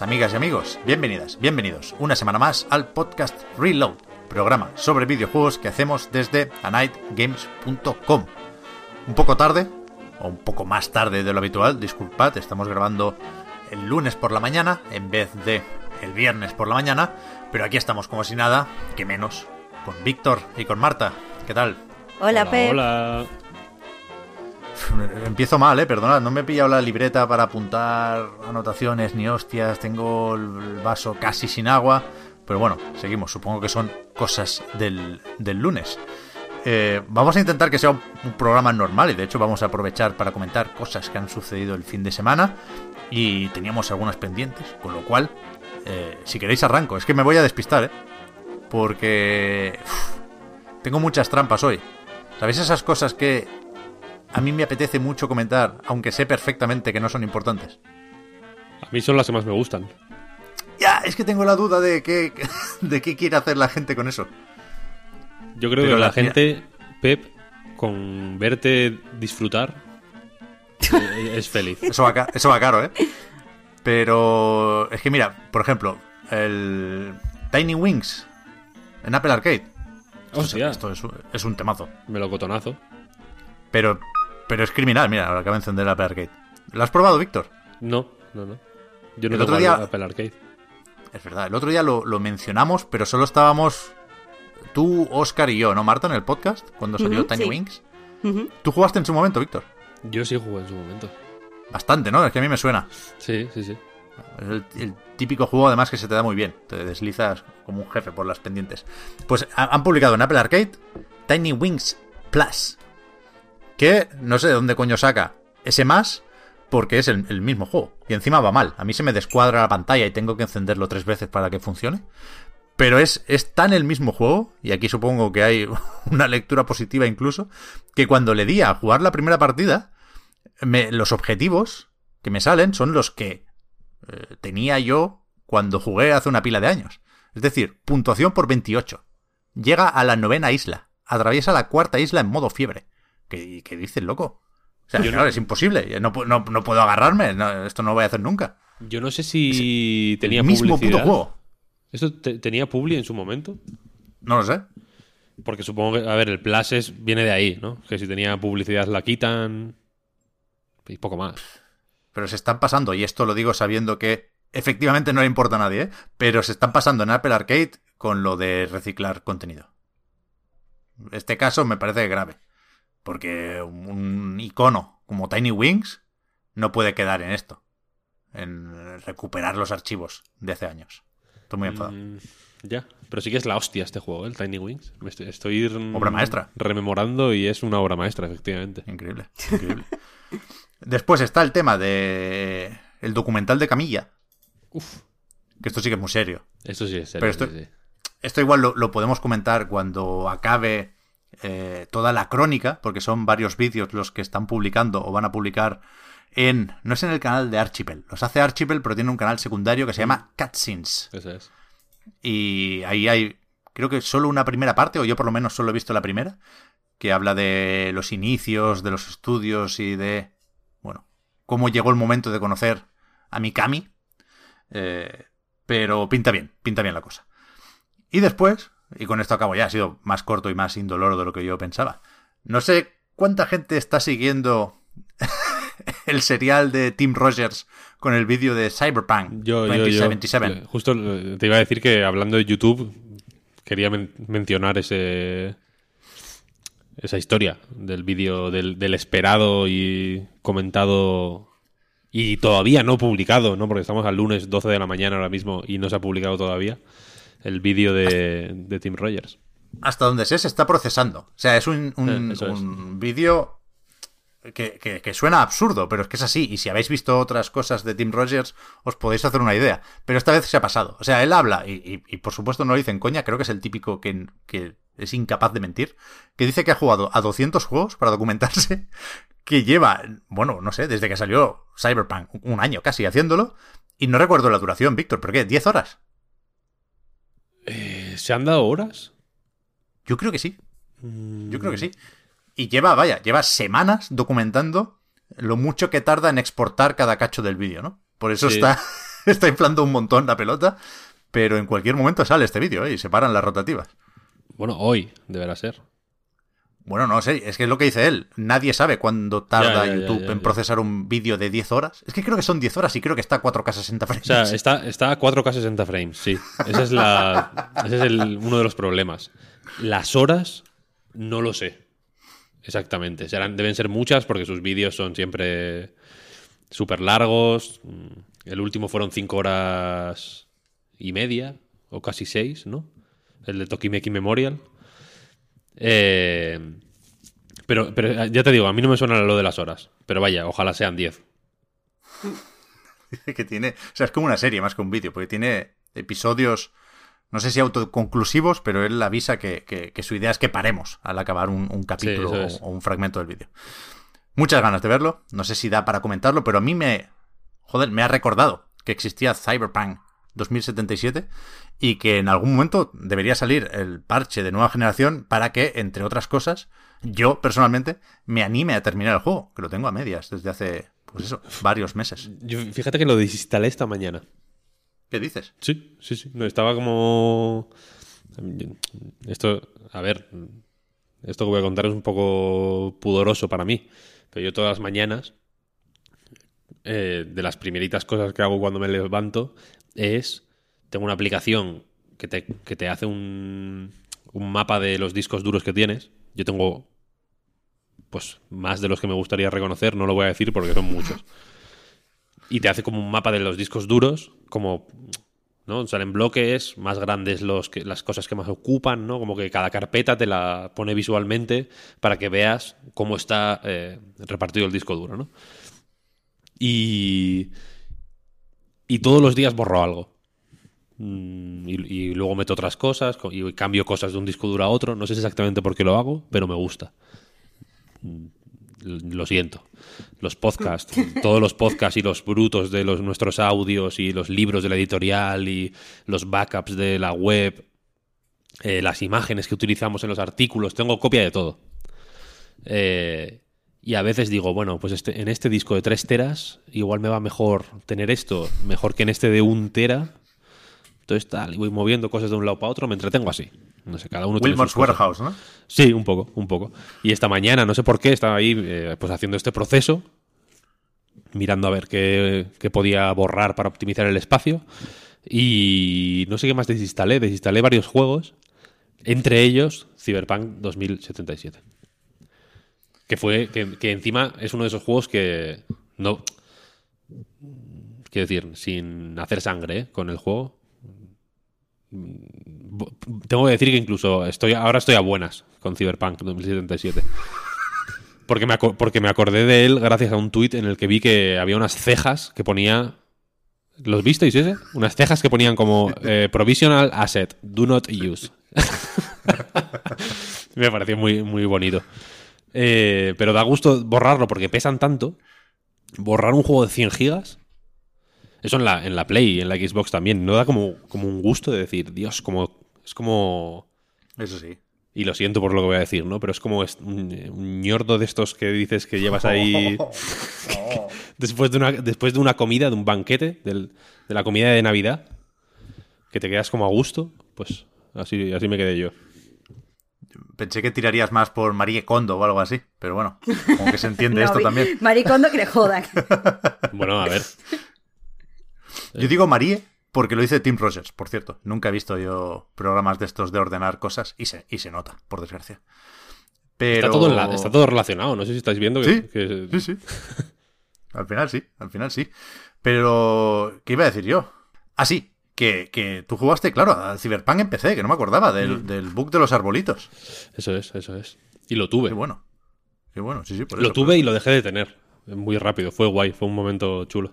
amigas y amigos, bienvenidas, bienvenidos una semana más al podcast Reload, programa sobre videojuegos que hacemos desde anightgames.com. Un poco tarde, o un poco más tarde de lo habitual, disculpad, estamos grabando el lunes por la mañana en vez de el viernes por la mañana, pero aquí estamos como si nada, que menos, con Víctor y con Marta. ¿Qué tal? Hola, Pep. Hola. Empiezo mal, perdonad, no me he pillado la libreta para apuntar anotaciones ni hostias, tengo el vaso casi sin agua, pero bueno, seguimos, supongo que son cosas del lunes. Vamos a intentar que sea un programa normal y de hecho vamos a aprovechar para comentar cosas que han sucedido el fin de semana y teníamos algunas pendientes, con lo cual, si queréis arranco, es que me voy a despistar, porque tengo muchas trampas hoy. ¿Sabéis esas cosas que a mí me apetece mucho comentar, aunque sé perfectamente que no son importantes? A mí son las que más me gustan. Ya, es que tengo la duda de qué quiere hacer la gente con eso. Yo creo que la gente, Pep, con verte disfrutar, es feliz. Eso va caro, Pero es que mira, por ejemplo, el Tiny Wings en Apple Arcade. Esto es un temazo. Melocotonazo. Pero es criminal, mira, ahora acabo de encender el Apple Arcade. ¿Lo has probado, Víctor? No. Yo no el otro tengo día, Apple Arcade. Es verdad, el otro día lo mencionamos, pero solo estábamos tú, Óscar y yo, ¿no, Marta, en el podcast? Cuando salió Tiny Wings. ¿Tú jugaste en su momento, Víctor? Yo sí jugué en su momento. Bastante, ¿no? Es que a mí me suena. Sí. Es el típico juego, además, que se te da muy bien. Te deslizas como un jefe por las pendientes. Pues han publicado en Apple Arcade Tiny Wings Plus, que no sé de dónde coño saca ese más, porque es el mismo juego. Y encima va mal. A mí se me descuadra la pantalla y tengo que encenderlo 3 veces para que funcione. Pero es tan el mismo juego, y aquí supongo que hay una lectura positiva incluso, que cuando le di a jugar la primera partida, los objetivos que me salen son los que tenía yo cuando jugué hace una pila de años. Es decir, puntuación por 28. Llega a la 9ª isla. Atraviesa la 4ª isla en modo fiebre. ¿Qué dices, loco? O sea, claro, es imposible. No puedo agarrarme. Esto no lo voy a hacer nunca. Yo no sé si tenía el mismo publicidad. Puto juego. ¿Esto tenía publi en su momento? No lo sé. Porque supongo que, a ver, el Plus viene de ahí, ¿no? Que si tenía publicidad la quitan y poco más. Pero se están pasando, y esto lo digo sabiendo que efectivamente no le importa a nadie, pero se están pasando en Apple Arcade con lo de reciclar contenido. Este caso me parece grave, porque un icono como Tiny Wings no puede quedar en esto, en recuperar los archivos de hace años. Estoy muy enfadado. Ya, pero sí que es la hostia este juego, el Tiny Wings. Estoy obra maestra. Rememorando y es una obra maestra, efectivamente. Increíble. Después está el tema de el documental de Camilla. Uf. Que esto sí que es muy serio. Esto sí es serio. Pero esto igual lo podemos comentar cuando acabe toda la crónica, porque son varios vídeos los que están publicando o van a publicar no es en el canal de Archipel. Los hace Archipel, pero tiene un canal secundario que se llama Cutscenes. Eso es. Y ahí hay, creo que solo una primera parte, o yo por lo menos solo he visto la primera, que habla de los inicios, de los estudios y de, bueno, cómo llegó el momento de conocer a Mikami. Pero pinta bien la cosa. Y después, y con esto acabo ya, ha sido más corto y más indoloro de lo que yo pensaba. No sé cuánta gente está siguiendo el serial de Tim Rogers con el vídeo de Cyberpunk 2077. Justo te iba a decir que hablando de YouTube quería mencionar esa historia del vídeo del esperado y comentado y todavía no publicado, ¿no? Porque estamos al lunes 12 de la mañana ahora mismo y no se ha publicado todavía el vídeo de Tim Rogers. Hasta donde sé, se está procesando. O sea, es un vídeo que suena absurdo, pero es que es así. Y si habéis visto otras cosas de Tim Rogers, os podéis hacer una idea. Pero esta vez se ha pasado. O sea, él habla, y por supuesto no lo dice en coña, creo que es el típico que es incapaz de mentir, que dice que ha jugado a 200 juegos para documentarse, que lleva, bueno, no sé, desde que salió Cyberpunk, un año casi haciéndolo, y no recuerdo la duración, Víctor, ¿pero qué? ¿10 horas? ¿Se han dado horas? Yo creo que sí. Y lleva semanas documentando lo mucho que tarda en exportar cada cacho del vídeo, ¿no? Por eso está está inflando un montón la pelota, pero en cualquier momento sale este vídeo, y se paran las rotativas. Bueno, hoy deberá ser. Bueno, no sé, es que es lo que dice él. Nadie sabe cuándo tarda YouTube en ya. procesar un vídeo de 10 horas. Es que creo que son 10 horas y creo que está a 4K 60 frames. O sea, está a 4K 60 frames, sí. Ese es uno de los problemas. Las horas, no lo sé exactamente. Deben ser muchas porque sus vídeos son siempre súper largos. El último fueron 5 horas y media, o casi 6, ¿no? El de Tokimeki Memorial. Pero ya te digo, a mí no me suena lo de las horas. Pero vaya, ojalá sean 10. Dice que tiene... O sea, es como una serie más que un vídeo, porque tiene episodios, no sé si autoconclusivos, pero él avisa que su idea es que paremos al acabar un capítulo o un fragmento del vídeo. Muchas ganas de verlo. No sé si da para comentarlo, pero a mí me ha recordado que existía Cyberpunk 2077 y que en algún momento debería salir el parche de nueva generación para que, entre otras cosas, yo personalmente me anime a terminar el juego, que lo tengo a medias desde hace, pues eso, varios meses. Fíjate que lo desinstalé esta mañana. ¿Qué dices? Sí. No, estaba como... Esto, a ver, esto que voy a contar es un poco pudoroso para mí, pero yo todas las mañanas, de las primeritas cosas que hago cuando me levanto, tengo una aplicación que te hace un mapa de los discos duros que tienes. Yo tengo, pues, más de los que me gustaría reconocer, no lo voy a decir porque son muchos. Y te hace como un mapa de los discos duros, como, ¿no? Salen bloques más grandes las cosas que más ocupan, ¿no? Como que cada carpeta te la pone visualmente para que veas cómo está repartido el disco duro, ¿no? Y todos los días borro algo. Y luego meto otras cosas y cambio cosas de un disco duro a otro. No sé exactamente por qué lo hago, pero me gusta. Lo siento. Los podcasts, todos los podcasts y los brutos de nuestros audios y los libros de la editorial y los backups de la web, las imágenes que utilizamos en los artículos, tengo copia de todo. Y a veces digo, bueno, pues en este disco de 3 teras igual me va mejor tener esto, mejor que en este de 1 tera. Entonces tal, y voy moviendo cosas de un lado para otro, me entretengo así. No sé, cada uno tiene Wilmot's sus cosas. Warehouse, ¿no? Sí, un poco. Y esta mañana, no sé por qué, estaba ahí pues haciendo este proceso, mirando a ver qué podía borrar para optimizar el espacio. Y no sé qué más desinstalé. Desinstalé varios juegos, entre ellos Cyberpunk 2077. Que encima es uno de esos juegos que no... Quiero decir, sin hacer sangre con el juego. Tengo que decir que incluso ahora estoy a buenas con Cyberpunk 2077. Porque me acordé de él gracias a un tuit en el que vi que había unas cejas que ponía... ¿Los visteis ese? Unas cejas que ponían como Provisional Asset, Do Not Use. Me pareció muy, muy bonito. Pero da gusto borrarlo porque pesan tanto. Borrar un juego de 100 gigas... Eso en la Play y en la Xbox también. No da como un gusto de decir, Dios, es como... Eso sí. Y lo siento por lo que voy a decir, ¿no? Pero es como un ñordo de estos que dices que llevas ahí después de una comida, de un banquete, de la comida de Navidad, que te quedas como a gusto. Pues así me quedé yo. Pensé que tirarías más por Marie Kondo o algo así, pero bueno, como que se entiende esto también. Marie Kondo que le jodan. Bueno, a ver. Yo digo Marie porque lo dice Tim Rogers, por cierto. Nunca he visto yo programas de estos de ordenar cosas y se nota, por desgracia. Pero... Está todo relacionado, no sé si estáis viendo que... Sí. Al final sí. Pero, ¿qué iba a decir yo? Ah, sí, que tú jugaste, claro, al Cyberpunk en PC, que no me acordaba del bug de los arbolitos. Eso es. Y lo tuve. Qué bueno, sí, por Lo eso. tuve y lo dejé de tener. Muy rápido, fue guay, fue un momento chulo.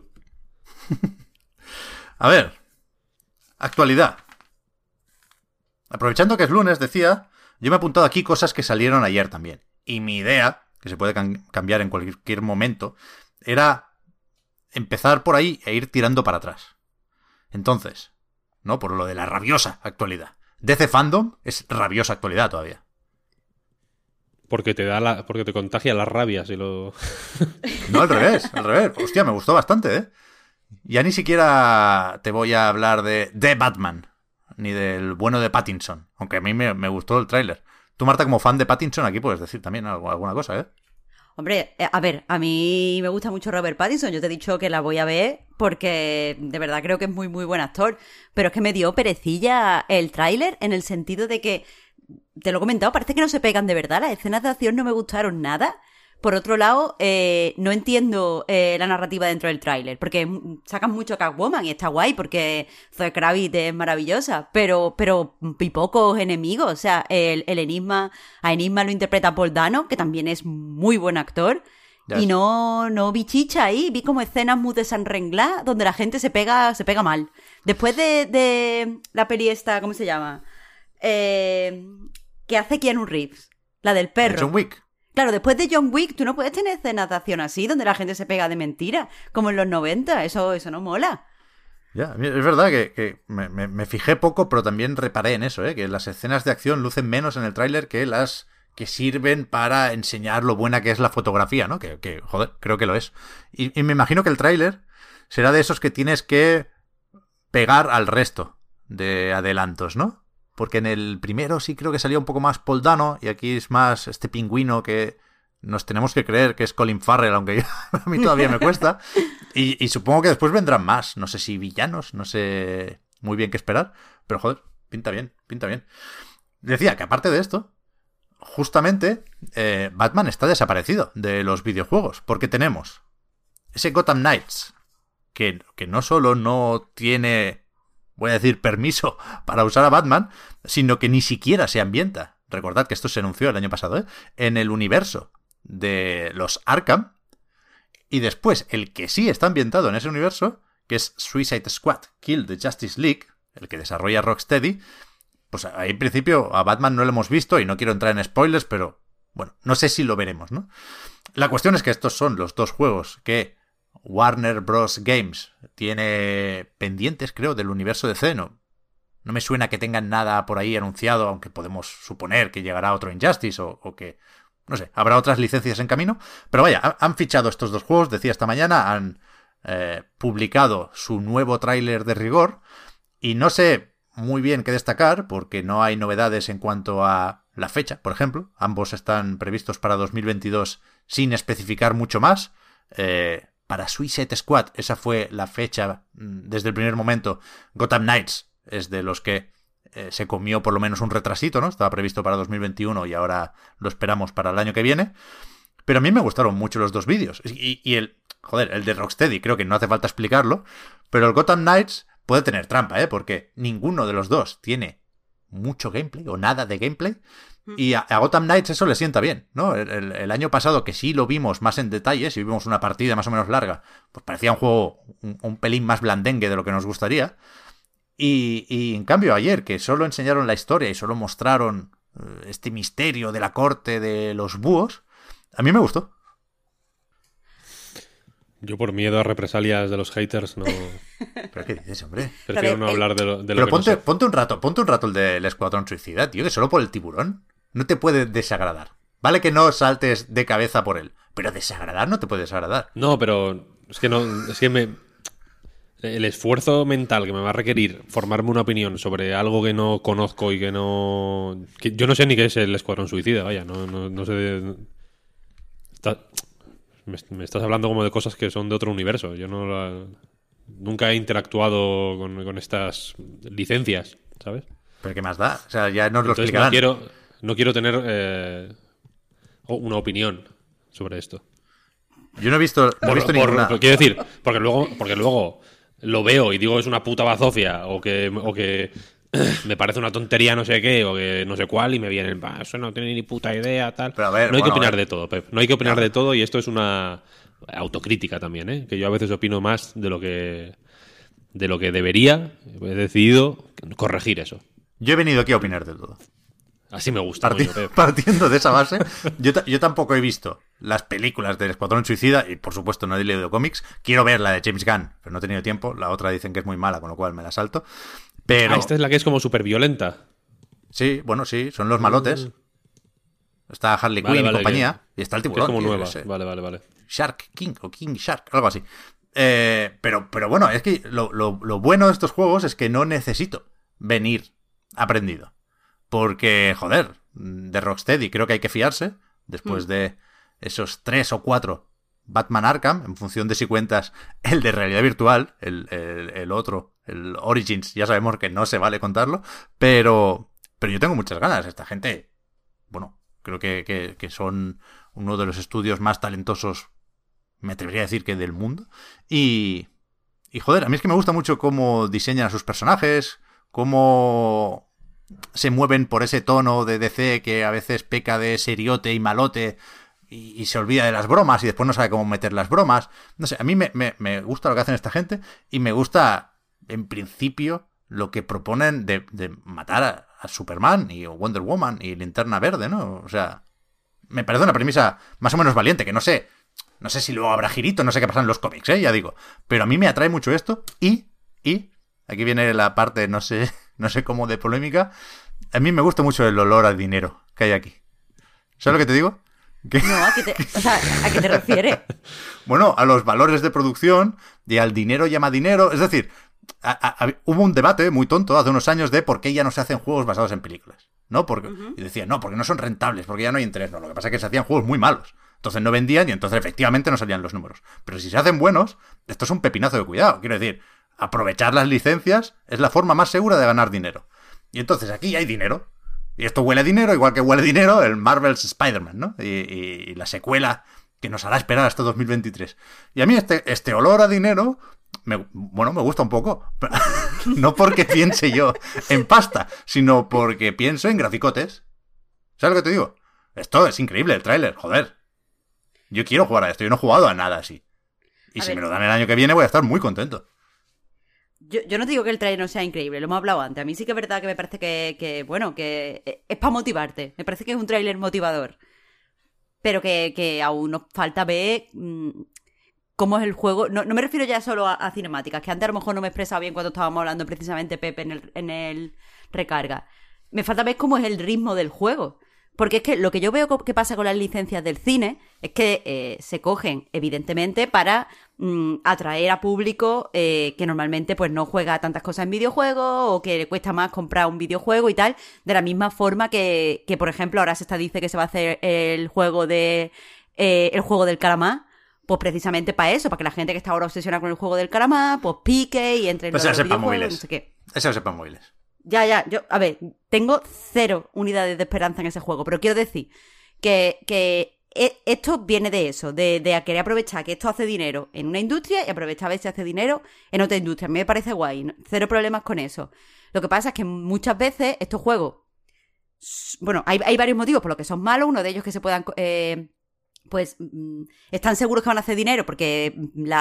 A ver, actualidad. Aprovechando que es lunes, decía, yo me he apuntado aquí cosas que salieron ayer también. Y mi idea, que se puede cambiar en cualquier momento, era empezar por ahí e ir tirando para atrás. Entonces, ¿no? Por lo de la rabiosa actualidad. DC Fandom es rabiosa actualidad todavía. Porque porque te contagia la rabia si lo... No, al revés. Hostia, me gustó bastante, ¿eh? Ya ni siquiera te voy a hablar de The Batman, ni del bueno de Pattinson, aunque a mí me gustó el tráiler. Tú, Marta, como fan de Pattinson, aquí puedes decir también alguna cosa, ¿eh? Hombre, a ver, a mí me gusta mucho Robert Pattinson. Yo te he dicho que la voy a ver porque de verdad creo que es muy, muy buen actor. Pero es que me dio perecilla el tráiler en el sentido de que, te lo he comentado, parece que no se pegan de verdad. Las escenas de acción no me gustaron nada. Por otro lado, no entiendo la narrativa dentro del tráiler, porque sacan mucho Catwoman y está guay, porque Zoe Kravitz es maravillosa, pero y pocos enemigos. O sea, el Enigma, a Enigma lo interpreta Paul Dano, que también es muy buen actor, Ya y es. no vi chicha ahí, vi como escenas muy desenrengladas, donde la gente se pega mal. Después de la peli esta, ¿cómo se llama? Que hace Keanu Reeves, la del perro. John Wick. Claro, después de John Wick, tú no puedes tener escenas de acción así, donde la gente se pega de mentira, como en los 90. Eso no mola. Ya, a mí es verdad que me fijé poco, pero también reparé en eso, ¿eh? Que las escenas de acción lucen menos en el tráiler que las que sirven para enseñar lo buena que es la fotografía, ¿no? Joder, creo que lo es. Y me imagino que el tráiler será de esos que tienes que pegar al resto de adelantos, ¿no? Porque en el primero sí creo que salía un poco más Paul Dano y aquí es más este pingüino que nos tenemos que creer que es Colin Farrell, aunque a mí todavía me cuesta. Y supongo que después vendrán más. No sé si villanos, no sé muy bien qué esperar. Pero joder, pinta bien, pinta bien. Decía que aparte de esto, justamente Batman está desaparecido de los videojuegos. Porque tenemos ese Gotham Knights que no solo no tiene, voy a decir, permiso para usar a Batman, sino que ni siquiera se ambienta. Recordad que esto se anunció el año pasado, ¿eh? En el universo de los Arkham. Y después, el que sí está ambientado en ese universo, que es Suicide Squad Kill the Justice League, el que desarrolla Rocksteady, pues ahí en principio a Batman no lo hemos visto y no quiero entrar en spoilers, pero bueno, no sé si lo veremos, ¿no? La cuestión es que estos son los dos juegos que Warner Bros. Games tiene pendientes, creo, del universo de DC. No me suena que tengan nada por ahí anunciado, aunque podemos suponer que llegará otro Injustice o que, no sé, habrá otras licencias en camino. Pero vaya, han fichado estos dos juegos, decía esta mañana, han publicado su nuevo tráiler de rigor y no sé muy bien qué destacar porque no hay novedades en cuanto a la fecha, por ejemplo. Ambos están previstos para 2022 sin especificar mucho más. Para Suicide Squad, esa fue la fecha desde el primer momento. Gotham Knights es de los que se comió por lo menos un retrasito, ¿no? Estaba previsto para 2021 y ahora lo esperamos para el año que viene. Pero a mí me gustaron mucho los dos vídeos. Y el de Rocksteady, creo que no hace falta explicarlo. Pero el Gotham Knights puede tener trampa, ¿eh? Porque ninguno de los dos tiene mucho gameplay o nada de gameplay. Y a Gotham Knights eso le sienta bien, ¿no? El año pasado, que sí lo vimos más en detalles y vimos una partida más o menos larga, pues parecía un juego un pelín más blandengue de lo que nos gustaría. Y en cambio ayer, que solo enseñaron la historia y solo mostraron este misterio de la corte de los búhos, a mí me gustó. Yo por miedo a represalias de los haters no... ¿Pero qué dices, hombre? Prefiero no hablar de lo Pero que no sé. ponte un rato el del Escuadrón Suicida, tío, que solo por el tiburón no te puede desagradar. Vale que no saltes de cabeza por él, pero desagradar no te puede desagradar. No, pero es que no... Es que el esfuerzo mental que me va a requerir formarme una opinión sobre algo que no conozco y que no... Que yo no sé ni qué es el Escuadrón Suicida, vaya, no sé... Me estás hablando como de cosas que son de otro universo. Yo nunca he interactuado con estas licencias, ¿sabes? ¿Pero qué más da? O sea, ya nos lo Entonces explicarán. no quiero tener una opinión sobre esto. Yo no he visto ninguna. Quiero decir, porque luego lo veo y digo es una puta bazofia o que me parece una tontería no sé qué o que no sé cuál y me vienen, eso no tiene ni puta idea, tal. Pero a ver, no hay que bueno, opinar a ver. de todo, Pep. No hay que opinar de todo y esto es una autocrítica también, ¿eh? Que yo a veces opino más de lo que debería. He decidido corregir eso. Yo he venido aquí a opinar de todo. Así me gusta, coño, Pep. Partiendo de esa base, yo tampoco he visto las películas del Escuadrón Suicida y por supuesto no he leído cómics. Quiero ver la de James Gunn, pero no he tenido tiempo. La otra dicen que es muy mala, con lo cual me la salto. Pero Esta es la que es como súper violenta. sí, bueno, sí, son los malotes. Está Harley Quinn y compañía y está el que es tiburón. como tío, nueva. ese. Vale. Shark King o King Shark, algo así. Pero bueno, es que lo bueno de estos juegos es que no necesito venir aprendido. Porque, joder, de Rocksteady creo que hay que fiarse después de esos 3 o 4 Batman Arkham, en función de si cuentas el de realidad virtual, el otro, el Origins, ya sabemos que no se vale contarlo, pero yo tengo muchas ganas. Esta gente, bueno, creo que son uno de los estudios más talentosos, me atrevería a decir que del mundo, y joder, a mí es que me gusta mucho cómo diseñan a sus personajes, cómo se mueven por ese tono de DC que a veces peca de seriote y malote y se olvida de las bromas y después no sabe cómo meter las bromas. No sé, a mí me gusta lo que hacen esta gente y me gusta, en principio, lo que proponen de matar a Superman y Wonder Woman y Linterna Verde, ¿no? O sea, me parece una premisa más o menos valiente, que no sé si luego habrá girito, no sé qué pasa en los cómics, ya digo. Pero a mí me atrae mucho esto y aquí viene la parte, no sé cómo de polémica. A mí me gusta mucho el olor al dinero que hay aquí. ¿Sabes lo que te digo? No, ¿a qué te refieres? Bueno, a los valores de producción y al dinero llama dinero. Es decir, hubo un debate muy tonto hace unos años de por qué ya no se hacen juegos basados en películas, ¿no? Y decían, no, porque no son rentables, porque ya no hay interés. No, lo que pasa es que se hacían juegos muy malos. Entonces no vendían y entonces efectivamente no salían los números. Pero si se hacen buenos, esto es un pepinazo de cuidado. Quiero decir, aprovechar las licencias es la forma más segura de ganar dinero. Y entonces aquí hay dinero. Y esto huele a dinero, igual que huele a dinero el Marvel's Spider-Man, ¿no? Y la secuela que nos hará esperar hasta 2023. Y a mí este olor a dinero, me gusta un poco. No porque piense yo en pasta, sino porque pienso en graficotes. ¿Sabes lo que te digo? Esto es increíble, el tráiler, joder. Yo quiero jugar a esto, yo no he jugado a nada así. Y si me lo dan el año que viene voy a estar muy contento. Yo no te digo que el trailer no sea increíble, lo hemos hablado antes. A mí sí que es verdad que me parece que es para motivarte. Me parece que es un tráiler motivador. Pero que aún nos falta ver cómo es el juego. No me refiero ya solo a cinemáticas, que antes a lo mejor no me he expresado bien cuando estábamos hablando precisamente, Pepe, en el recarga. Me falta ver cómo es el ritmo del juego. Porque es que lo que yo veo que pasa con las licencias del cine es que se cogen, evidentemente, para atraer a público que normalmente pues no juega tantas cosas en videojuegos o que le cuesta más comprar un videojuego y tal, de la misma forma que por ejemplo, ahora dice que se va a hacer el juego del calamar, pues precisamente para eso, para que la gente que está ahora obsesionada con el juego del calamar, pues pique y entre en los videojuegos, no sé qué. Eso sepa móviles. Ya, a ver, tengo 0 unidades de esperanza en ese juego, pero quiero decir que esto viene de eso, de querer aprovechar que esto hace dinero en una industria y aprovechar a ver si hace dinero en otra industria. A mí me parece guay, 0 problemas con eso. Lo que pasa es que muchas veces estos juegos, bueno, hay varios motivos por los que son malos, uno de ellos que se puedan... pues están seguros que van a hacer dinero porque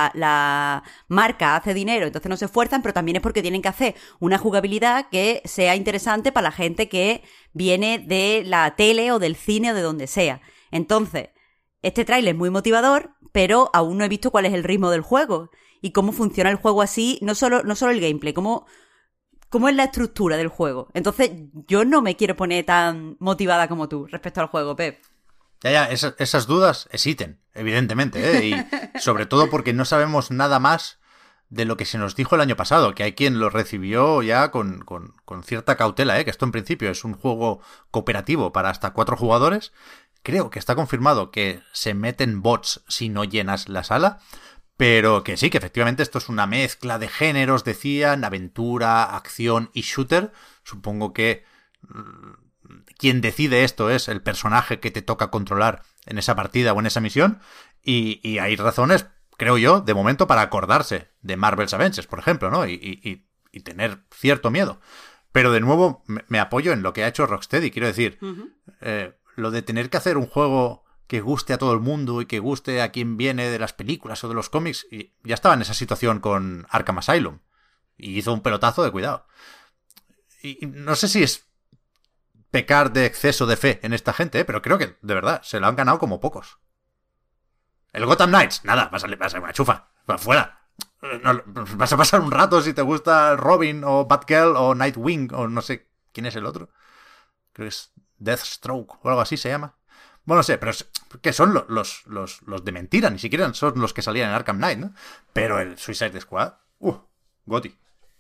la marca hace dinero, entonces no se esfuerzan, pero también es porque tienen que hacer una jugabilidad que sea interesante para la gente que viene de la tele o del cine o de donde sea. Entonces, este tráiler es muy motivador, pero aún no he visto cuál es el ritmo del juego y cómo funciona el juego así, no solo el gameplay, cómo es la estructura del juego. Entonces, yo no me quiero poner tan motivada como tú respecto al juego, Pep. Ya, esas dudas existen, evidentemente, ¿eh? Y sobre todo porque no sabemos nada más de lo que se nos dijo el año pasado, que hay quien lo recibió ya con cierta cautela, ¿eh? Que esto en principio es un juego cooperativo para hasta 4 jugadores. Creo que está confirmado que se meten bots si no llenas la sala, pero que sí, que efectivamente esto es una mezcla de géneros, decían, aventura, acción y shooter. Supongo que... quien decide esto es el personaje que te toca controlar en esa partida o en esa misión, y hay razones, creo yo, de momento para acordarse de Marvel's Avengers, por ejemplo, ¿no? Y tener cierto miedo. Pero de nuevo me apoyo en lo que ha hecho Rocksteady, quiero decir, lo de tener que hacer un juego que guste a todo el mundo y que guste a quien viene de las películas o de los cómics, y ya estaba en esa situación con Arkham Asylum, y hizo un pelotazo de cuidado. Y no sé si es pecar de exceso de fe en esta gente, pero creo que, de verdad, se lo han ganado como pocos. El Gotham Knights, nada, vas a ser una chufa, para afuera. No, vas a pasar un rato si te gusta Robin o Batgirl o Nightwing o no sé quién es el otro. Creo que es Deathstroke o algo así se llama. Bueno, no sé, pero que son los de mentira, ni siquiera son los que salían en Arkham Knight, ¿no? Pero el Suicide Squad, Goti.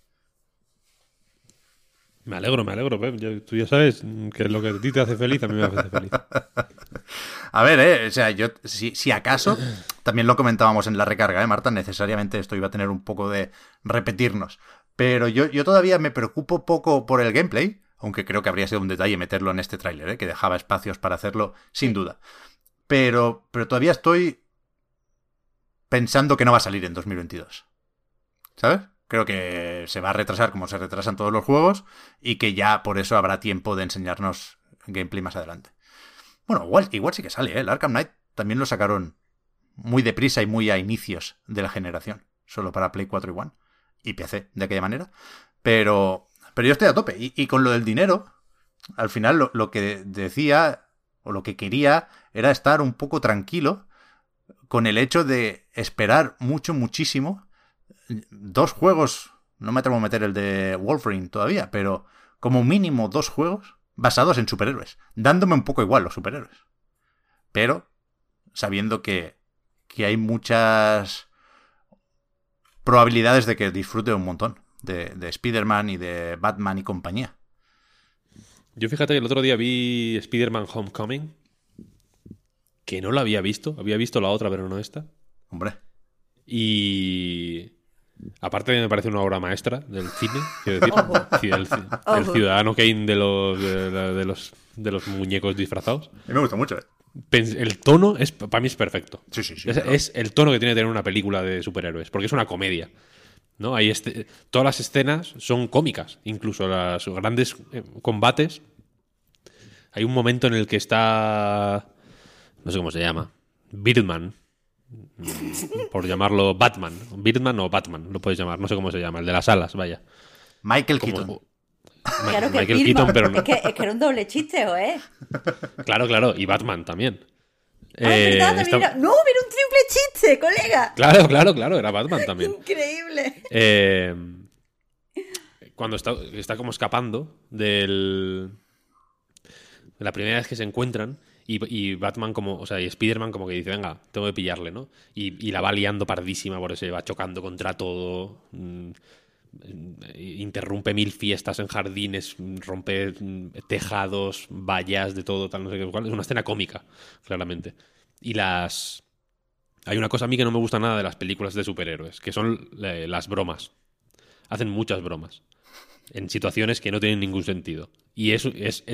Me alegro, Pep. Tú ya sabes que lo que a ti te hace feliz, a mí me hace feliz. A ver, o sea, yo, si acaso, también lo comentábamos en la recarga, Marta, necesariamente esto iba a tener un poco de repetirnos. Pero yo todavía me preocupo poco por el gameplay, aunque creo que habría sido un detalle meterlo en este tráiler, que dejaba espacios para hacerlo, sin duda. Pero todavía estoy pensando que no va a salir en 2022. ¿Sabes? Creo que se va a retrasar como se retrasan todos los juegos y que ya por eso habrá tiempo de enseñarnos gameplay más adelante. Bueno, igual sí que sale, El Arkham Knight también lo sacaron muy deprisa y muy a inicios de la generación, solo para Play 4 y One y PC de aquella manera. Pero yo estoy a tope. Y con lo del dinero, al final lo que decía o lo que quería era estar un poco tranquilo con el hecho de esperar muchísimo 2 juegos, no me atrevo a meter el de Wolverine todavía, pero como mínimo 2 juegos basados en superhéroes, dándome un poco igual los superhéroes, pero sabiendo que hay muchas probabilidades de que disfrute un montón de Spider-Man y de Batman y compañía. Yo fíjate que el otro día vi Spider-Man Homecoming, que no la había visto la otra pero no esta. Hombre. Y aparte me parece una obra maestra del cine, quiero decir, el Ciudadano Kane de los muñecos disfrazados. A mí me gusta mucho, El tono para mí es perfecto. Sí, Es el tono que tiene que tener una película de superhéroes, porque es una comedia, ¿no? Todas las escenas son cómicas, incluso los grandes combates. Hay un momento en el que está, no sé cómo se llama, Birdman, por llamarlo Batman. Birdman o Batman, lo puedes llamar, no sé cómo se llama, el de las alas, vaya. Michael Keaton. Claro que Michael Keaton, pero no. Es que era un doble chiste, ¿o Claro, y Batman también. ¿Verdad? No, era un triple chiste, colega. Claro, era Batman también. Increíble. Cuando está como escapando de la primera vez que se encuentran y Batman y Spider-Man como que dice, venga, tengo que pillarle, ¿no? Y la va liando pardísima, por eso va chocando contra todo, interrumpe 1000 fiestas en jardines, rompe tejados, vallas, de todo, tal, no sé qué cuál. Es una escena cómica, claramente. Hay una cosa a mí que no me gusta nada de las películas de superhéroes, que son las bromas. Hacen muchas bromas en situaciones que no tienen ningún sentido. Y eso es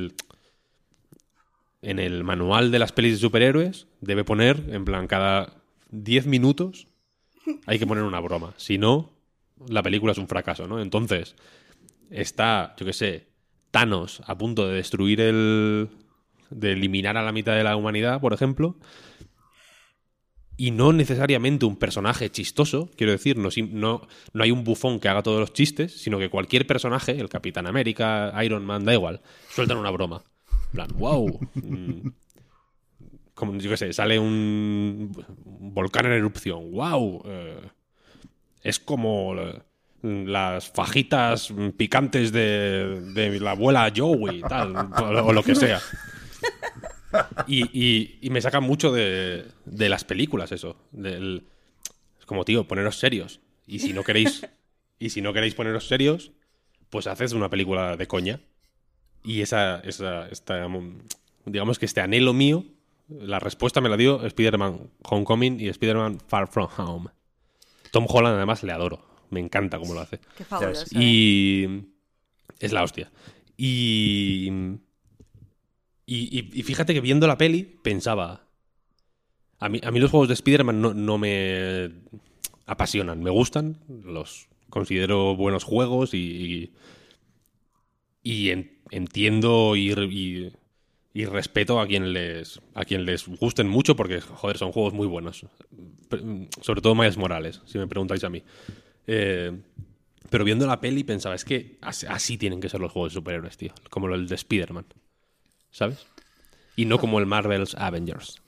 en el manual de las pelis de superhéroes debe poner, en plan, cada 10 minutos hay que poner una broma. Si no, la película es un fracaso, ¿no? Entonces, está, yo qué sé, Thanos a punto de destruir de eliminar a la mitad de la humanidad, por ejemplo, y no necesariamente un personaje chistoso, quiero decir, no hay un bufón que haga todos los chistes, sino que cualquier personaje, el Capitán América, Iron Man, da igual, sueltan una broma. En plan, wow. Como, yo qué sé, sale un volcán en erupción. Wow. Es como las fajitas picantes de la abuela Joey, tal, o lo que sea. Y me saca mucho de las películas eso. Es como, tío, poneros serios. Y si no queréis poneros serios, pues haced una película de coña. Y esta, digamos que este anhelo mío, la respuesta me la dio Spider-Man Homecoming y Spider-Man Far From Home. Tom Holland además le adoro. Me encanta cómo lo hace. Qué fabuloso. Y es la hostia. Y fíjate que viendo la peli pensaba, a mí los juegos de Spider-Man no me apasionan. Me gustan, los considero buenos juegos y entiendo y respeto a quien les gusten mucho porque, joder, son juegos muy buenos. Sobre todo Miles Morales, si me preguntáis a mí. Pero viendo la peli pensaba, es que así tienen que ser los juegos de superhéroes, tío. Como el de Spider-Man, ¿sabes? Y no como el Marvel's Avengers.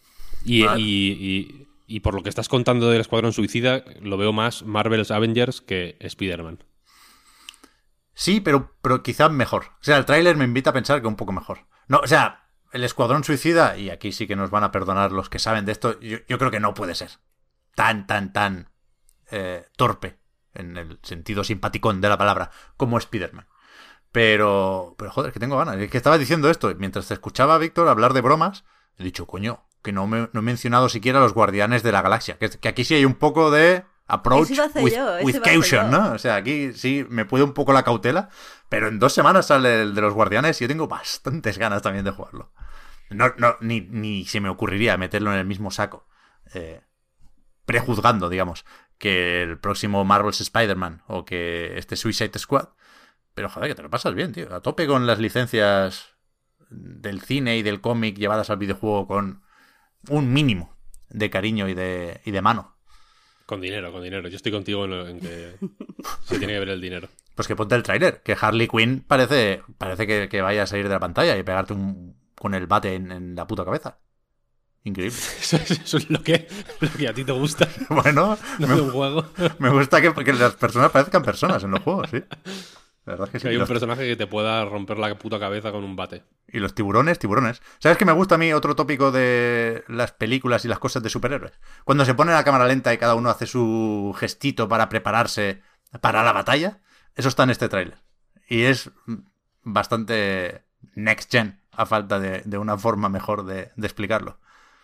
Y por lo que estás contando del Escuadrón Suicida, lo veo más Marvel's Avengers que Spider-Man. Sí, pero quizás mejor. O sea, el tráiler me invita a pensar que un poco mejor. No, o sea, el Escuadrón Suicida, y aquí sí que nos van a perdonar los que saben de esto, yo creo que no puede ser tan torpe, en el sentido simpaticón de la palabra, como Spider-Man. Pero joder, que tengo ganas. Es que estaba diciendo esto, mientras te escuchaba, Víctor, hablar de bromas, he dicho, coño, que no he mencionado siquiera a los Guardianes de la Galaxia, que aquí sí hay un poco de approach with caution, ¿no? O sea, aquí sí me puede un poco la cautela, pero en 2 semanas sale el de los Guardianes y yo tengo bastantes ganas también de jugarlo. Ni se me ocurriría meterlo en el mismo saco, prejuzgando, digamos, que el próximo Marvel's Spider-Man o que este Suicide Squad. Pero joder, que te lo pasas bien, tío. A tope con las licencias del cine y del cómic llevadas al videojuego con un mínimo de cariño y de mano. Con dinero. Yo estoy contigo en que se tiene que ver el dinero. Pues que ponte el tráiler, que Harley Quinn parece que vaya a salir de la pantalla y pegarte con el bate en la puta cabeza. Increíble. Eso es lo que a ti te gusta. Bueno, de un juego. Me gusta que las personas parezcan personas en los juegos, sí. La verdad es que sí. Hay un personaje que te pueda romper la puta cabeza con un bate. Y los tiburones. ¿Sabes qué me gusta a mí otro tópico de las películas y las cosas de superhéroes? Cuando se pone la cámara lenta y cada uno hace su gestito para prepararse para la batalla. Eso está en este tráiler. Y es bastante next gen, a falta de una forma mejor de explicarlo.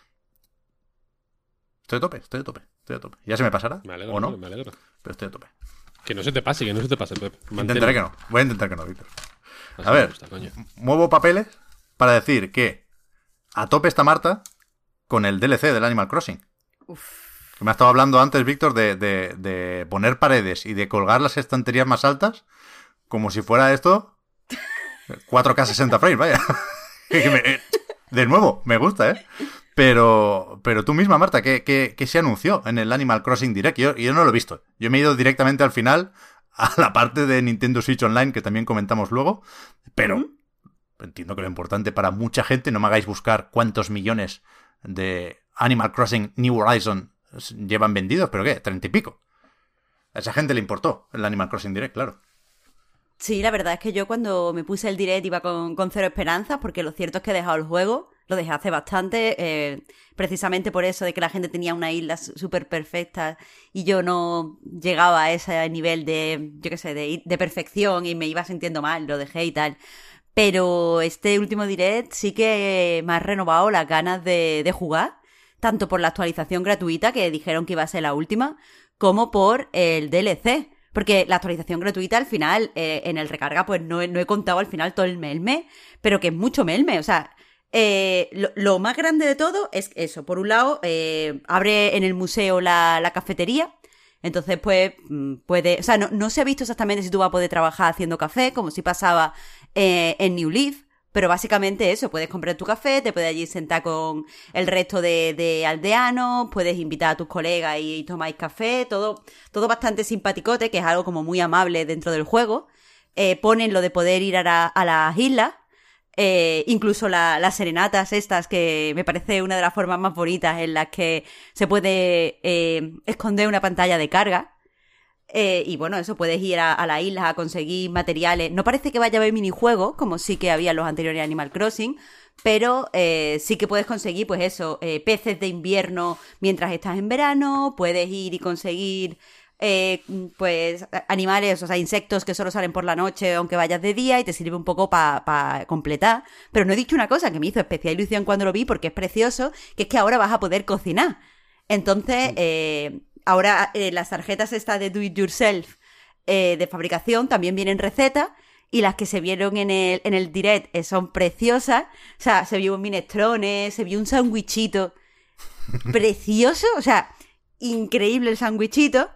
Estoy a tope. ¿Ya se me pasará? Me alegro, ¿o no? Me alegro. Pero estoy a tope. Que no se te pase, Pep. Intentaré que no. Voy a intentar que no, Víctor. Así A ver, gusta, muevo papeles para decir que a tope está Marta con el DLC del Animal Crossing. Que me ha estado hablando antes, Víctor, de poner paredes y de colgar las estanterías más altas como si fuera esto 4K 60 frames, vaya. De nuevo, me gusta, ¿eh? Pero tú misma, Marta, ¿qué se anunció en el Animal Crossing Direct? Yo no lo he visto. Yo me he ido directamente al final a la parte de Nintendo Switch Online, que también comentamos luego. Pero entiendo que lo importante para mucha gente, no me hagáis buscar cuántos millones de Animal Crossing New Horizon llevan vendidos, pero ¿qué? 30 y pico. A esa gente le importó el Animal Crossing Direct, claro. Sí, la verdad es que yo cuando me puse el Direct iba con cero esperanzas, porque lo cierto es que he dejado el juego, lo dejé hace bastante, precisamente por eso de que la gente tenía una isla súper perfecta y yo no llegaba a ese nivel de, yo qué sé, de perfección y me iba sintiendo mal, lo dejé y tal. Pero este último Direct sí que me ha renovado las ganas de jugar, tanto por la actualización gratuita, que dijeron que iba a ser la última, como por el DLC. Porque la actualización gratuita al final, en el recarga, pues no he contado al final todo el melme, pero que es mucho melme. O sea, lo más grande de todo es eso. Por un lado, abre en el museo la cafetería. Entonces, pues, puede... O sea, no se ha visto exactamente si tú vas a poder trabajar haciendo café, como si pasaba en New Leaf. Pero básicamente eso, puedes comprar tu café, te puedes allí sentar con el resto de aldeanos, puedes invitar a tus colegas y tomáis café, todo bastante simpaticote, que es algo como muy amable dentro del juego. Ponen lo de poder ir a las islas, incluso las serenatas estas, que me parece una de las formas más bonitas en las que se puede esconder una pantalla de carga. Y bueno, eso, puedes ir a la isla a conseguir materiales. No parece que vaya a haber minijuegos, como sí que había en los anteriores Animal Crossing, pero sí que puedes conseguir, pues eso, peces de invierno mientras estás en verano, puedes ir y conseguir, pues, animales, o sea, insectos que solo salen por la noche aunque vayas de día y te sirve un poco para completar. Pero no he dicho una cosa que me hizo especial ilusión cuando lo vi, porque es precioso, que es que ahora vas a poder cocinar. Entonces, ahora las tarjetas estas de Do It Yourself de fabricación también vienen recetas, y las que se vieron en el Direct son preciosas. O sea, se vio un minestrone, se vio un sandwichito precioso, o sea, increíble el sandwichito.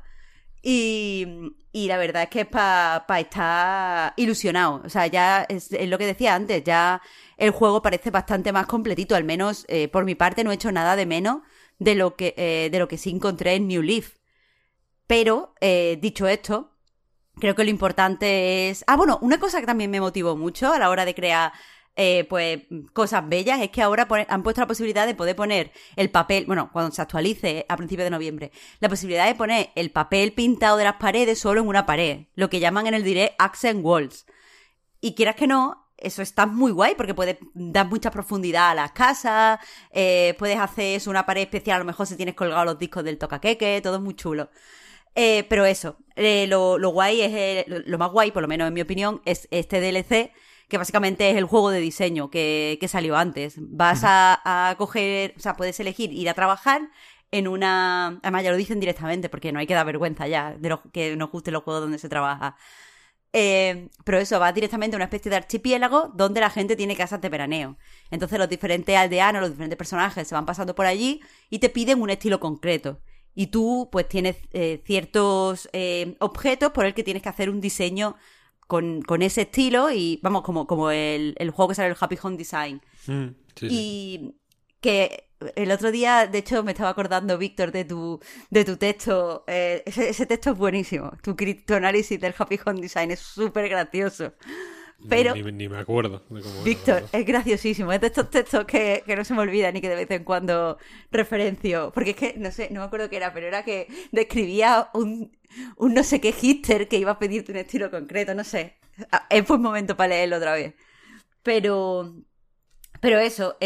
Y la verdad es que es para estar ilusionado. O sea, ya es lo que decía antes, ya el juego parece bastante más completito, al menos por mi parte no he hecho nada de menos de lo que sí encontré en New Leaf. Pero, dicho esto, creo que lo importante es... bueno, una cosa que también me motivó mucho a la hora de crear pues cosas bellas es que ahora han puesto la posibilidad de poder poner el papel, bueno, cuando se actualice a principios de noviembre, la posibilidad de poner el papel pintado de las paredes solo en una pared, lo que llaman en el Direct Accent Walls. Y quieras que no, eso está muy guay porque puedes dar mucha profundidad a las casas, puedes hacer eso, una pared especial, a lo mejor si tienes colgados los discos del tocaqueque, todo es muy chulo. Pero eso, lo guay es, lo más guay, por lo menos en mi opinión, es este DLC, que básicamente es el juego de diseño que salió antes. Vas a coger, o sea, puedes elegir ir a trabajar en una... Además ya lo dicen directamente porque no hay que dar vergüenza ya de que nos gusten los juegos donde se trabaja. Pero eso, va directamente a una especie de archipiélago donde la gente tiene casas de veraneo. Entonces los diferentes aldeanos, los diferentes personajes se van pasando por allí y te piden un estilo concreto. Y tú, pues, tienes ciertos objetos por el que tienes que hacer un diseño con ese estilo y, vamos, como el juego que sale, el Happy Home Design. Sí, y que el otro día, de hecho, me estaba acordando, Víctor, de tu texto. Ese texto es buenísimo. Tu análisis del Happy Home Design es súper gracioso. Pero, ni me acuerdo de cómo Víctor, es graciosísimo. Es de estos textos que no se me olvidan y que de vez en cuando referencio. Porque es que, no sé, no me acuerdo qué era, pero era que describía un no sé qué hipster que iba a pedirte un estilo concreto, no sé. Es buen momento para leerlo otra vez. Pero eso,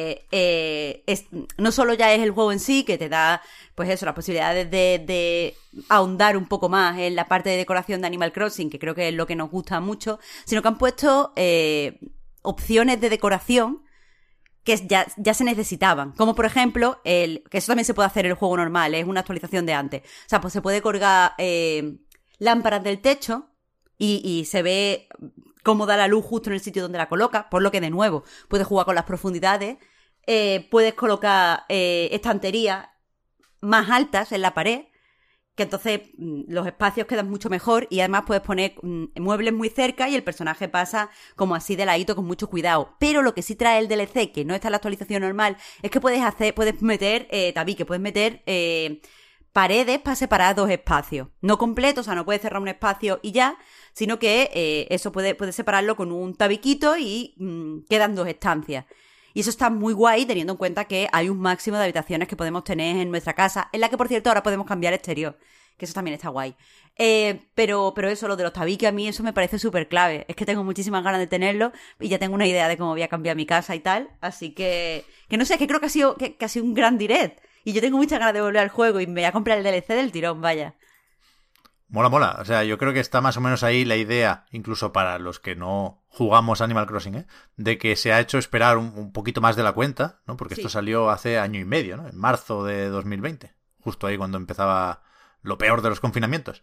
no solo ya es el juego en sí, que te da, pues eso, las posibilidades de ahondar un poco más en la parte de decoración de Animal Crossing, que creo que es lo que nos gusta mucho, sino que han puesto opciones de decoración que ya se necesitaban. Como por ejemplo, que eso también se puede hacer en el juego normal, es una actualización de antes. O sea, pues se puede colgar lámparas del techo y se ve cómo da la luz justo en el sitio donde la coloca, por lo que de nuevo puedes jugar con las profundidades, puedes colocar estanterías más altas en la pared, que entonces los espacios quedan mucho mejor y además puedes poner muebles muy cerca y el personaje pasa como así de ladito con mucho cuidado. Pero lo que sí trae el DLC, que no está en la actualización normal, es que puedes meter tabique, puedes meter paredes para separar dos espacios. No completos, o sea, no puedes cerrar un espacio y ya, sino que eso puedes separarlo con un tabiquito y quedan dos estancias. Y eso está muy guay teniendo en cuenta que hay un máximo de habitaciones que podemos tener en nuestra casa, en la que, por cierto, ahora podemos cambiar exterior, que eso también está guay. Pero eso, lo de los tabiques, a mí eso me parece súper clave. Es que tengo muchísimas ganas de tenerlo y ya tengo una idea de cómo voy a cambiar mi casa y tal. Así que no sé, que creo que ha sido un gran direct. Y yo tengo muchas ganas de volver al juego y me voy a comprar el DLC del tirón, vaya. Mola. O sea, yo creo que está más o menos ahí la idea, incluso para los que no jugamos Animal Crossing, de que se ha hecho esperar un poquito más de la cuenta, ¿no? Porque esto salió hace año y medio, ¿no? En marzo de 2020, justo ahí cuando empezaba lo peor de los confinamientos.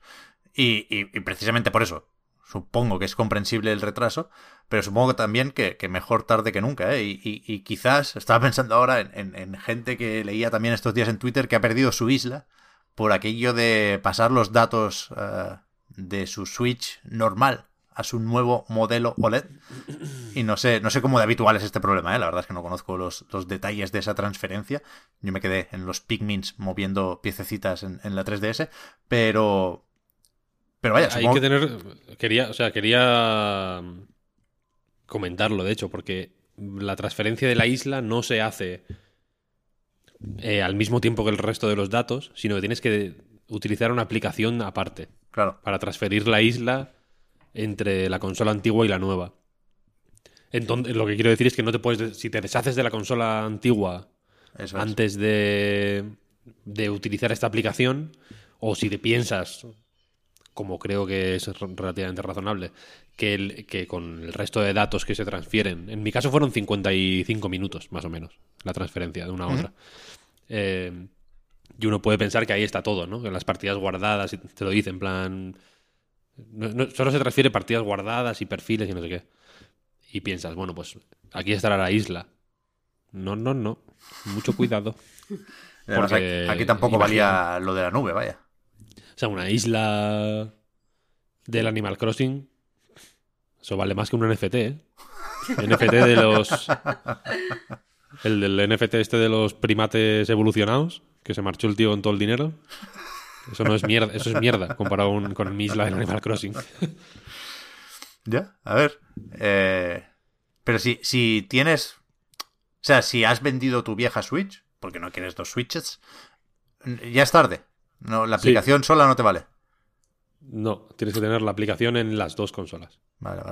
Y precisamente por eso, supongo que es comprensible el retraso, pero supongo que también que mejor tarde que nunca, ¿eh? Y quizás, estaba pensando ahora en gente que leía también estos días en Twitter que ha perdido su isla por aquello de pasar los datos de su Switch normal a su nuevo modelo OLED. Y no sé cómo de habitual es este problema, ¿eh? La verdad es que no conozco los detalles de esa transferencia. Yo me quedé en los Pikmins moviendo piececitas en la 3DS, pero vaya, hay que tener... Quería comentarlo, de hecho, porque la transferencia de la isla no se hace al mismo tiempo que el resto de los datos, sino que tienes que utilizar una aplicación aparte. Claro. Para transferir la isla entre la consola antigua y la nueva. Entonces, lo que quiero decir es que no te puedes... Si te deshaces de la consola antigua antes de utilizar esta aplicación, o si te piensas, como creo que es relativamente razonable, que con el resto de datos que se transfieren... En mi caso fueron 55 minutos, más o menos, la transferencia de una a otra. Y uno puede pensar que ahí está todo, ¿no? Que las partidas guardadas, y te lo dice en plan... No, solo se transfiere partidas guardadas y perfiles y no sé qué. Y piensas, bueno, pues aquí estará la isla. No. Mucho cuidado. Porque aquí tampoco valía lo de la nube, vaya. O sea, una isla del Animal Crossing, eso vale más que un NFT, ¿eh? NFT de los... El del NFT este de los primates evolucionados, que se marchó el tío con todo el dinero. Eso no es mierda, eso es mierda comparado con mi isla del Animal Crossing. Ya, a ver. Pero si tienes... O sea, si has vendido tu vieja Switch, porque no quieres dos Switches, ya es tarde. No, la aplicación sola no te vale. No, tienes que tener la aplicación en las dos consolas. Vale.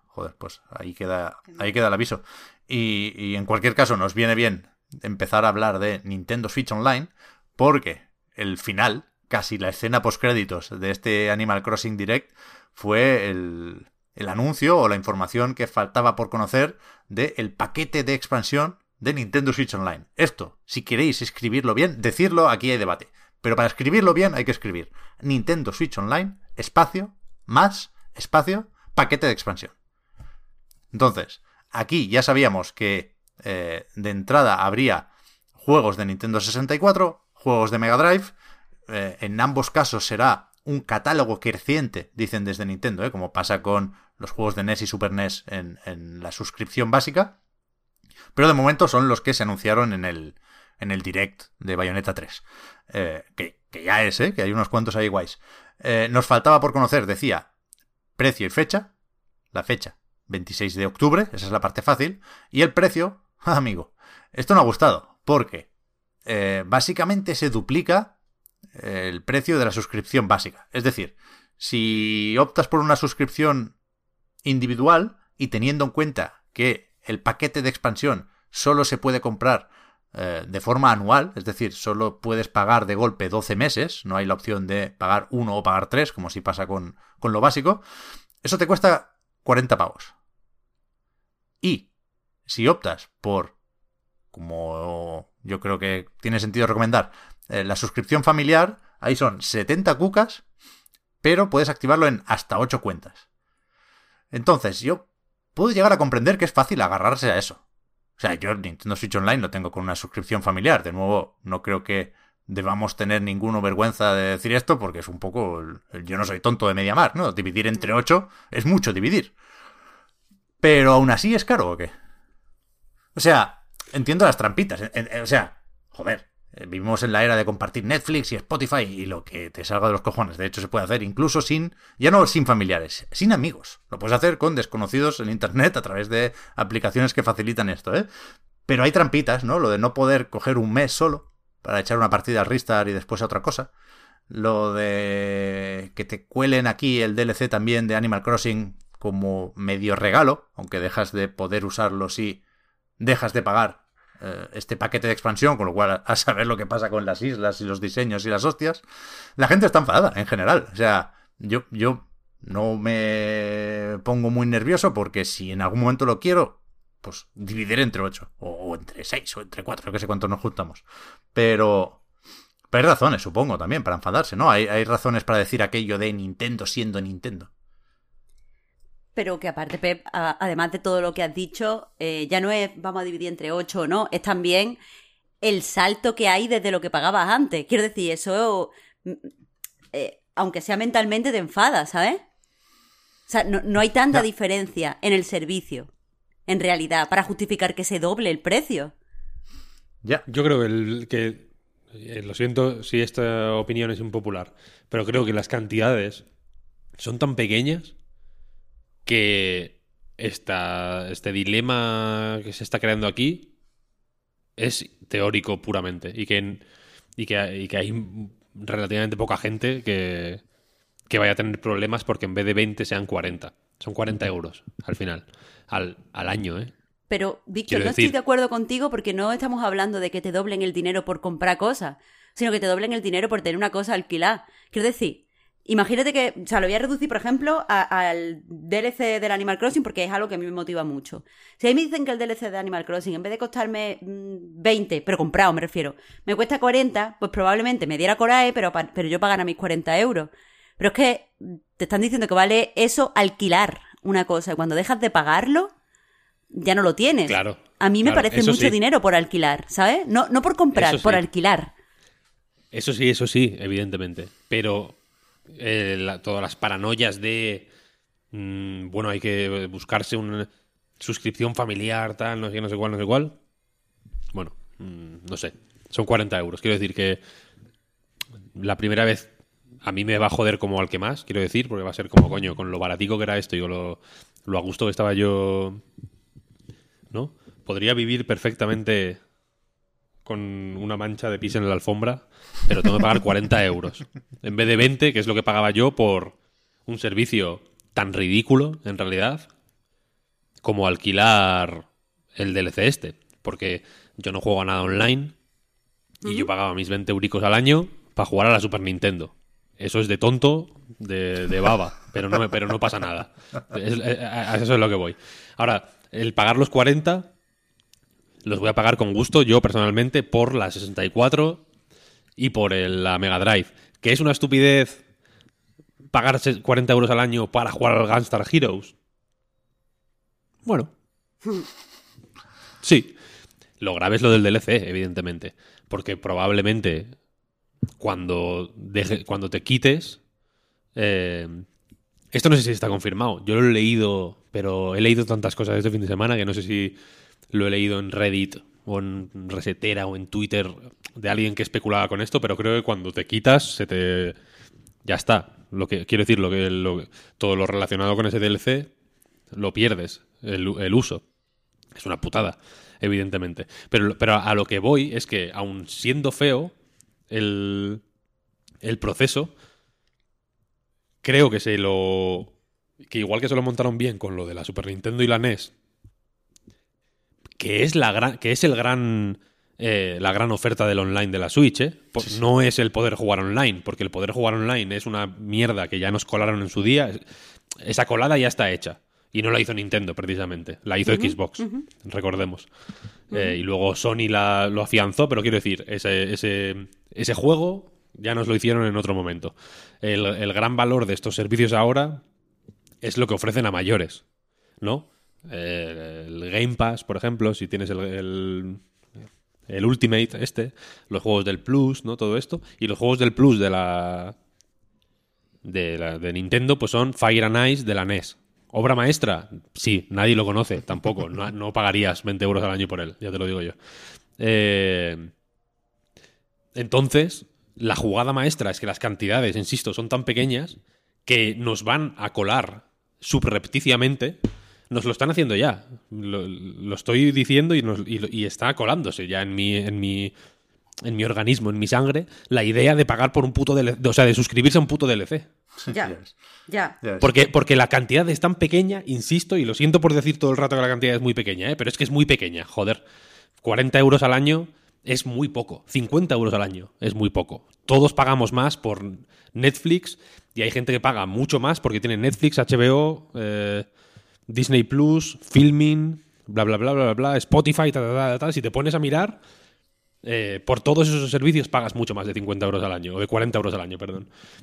joder, pues ahí queda el aviso. Y en cualquier caso nos viene bien empezar a hablar de Nintendo Switch Online, porque el final, casi la escena postcréditos de este Animal Crossing Direct, fue el anuncio o la información que faltaba por conocer del paquete de expansión de Nintendo Switch Online. Esto, si queréis escribirlo bien, decirlo, aquí hay debate. Pero para escribirlo bien hay que escribir Nintendo Switch Online, espacio, más, espacio, paquete de expansión. Entonces, aquí ya sabíamos que de entrada habría juegos de Nintendo 64, juegos de Mega Drive. En ambos casos será un catálogo creciente, dicen desde Nintendo, como pasa con los juegos de NES y Super NES en la suscripción básica. Pero de momento son los que se anunciaron en el Direct de Bayonetta 3. Que ya es, que hay unos cuantos ahí guays. Nos faltaba por conocer, decía, precio y fecha. La fecha, 26 de octubre, esa es la parte fácil. Y el precio, amigo, esto no ha gustado, porque básicamente se duplica el precio de la suscripción básica. Es decir, si optas por una suscripción individual y teniendo en cuenta que el paquete de expansión solo se puede comprar de forma anual, es decir, solo puedes pagar de golpe 12 meses, no hay la opción de pagar 1 o pagar 3, como si pasa con lo básico, eso te cuesta 40 pavos. Y si optas por, como yo creo que tiene sentido recomendar, la suscripción familiar, ahí son 70 cucas, pero puedes activarlo en hasta 8 cuentas. Entonces, yo puedo llegar a comprender que es fácil agarrarse a eso. O sea, yo Nintendo Switch Online lo tengo con una suscripción familiar. De nuevo, no creo que debamos tener ninguna vergüenza de decir esto, porque es un poco... yo no soy tonto de MediaMarkt, ¿no? Dividir entre 8 es mucho dividir. Pero aún así es caro, ¿o qué? O sea, entiendo las trampitas. O sea, joder, vivimos en la era de compartir Netflix y Spotify y lo que te salga de los cojones. De hecho, se puede hacer incluso sin... ya no sin familiares, sin amigos. Lo puedes hacer con desconocidos en internet a través de aplicaciones que facilitan esto, ¿eh? Pero hay trampitas, ¿no? Lo de no poder coger un mes solo para echar una partida al Ristar y después a otra cosa. Lo de que te cuelen aquí el DLC también de Animal Crossing como medio regalo, aunque dejas de poder usarlo si dejas de pagar este paquete de expansión, con lo cual a saber lo que pasa con las islas y los diseños y las hostias. La gente está enfadada en general. O sea, yo no me pongo muy nervioso porque si en algún momento lo quiero, pues dividiré entre 8 o entre 6 o entre 4, que sé cuántos nos juntamos. Pero hay razones, supongo, también para enfadarse, ¿no? Hay razones para decir aquello de Nintendo siendo Nintendo. Pero que aparte, Pep, además de todo lo que has dicho, ya no es vamos a dividir entre 8 o no, es también el salto que hay desde lo que pagabas antes. Quiero decir, eso, aunque sea mentalmente, te enfada, ¿sabes? O sea, no hay tanta diferencia en el servicio, en realidad, para justificar que se doble el precio. Ya. Yo creo que lo siento si esta opinión es impopular, pero creo que las cantidades son tan pequeñas que este dilema que se está creando aquí es teórico puramente y que hay relativamente poca gente que vaya a tener problemas porque en vez de 20 sean 40. Son 40 euros al final, al año, ¿eh? Pero, Víctor, no estoy de acuerdo contigo porque no estamos hablando de que te doblen el dinero por comprar cosas, sino que te doblen el dinero por tener una cosa alquilada. Quiero decir, imagínate que, o sea, lo voy a reducir, por ejemplo, al DLC del Animal Crossing porque es algo que a mí me motiva mucho. Si a mí me dicen que el DLC de Animal Crossing, en vez de costarme 20, pero comprado me refiero, me cuesta 40, pues probablemente me diera coraje, pero yo pagara mis 40 euros. Pero es que te están diciendo que vale eso alquilar una cosa y cuando dejas de pagarlo, ya no lo tienes. Claro. A mí me parece mucho sí. dinero por alquilar, ¿sabes? No por comprar, Eso por sí. alquilar. Eso sí, evidentemente. Pero todas las paranoias de bueno, hay que buscarse una suscripción familiar, tal, no sé cuál. Bueno, no sé. Son 40 euros. Quiero decir que la primera vez a mí me va a joder como al que más, quiero decir, porque va a ser como, coño, con lo baratico que era esto y con lo a gusto que estaba yo, ¿no? Podría vivir perfectamente con una mancha de pis en la alfombra, pero tengo que pagar 40 euros. En vez de 20, que es lo que pagaba yo por un servicio tan ridículo, en realidad, como alquilar el DLC este. Porque yo no juego a nada online y yo pagaba mis 20 euricos al año para jugar a la Super Nintendo. Eso es de tonto, de baba, pero no pasa nada. A eso es lo que voy. Ahora, el pagar los 40 los voy a pagar con gusto yo personalmente por la 64 y por la Mega Drive. ¿Que es una estupidez pagar 40 euros al año para jugar al Gunstar Heroes? Bueno. Sí. Lo grave es lo del DLC, evidentemente. Porque probablemente cuando te quites... esto no sé si está confirmado. Yo lo he leído, pero he leído tantas cosas este fin de semana que no sé si lo he leído en Reddit o en Resetera o en Twitter de alguien que especulaba con esto, pero creo que cuando te quitas ya está. Quiero decir, todo lo relacionado con ese DLC lo pierdes, el uso. Es una putada, evidentemente. Pero a lo que voy es que, aun siendo feo el proceso, creo que que igual que se lo montaron bien con lo de la Super Nintendo y la NES, que es la gran oferta del online de la Switch, ¿eh? Sí. No es el poder jugar online, porque el poder jugar online es una mierda que ya nos colaron en su día. Esa colada ya está hecha. Y no la hizo Nintendo, precisamente. La hizo Xbox, recordemos. Y luego Sony lo afianzó, pero quiero decir, ese juego ya nos lo hicieron en otro momento. El gran valor de estos servicios ahora es lo que ofrecen a mayores, ¿no? El Game Pass, por ejemplo, si tienes el Ultimate los juegos del Plus, ¿no? Todo esto. Y los juegos del Plus de Nintendo pues son Fire and Ice de la NES. ¿Obra maestra? Sí, nadie lo conoce, tampoco. No pagarías 20 euros al año por él, ya te lo digo yo. Entonces, la jugada maestra es que las cantidades, insisto, son tan pequeñas que nos van a colar subrepticiamente. Nos lo están haciendo ya. Lo estoy diciendo y está colándose ya en mi organismo, en mi sangre, la idea de pagar por un puto DLC, o sea, de suscribirse a un puto DLC. Ya. Porque la cantidad es tan pequeña, insisto, y lo siento por decir todo el rato que la cantidad es muy pequeña, pero es que es muy pequeña, joder. 40 euros al año es muy poco. 50 euros al año es muy poco. Todos pagamos más por Netflix y hay gente que paga mucho más porque tiene Netflix, HBO, Disney Plus, Filmin, bla, bla, bla, bla, bla, Spotify, tal. Si te pones a mirar... por todos esos servicios pagas mucho más de 50 euros al año, o de 40 euros al año, perdón.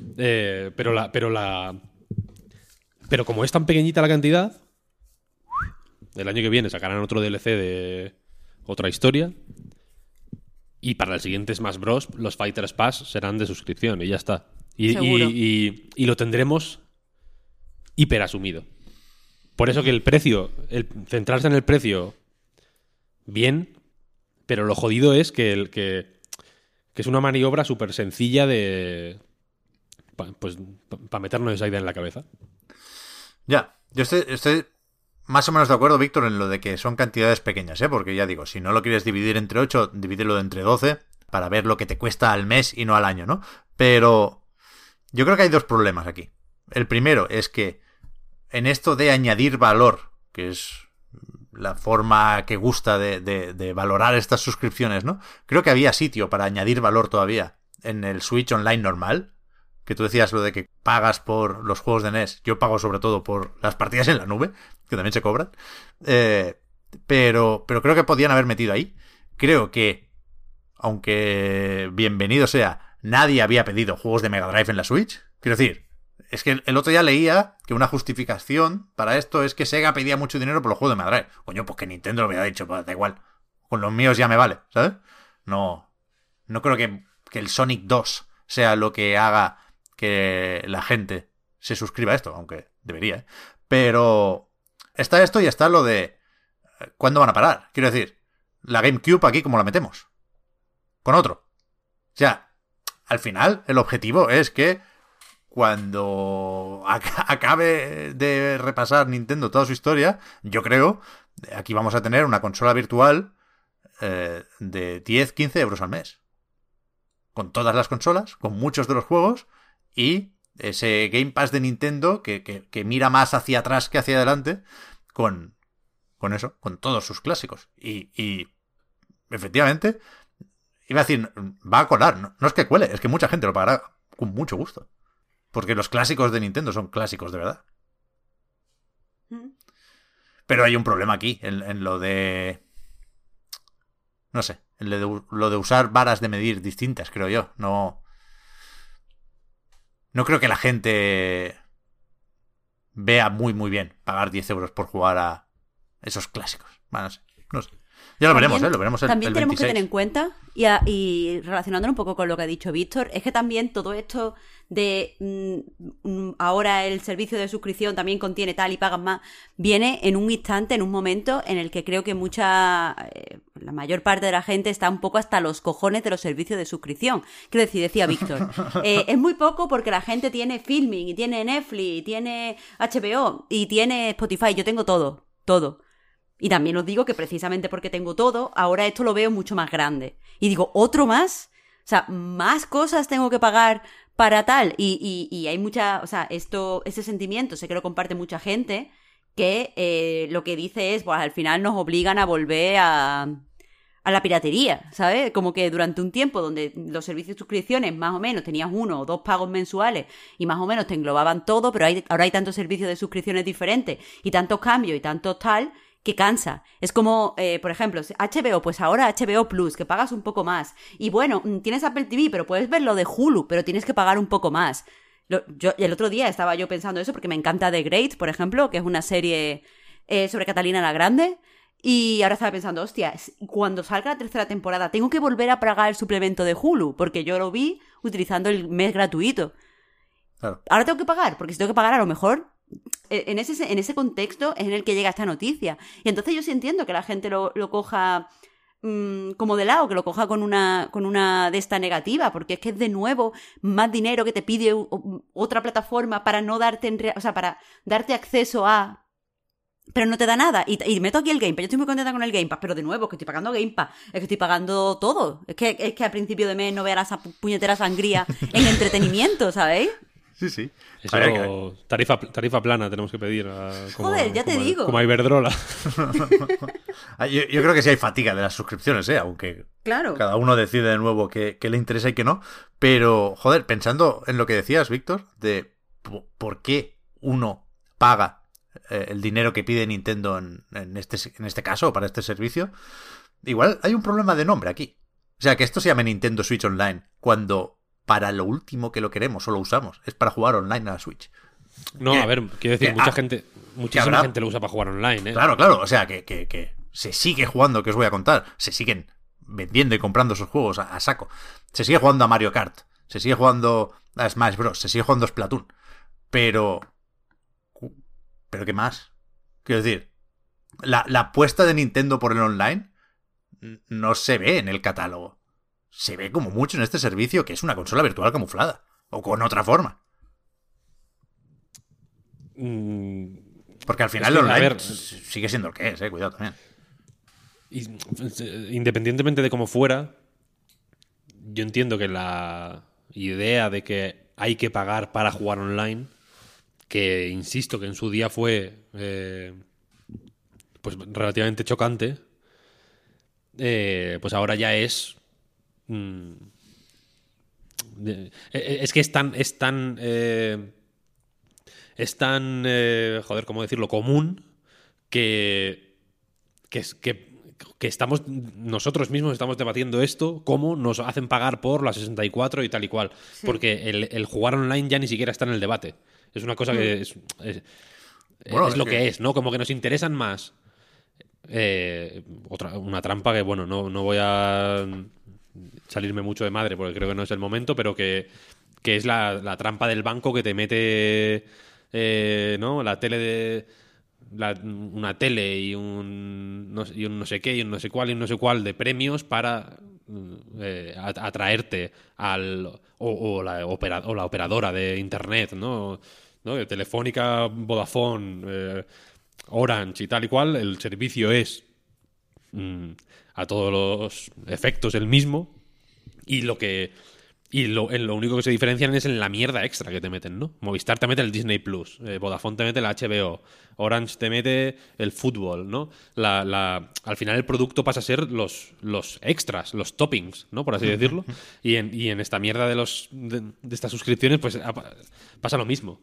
Pero como es tan pequeñita la cantidad, el año que viene sacarán otro DLC de otra historia, y para el siguiente Smash Bros. Los Fighters Pass serán de suscripción, y ya está. Y lo tendremos hiperasumido. Por eso que el precio, centrarse en el precio bien... Pero lo jodido es que es una maniobra súper sencilla para meternos esa idea en la cabeza. Ya, yo estoy más o menos de acuerdo, Víctor, en lo de que son cantidades pequeñas, ¿eh? Porque ya digo, si no lo quieres dividir entre 8, divídelo entre 12 para ver lo que te cuesta al mes y no al año, ¿no? Pero yo creo que hay dos problemas aquí. El primero es que en esto de añadir valor, que es... la forma que gusta de valorar estas suscripciones, ¿no? Creo que había sitio para añadir valor todavía en el Switch Online normal, que tú decías lo de que pagas por los juegos de NES, yo pago sobre todo por las partidas en la nube, que también se cobran, pero creo que podían haber metido ahí. Creo que, aunque bienvenido sea, nadie había pedido juegos de Mega Drive en la Switch. Quiero decir, es que el otro día leía que una justificación para esto es que Sega pedía mucho dinero por los juegos de Mega Drive. Coño, pues que Nintendo lo hubiera dicho, pues da igual. Con los míos ya me vale, ¿sabes? No creo que el Sonic 2 sea lo que haga que la gente se suscriba a esto, aunque debería, ¿eh? Pero está esto y está lo de ¿cuándo van a parar? Quiero decir, la GameCube aquí, ¿cómo la metemos? Con otro. O sea, al final el objetivo es que cuando acabe de repasar Nintendo toda su historia, yo creo, aquí vamos a tener una consola virtual de 10, 15 euros al mes. Con todas las consolas, con muchos de los juegos y ese Game Pass de Nintendo que mira más hacia atrás que hacia adelante con con eso, con todos sus clásicos. Y efectivamente, iba a decir, va a colar. No, no es que cuele, es que mucha gente lo pagará con mucho gusto. Porque los clásicos de Nintendo son clásicos de verdad. Pero hay un problema aquí, en lo de... No sé, en lo de usar varas de medir distintas, creo yo. No creo que la gente vea muy muy bien pagar 10 euros por jugar a esos clásicos. Bueno, no sé. Ya lo veremos, lo veremos el También tenemos 26. que tener en cuenta, y relacionándolo un poco con lo que ha dicho Víctor, es que también todo esto de ahora el servicio de suscripción también contiene tal y pagas más, viene en un instante, en un momento en el que creo que la mayor parte de la gente está un poco hasta los cojones de los servicios de suscripción. Quiero decir, decía Víctor, es muy poco porque la gente tiene Filming, y tiene Netflix, y tiene HBO, y tiene Spotify. Yo tengo todo. Y también os digo que precisamente porque tengo todo, ahora esto lo veo mucho más grande. Y digo, ¿otro más? O sea, más cosas tengo que pagar para tal. Y hay mucha, o sea, ese sentimiento sé que lo comparte mucha gente, que lo que dice es, pues al final nos obligan a volver a la piratería, ¿sabes? Como que durante un tiempo donde los servicios de suscripciones más o menos tenías 1 o 2 pagos mensuales y más o menos te englobaban todo, pero ahora hay tantos servicios de suscripciones diferentes y tantos cambios y tantos tal, que cansa. Es como, por ejemplo, HBO, pues ahora HBO Plus, que pagas un poco más. Y bueno, tienes Apple TV, pero puedes ver lo de Hulu, pero tienes que pagar un poco más. El otro día estaba yo pensando eso porque me encanta The Great, por ejemplo, que es una serie sobre Catalina la Grande. Y ahora estaba pensando, hostia, cuando salga la 3ª temporada tengo que volver a pagar el suplemento de Hulu, porque yo lo vi utilizando el mes gratuito. Claro. Ahora tengo que pagar, porque si tengo que pagar a lo mejor... En ese contexto es en el que llega esta noticia. Y entonces yo sí entiendo que la gente lo coja como de lado, que lo coja con una de esta negativa, porque es que es de nuevo más dinero que te pide otra plataforma para no darte, o sea, para darte acceso a... Pero no te da nada. Y meto aquí el Game Pass. Yo estoy muy contenta con el Game Pass, pero de nuevo, es que estoy pagando Game Pass. Es que estoy pagando todo. Es que a principio de mes no veas esa puñetera sangría en entretenimiento, ¿sabéis? Sí. Eso, tarifa plana tenemos que pedir. Joder, ya te digo. Como a Iberdrola. yo creo que sí hay fatiga de las suscripciones, aunque claro, cada uno decide de nuevo qué le interesa y qué no. Pero, joder, pensando en lo que decías, Víctor, de por qué uno paga el dinero que pide Nintendo en este caso, para este servicio, igual hay un problema de nombre aquí. O sea, que esto se llame Nintendo Switch Online cuando... para lo último que lo queremos o lo usamos es para jugar online a la Switch. No, a ver, quiero decir, muchísima gente lo usa para jugar online, ¿eh? Claro, o sea, que se sigue jugando, que os voy a contar, se siguen vendiendo y comprando esos juegos a saco. Se sigue jugando a Mario Kart, se sigue jugando a Smash Bros, se sigue jugando a Splatoon, pero ¿qué más? Quiero decir, la apuesta de Nintendo por el online no se ve en el catálogo. Se ve como mucho en este servicio que es una consola virtual camuflada. O con otra forma. Porque al final el online sigue siendo lo que es, cuidado también. Independientemente de cómo fuera, yo entiendo que la idea de que hay que pagar para jugar online, que insisto que en su día fue pues relativamente chocante, pues ahora ya es... es que es tan joder, ¿cómo decirlo? Común que estamos nosotros mismos estamos debatiendo esto, cómo nos hacen pagar por la 64 y tal y cual, sí. Porque el jugar online ya ni siquiera está en el debate. Es una cosa que es lo que es, ¿no? Como que nos interesan más una trampa que, bueno, no voy a salirme mucho de madre porque creo que no es el momento, pero que es la trampa del banco que te mete ¿no? La tele de una tele y un no sé qué y un no sé cuál y un no sé cuál de premios para atraerte o la operadora de internet, ¿no? De Telefónica, Vodafone, Orange y tal y cual. El servicio es a todos los efectos el mismo, y lo que Y lo único que se diferencian es en la mierda extra que te meten, ¿no? Movistar te mete el Disney Plus, Vodafone te mete el HBO, Orange te mete el fútbol, ¿no? Al final el producto pasa a ser los extras, los toppings, ¿no? Por así decirlo. Y en esta mierda de estas suscripciones, pues pasa lo mismo.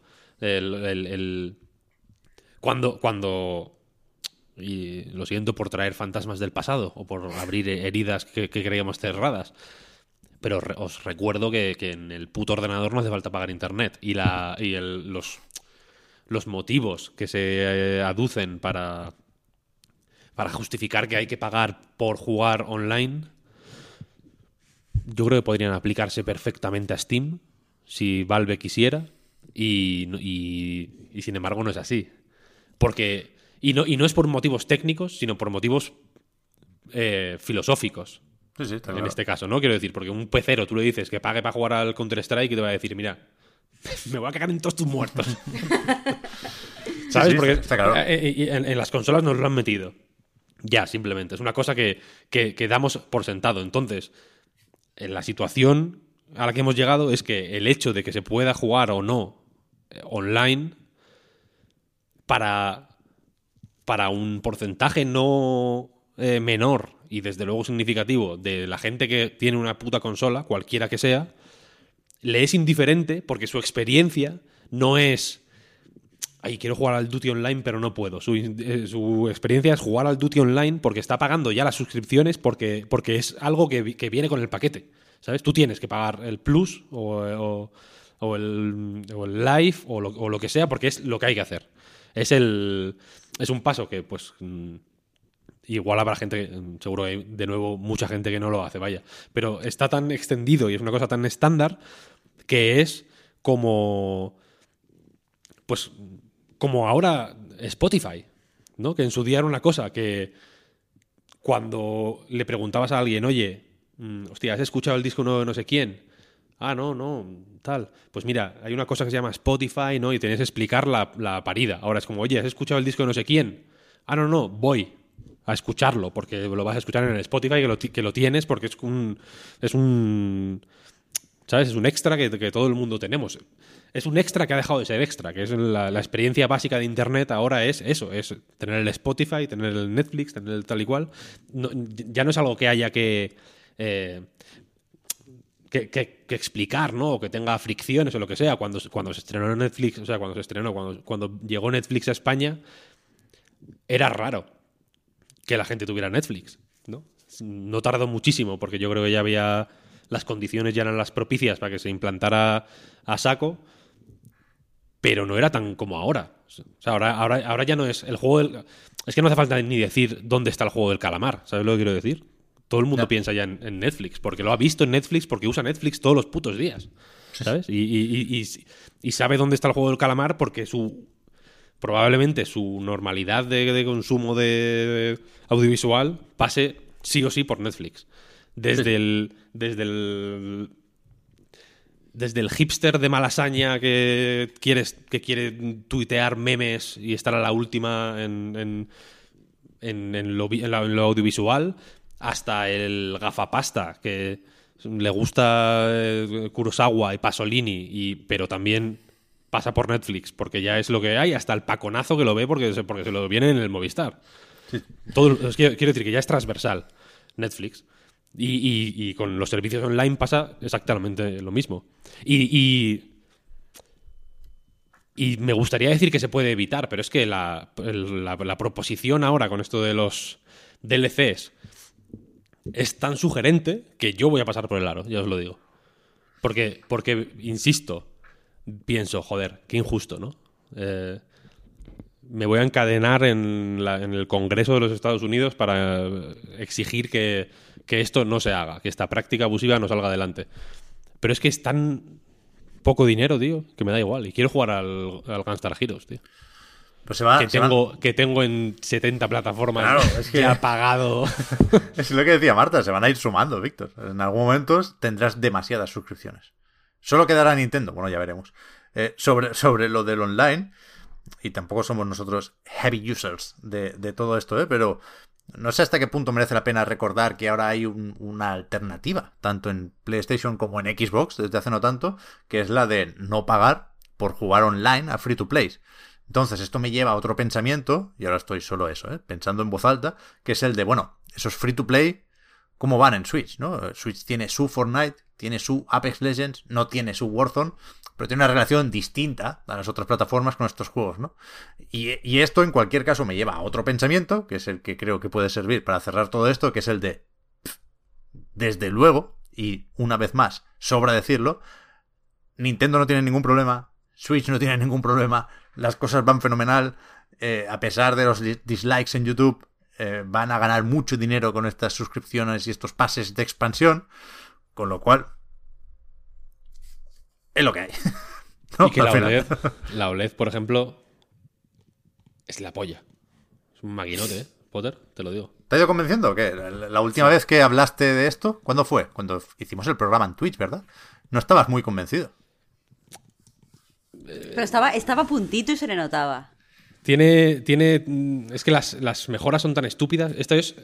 Cuando y lo siento por traer fantasmas del pasado o por abrir heridas que creíamos cerradas. Pero os recuerdo que en el puto ordenador no hace falta pagar internet. Y los motivos que se aducen para justificar que hay que pagar por jugar online, yo creo que podrían aplicarse perfectamente a Steam si Valve quisiera. Y sin embargo no es así. Porque y no es por motivos técnicos, sino por motivos filosóficos. Sí, está en claro. este caso, ¿no? Quiero decir, porque un pecero tú le dices que pague para jugar al Counter-Strike y te va a decir, mira, me voy a cagar en todos tus muertos. ¿Sabes? Sí, Porque está claro. en las consolas nos lo han metido. Ya, simplemente. Es una cosa que damos por sentado. Entonces, en la situación a la que hemos llegado es que el hecho de que se pueda jugar o no online para un porcentaje no menor y desde luego significativo de la gente que tiene una puta consola, cualquiera que sea, le es indiferente porque su experiencia no es ay, quiero jugar al Duty Online pero no puedo. Su experiencia es jugar al Duty Online porque está pagando ya las suscripciones porque es algo que viene con el paquete, ¿sabes? Tú tienes que pagar el Plus o el Live o lo que sea porque es lo que hay que hacer. Es un paso que pues igual habrá gente, seguro hay de nuevo mucha gente que no lo hace, vaya. Pero está tan extendido y es una cosa tan estándar que es como ahora Spotify, ¿no? Que en su día era una cosa que cuando le preguntabas a alguien, oye, hostia, ¿has escuchado el disco nuevo de no sé quién? Ah, no, tal. Pues mira, hay una cosa que se llama Spotify, ¿no? Y tenías que explicar la parida. Ahora es como, oye, ¿has escuchado el disco de no sé quién? Ah, no, voy a escucharlo, porque lo vas a escuchar en el Spotify, que lo tienes, porque es un ¿sabes? Es un extra que todo el mundo tenemos. Es un extra que ha dejado de ser extra, que es la experiencia básica de Internet ahora es eso, es tener el Spotify, tener el Netflix, tener el tal y cual. No, ya no es algo que haya que explicar, ¿no? O que tenga fricciones o lo que sea. Cuando se estrenó Netflix, o sea, cuando llegó Netflix a España, era raro que la gente tuviera Netflix, ¿no? No tardó muchísimo, porque yo creo que ya había las condiciones ya eran las propicias para que se implantara a saco, pero no era tan como ahora. O sea, ahora ya no es el juego del... Es que no hace falta ni decir dónde está el juego del calamar, ¿sabes lo que quiero decir? Todo el mundo piensa ya en Netflix, porque lo ha visto en Netflix, porque usa Netflix todos los putos días, ¿sabes? Y sabe dónde está el juego del calamar porque probablemente su normalidad de consumo de audiovisual pase sí o sí por Netflix. Desde el hipster de Malasaña que quiere tuitear memes y estar a la última en lo audiovisual, hasta el gafapasta que le gusta Kurosawa y Pasolini, pero también pasa por Netflix porque ya es lo que hay, hasta el paconazo que lo ve porque se lo viene en el Movistar. Sí. Quiero decir que ya es transversal Netflix. Y con los servicios online pasa exactamente lo mismo. Y me gustaría decir que se puede evitar, pero es que la proposición ahora con esto de los DLCs es tan sugerente que yo voy a pasar por el aro, ya os lo digo. Porque insisto, pienso, joder, qué injusto, ¿no? Me voy a encadenar en el Congreso de los Estados Unidos para exigir que esto no se haga, que esta práctica abusiva no salga adelante. Pero es que es tan poco dinero, tío, que me da igual. Y quiero jugar al Gunstar Heroes, tío. Pues que tengo en 70 plataformas, claro, es que ya pagado. Es lo que decía Marta, se van a ir sumando, Víctor. En algún momento tendrás demasiadas suscripciones. Solo quedará Nintendo, bueno, ya veremos. Sobre lo del online, y tampoco somos nosotros heavy users de todo esto, pero no sé hasta qué punto merece la pena recordar que ahora hay una alternativa, tanto en PlayStation como en Xbox, desde hace no tanto, que es la de no pagar por jugar online a free to play. Entonces, esto me lleva a otro pensamiento, y ahora estoy solo eso, pensando en voz alta, que es el de, bueno, esos free to play, ¿cómo van en Switch? ¿No? Switch tiene su Fortnite, tiene su Apex Legends, no tiene su Warzone, pero tiene una relación distinta a las otras plataformas con estos juegos, ¿no? Y esto, en cualquier caso, me lleva a otro pensamiento, que es el que creo que puede servir para cerrar todo esto, que es el de, desde luego, y una vez más, sobra decirlo, Nintendo no tiene ningún problema, Switch no tiene ningún problema, las cosas van fenomenal, a pesar de los dislikes en YouTube, van a ganar mucho dinero con estas suscripciones y estos pases de expansión, con lo cual es lo que hay. ¿No? Y que la OLED, por ejemplo, es la polla. Es un maquinote, ¿eh, Potter? Te lo digo. ¿Te ha ido convenciendo o qué? La última vez que hablaste de esto, ¿cuándo fue? Cuando hicimos el programa en Twitch, ¿verdad? No estabas muy convencido. Pero estaba a puntito y se le notaba. Es que las mejoras son tan estúpidas. Esta es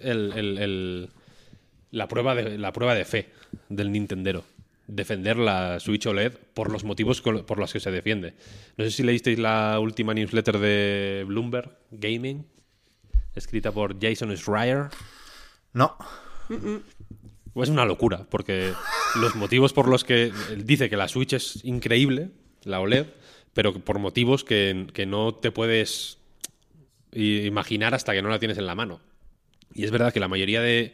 la prueba de fe del Nintendero. Defender la Switch OLED por los motivos por los que se defiende. No sé si leísteis la última newsletter de Bloomberg Gaming, escrita por Jason Schreier. No. Pues es una locura, porque los motivos por los que él dice que la Switch es increíble, la OLED, pero por motivos que no te puedes imaginar hasta que no la tienes en la mano. Y es verdad que la mayoría de...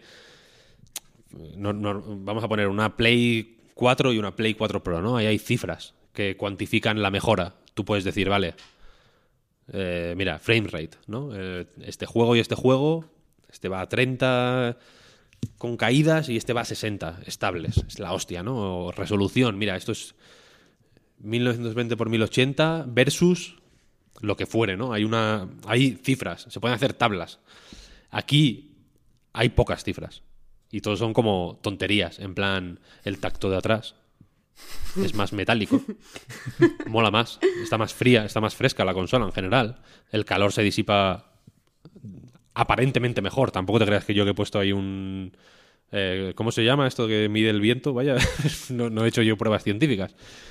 vamos a poner una Play 4 y una Play 4 Pro, ¿no? Ahí hay cifras que cuantifican la mejora. Tú puedes decir, vale, mira, frame rate, ¿no? Este juego y este juego, este va a 30 con caídas y este va a 60 estables. Es la hostia, ¿no? O resolución, mira, esto es 1920 por 1080 versus lo que fuere, ¿no? Hay cifras, se pueden hacer tablas. Aquí hay pocas cifras y todos son como tonterías, en plan el tacto de atrás es más metálico, mola más, está más fría, está más fresca la consola en general, el calor se disipa aparentemente mejor. Tampoco te creas que yo que he puesto ahí un... ¿cómo se llama esto que mide el viento? Vaya, no he hecho yo pruebas científicas.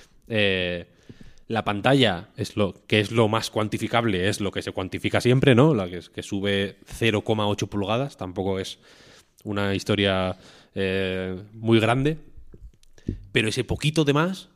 La pantalla es lo más cuantificable, es lo que se cuantifica siempre, ¿no? La que sube 0,8 pulgadas, tampoco es una historia muy grande, pero ese poquito de más,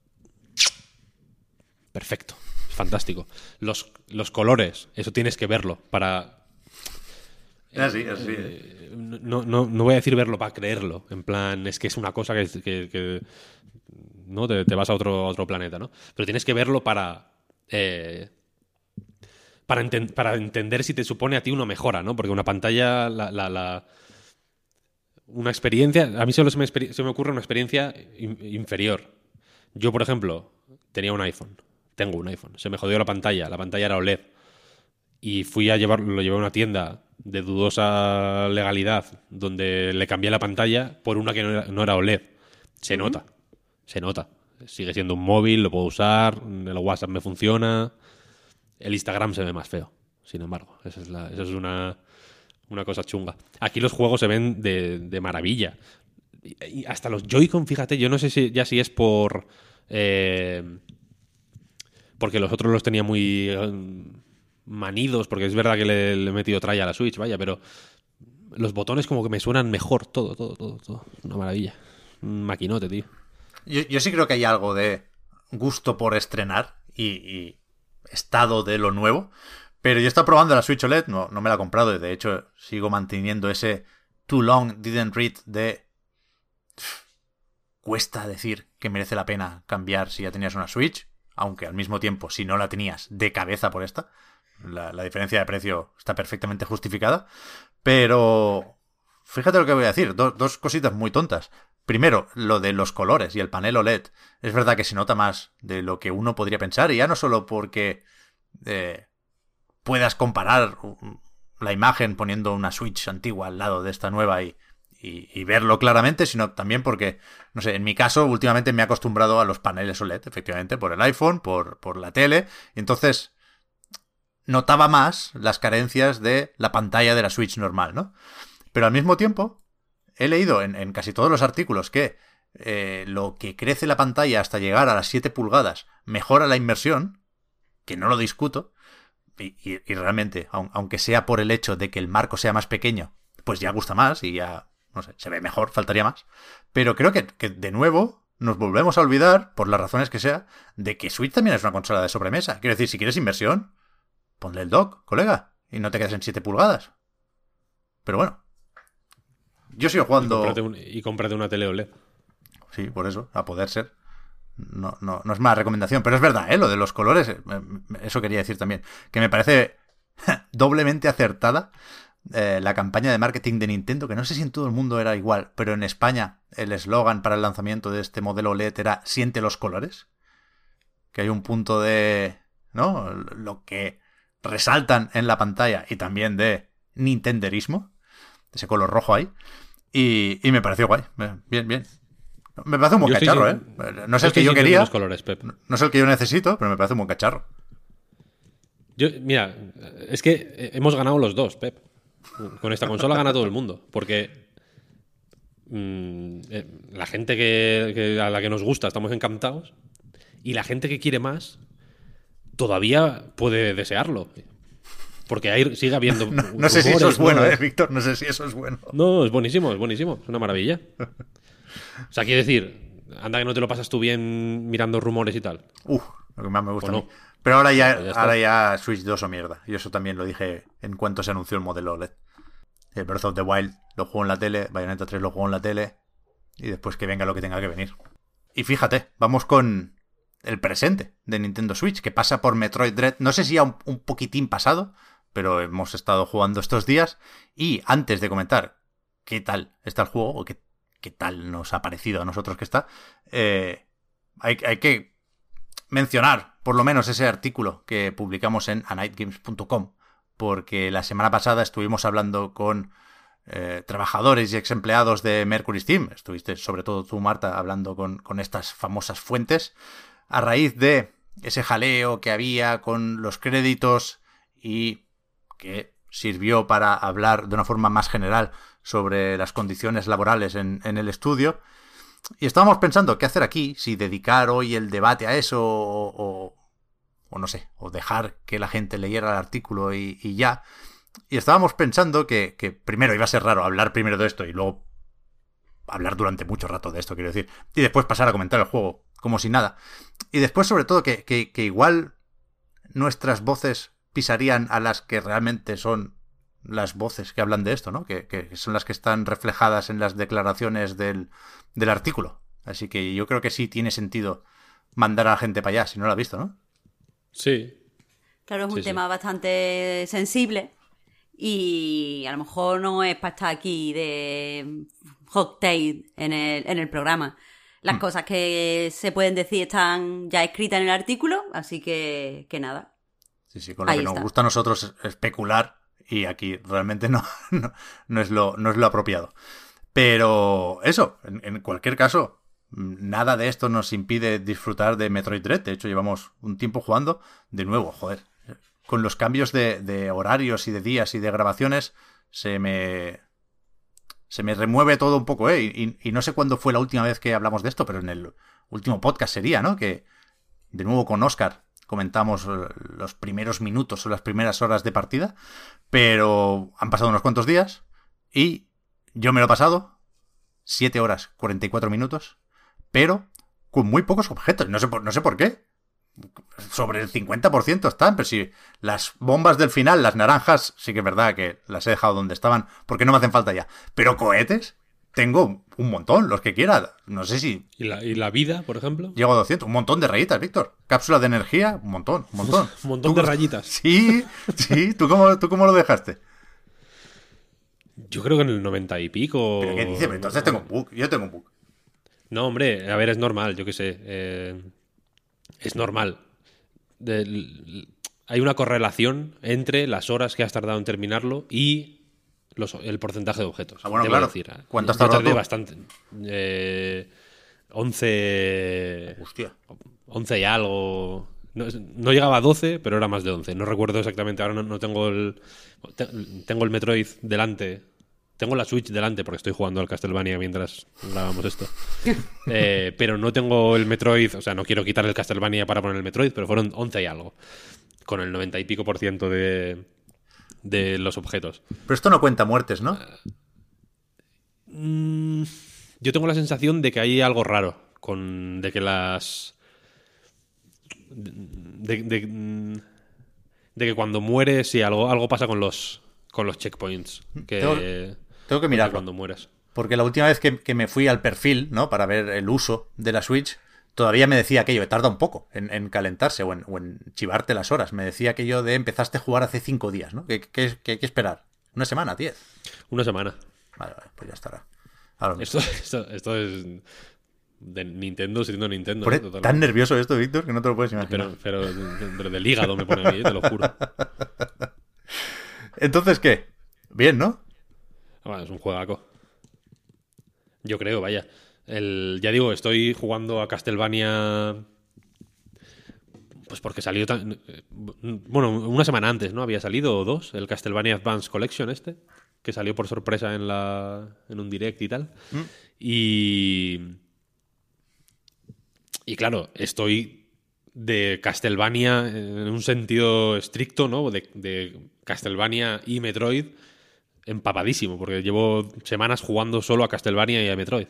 perfecto, es fantástico. Los colores, eso tienes que verlo para... Así. No voy a decir verlo para creerlo, en plan, es que es una cosa que ¿no? Te vas a otro planeta, ¿no? Pero tienes que verlo para entender si te supone a ti una mejora, ¿no? Porque una pantalla, una experiencia... A mí solo se me ocurre una experiencia inferior. Yo, por ejemplo, tengo un iPhone. Se me jodió la pantalla era OLED. Y lo llevé a una tienda de dudosa legalidad donde le cambié la pantalla por una que no era OLED. Se nota. Sigue siendo un móvil, lo puedo usar, el WhatsApp me funciona, el Instagram se ve más feo, sin embargo. Eso es una cosa chunga. Aquí los juegos se ven de maravilla. Y hasta los Joy-Con, fíjate, yo no sé si es por... porque los otros los tenía muy manidos, porque es verdad que le he metido tralla a la Switch, vaya, pero los botones como que me suenan mejor, todo. Una maravilla. Un maquinote, tío. Yo sí creo que hay algo de gusto por estrenar y estado de lo nuevo, pero yo he estado probando la Switch OLED, no me la he comprado y de hecho sigo manteniendo ese too long didn't read de... Cuesta decir que merece la pena cambiar si ya tenías una Switch, aunque al mismo tiempo si no la tenías de cabeza por esta, la diferencia de precio está perfectamente justificada, pero fíjate lo que voy a decir, dos cositas muy tontas. Primero, lo de los colores y el panel OLED. Es verdad que se nota más de lo que uno podría pensar, y ya no solo porque puedas comparar la imagen poniendo una Switch antigua al lado de esta nueva y verlo claramente, sino también porque, no sé, en mi caso últimamente me he acostumbrado a los paneles OLED, efectivamente, por el iPhone, por la tele, y entonces notaba más las carencias de la pantalla de la Switch normal, ¿no? Pero al mismo tiempo, he leído en casi todos los artículos que lo que crece la pantalla hasta llegar a las 7 pulgadas mejora la inmersión, que no lo discuto, y realmente, aunque sea por el hecho de que el marco sea más pequeño, pues ya gusta más y ya, no sé, se ve mejor, faltaría más. Pero creo que de nuevo nos volvemos a olvidar, por las razones que sea, de que Switch también es una consola de sobremesa. Quiero decir, si quieres inversión, ponle el dock, colega, y no te quedes en 7 pulgadas. Pero bueno, yo sigo jugando... Y cómprate una tele OLED. Sí, por eso, a poder ser. No es mala recomendación, pero es verdad, lo de los colores, eso quería decir también, que me parece doblemente acertada la campaña de marketing de Nintendo, que no sé si en todo el mundo era igual, pero en España el eslogan para el lanzamiento de este modelo OLED era "siente los colores", que hay un punto de, ¿no?, lo que resaltan en la pantalla y también de nintenderismo, ese color rojo ahí, y me pareció guay, bien. Me parece un buen cacharro, ¿eh? No es el que yo quería, los colores, Pep. No es el que yo necesito, pero me parece un buen cacharro. Mira, es que hemos ganado los dos, Pep. Con esta consola gana todo el mundo, porque la gente a la que nos gusta estamos encantados, y la gente que quiere más todavía puede desearlo, porque sigue habiendo no sé si eso es bueno, Víctor, no sé si eso es bueno. No, es buenísimo, es una maravilla. O sea, quiero decir, anda que no te lo pasas tú bien mirando rumores y tal. Lo que más me gusta a no. mí. Pero ahora ya Switch 2 o mierda. Y eso también lo dije en cuanto se anunció el modelo OLED. El Breath of the Wild lo juego en la tele, Bayonetta 3 lo juego en la tele, y después que venga lo que tenga que venir. Y fíjate, vamos con el presente de Nintendo Switch, que pasa por Metroid Dread. No sé si ya un poquitín pasado, pero hemos estado jugando estos días. Y antes de comentar qué tal está el juego, o qué tal nos ha parecido a nosotros que está, hay que mencionar por lo menos ese artículo que publicamos en anightgames.com, porque la semana pasada estuvimos hablando con trabajadores y ex empleados de Mercury Steam. Estuviste sobre todo tú, Marta, hablando con estas famosas fuentes a raíz de ese jaleo que había con los créditos y que sirvió para hablar de una forma más general sobre las condiciones laborales en el estudio. Y estábamos pensando qué hacer aquí, si dedicar hoy el debate a eso o no sé, o dejar que la gente leyera el artículo y ya. Y estábamos pensando que primero iba a ser raro hablar primero de esto y luego hablar durante mucho rato de esto, quiero decir, y después pasar a comentar el juego como si nada. Y después, sobre todo, que igual nuestras voces pisarían a las que realmente son las voces que hablan de esto, ¿no? Que son las que están reflejadas en las declaraciones del artículo. Así que yo creo que sí tiene sentido mandar a la gente para allá, si no lo ha visto, ¿no? Sí. Claro, es un tema bastante sensible y a lo mejor no es para estar aquí de hot take en el programa. Las cosas que se pueden decir están ya escritas en el artículo, así que nada. Sí, con lo que nos gusta a nosotros especular, y aquí realmente no es lo apropiado. Pero eso, en cualquier caso, nada de esto nos impide disfrutar de Metroid Dread. De hecho, llevamos un tiempo jugando. De nuevo, joder, con los cambios de horarios y de días y de grabaciones, se me remueve todo un poco, y no sé cuándo fue la última vez que hablamos de esto, pero en el último podcast sería, ¿no? Que de nuevo con Óscar comentamos los primeros minutos o las primeras horas de partida, pero han pasado unos cuantos días y yo me lo he pasado 7 horas 44 minutos, pero con muy pocos objetos. No sé por qué. Sobre el 50% están, pero si las bombas del final, las naranjas, sí que es verdad que las he dejado donde estaban porque no me hacen falta ya. Pero cohetes, tengo un montón, los que quiera. No sé si... ¿Y la vida, por ejemplo? Llego a 200. Un montón de rayitas, Víctor. Cápsula de energía, un montón. Un montón de rayitas. Sí. ¿Tú cómo lo dejaste? Yo creo que en el 90 y pico. ¿Pero qué dices? Pero entonces tengo un bug. Yo tengo un bug. No, hombre, a ver, es normal, yo qué sé. Es normal. Hay una correlación entre las horas que has tardado en terminarlo y el porcentaje de objetos. Bueno, claro. ¿Cuánto has tardado? Yo tardé bastante. 11... Hostia. 11 y algo. No llegaba a 12, pero era más de 11. No recuerdo exactamente. Ahora no tengo tengo el Metroid delante. Tengo la Switch delante porque estoy jugando al Castlevania mientras grabamos esto. Pero no tengo el Metroid. O sea, no quiero quitar el Castlevania para poner el Metroid, pero fueron 11 y algo. Con el 90 y pico % de los objetos. Pero esto no cuenta muertes, ¿no? Yo tengo la sensación de que hay algo raro. De que las... De que cuando mueres, sí, algo pasa con los checkpoints. Tengo que mirarlo. Cuando mueres. Porque la última vez que me fui al perfil, ¿no? Para ver el uso de la Switch, todavía me decía aquello, que tarda un poco en calentarse o en chivarte las horas. Me decía aquello de empezaste a jugar hace 5 días, ¿no? ¿Qué hay que esperar? ¿Una semana, 10? Una semana. Vale, pues ya estará. Ahora Esto es de Nintendo siendo Nintendo. Pone Totalmente. tan nervioso esto, Víctor, que no te lo puedes imaginar. Pero del hígado me pone a mí, te lo juro. Entonces, ¿qué? Bien, ¿no? Bueno, es un juegaco. Yo creo, vaya. Ya digo, estoy jugando a Castlevania... Pues porque salió tan... Bueno, una semana antes, ¿no? Había salido, o 2, el Castlevania Advance Collection que salió por sorpresa en un direct y tal. Y claro, estoy de Castlevania en un sentido estricto, ¿no? De Castlevania y Metroid empapadísimo, porque llevo semanas jugando solo a Castlevania y a Metroid.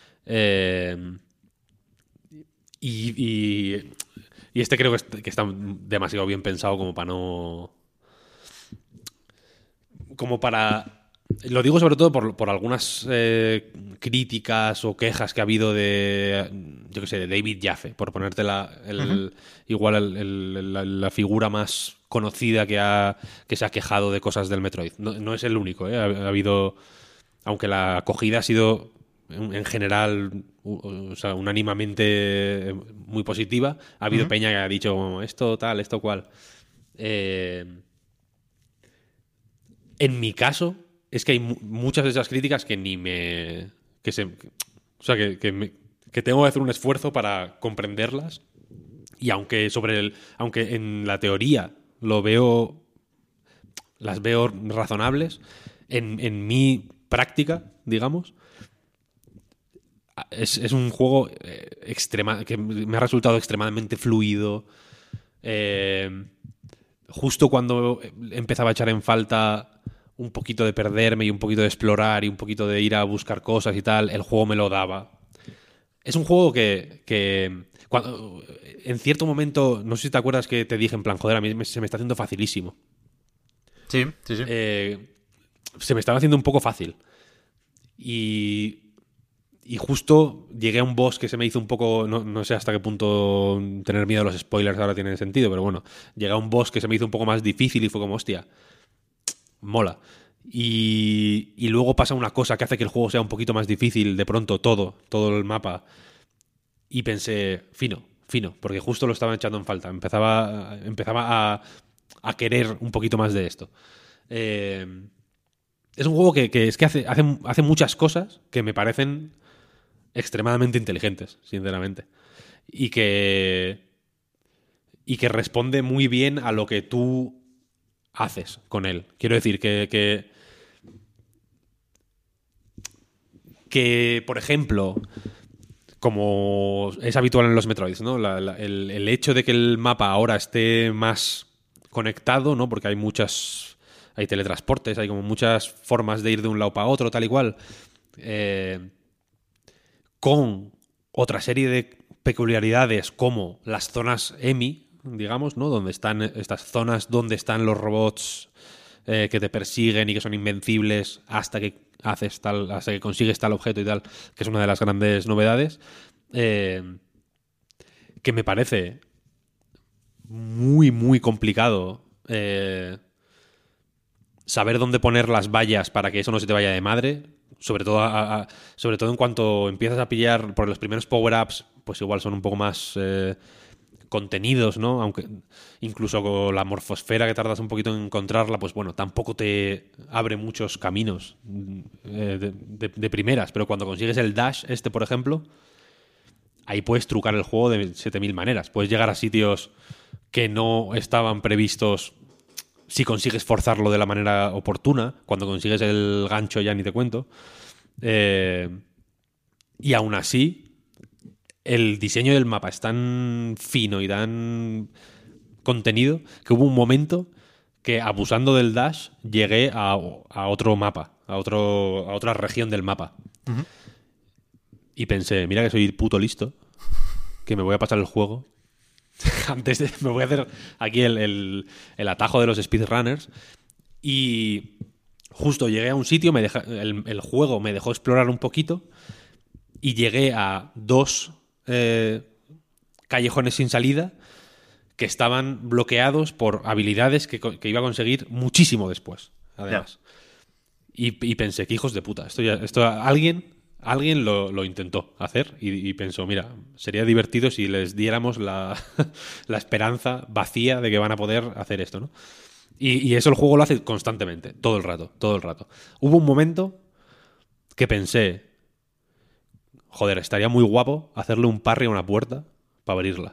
Y creo que está demasiado bien pensado como para no... Como para... Lo digo sobre todo por algunas críticas o quejas que ha habido de, yo qué sé, de David Jaffe, por ponerte igual la figura más conocida que se ha quejado de cosas del Metroid. No es el único, ¿eh? Ha habido, aunque la acogida ha sido en general, o sea, unánimemente muy positiva, ha habido peña que ha dicho esto tal, esto cual. En mi caso, es que hay muchas de esas críticas que ni me... o sea, que tengo que hacer un esfuerzo para comprenderlas. Y aunque en la teoría las veo razonables, en mi práctica, digamos, es un juego que me ha resultado extremadamente fluido. Justo cuando empezaba a echar en falta un poquito de perderme y un poquito de explorar y un poquito de ir a buscar cosas y tal, el juego me lo daba. Es un juego que cuando, en cierto momento, no sé si te acuerdas que te dije en plan, joder, a mí se me está haciendo facilísimo. Sí. Se me estaba haciendo un poco fácil. Y justo llegué a un boss que se me hizo un poco... No sé hasta qué punto tener miedo a los spoilers ahora tiene sentido, pero bueno, llegué a un boss que se me hizo un poco más difícil y fue como, hostia, mola. Y luego pasa una cosa que hace que el juego sea un poquito más difícil de pronto todo el mapa. Y pensé, fino, porque justo lo estaba echando en falta. Empezaba a querer un poquito más de esto. Es un juego que hace muchas cosas que me parecen extremadamente inteligentes, sinceramente. Y que responde muy bien a lo que tú haces con él. Quiero decir que por ejemplo, como es habitual en los Metroids, ¿no? El hecho de que el mapa ahora esté más conectado, ¿no? Porque hay teletransportes, hay como muchas formas de ir de un lado para otro, tal y cual, con otra serie de peculiaridades como las zonas EMI, digamos, ¿no? Donde están estas zonas donde están los robots que te persiguen y que son invencibles hasta que consigues tal objeto y tal, que es una de las grandes novedades, que me parece muy, muy complicado saber dónde poner las vallas para que eso no se te vaya de madre, sobre todo en cuanto empiezas a pillar, por los primeros power-ups, pues igual son un poco más contenidos, ¿no? Aunque incluso con la morfosfera que tardas un poquito en encontrarla, pues bueno, tampoco te abre muchos caminos de primeras, pero cuando consigues el dash por ejemplo, ahí puedes trucar el juego de 7000 maneras. Puedes llegar a sitios que no estaban previstos si consigues forzarlo de la manera oportuna. Cuando consigues el gancho ya ni te cuento. Y aún así, el diseño del mapa es tan fino y tan contenido que hubo un momento que, abusando del dash, llegué a otro mapa, a otra región del mapa. Uh-huh. Y pensé, mira que soy puto listo, que me voy a pasar el juego. Me voy a hacer aquí el atajo de los speedrunners. Y justo llegué a un sitio, el juego me dejó explorar un poquito y llegué a 2 callejones sin salida que estaban bloqueados por habilidades que iba a conseguir muchísimo después, además. Yeah. Y pensé, que hijos de puta. Esto alguien lo intentó hacer y pensó, mira, sería divertido si les diéramos la esperanza vacía de que van a poder hacer esto, ¿no? Y eso el juego lo hace constantemente, todo el rato. Hubo un momento que pensé, joder, estaría muy guapo hacerle un parry a una puerta para abrirla.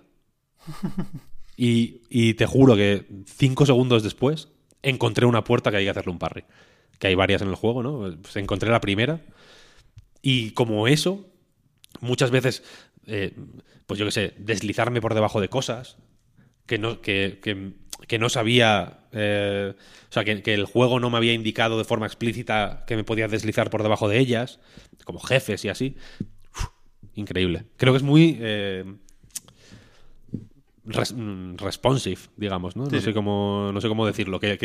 Y te juro que 5 segundos después encontré una puerta que hay que hacerle un parry. Que hay varias en el juego, ¿no? Pues encontré la primera. Y como eso, muchas veces, pues yo qué sé, deslizarme por debajo de cosas que no sabía, o sea, que el juego no me había indicado de forma explícita que me podía deslizar por debajo de ellas, como jefes y así. Increíble. Creo que es muy responsive, digamos, ¿no? Sí, no sé cómo decirlo. Que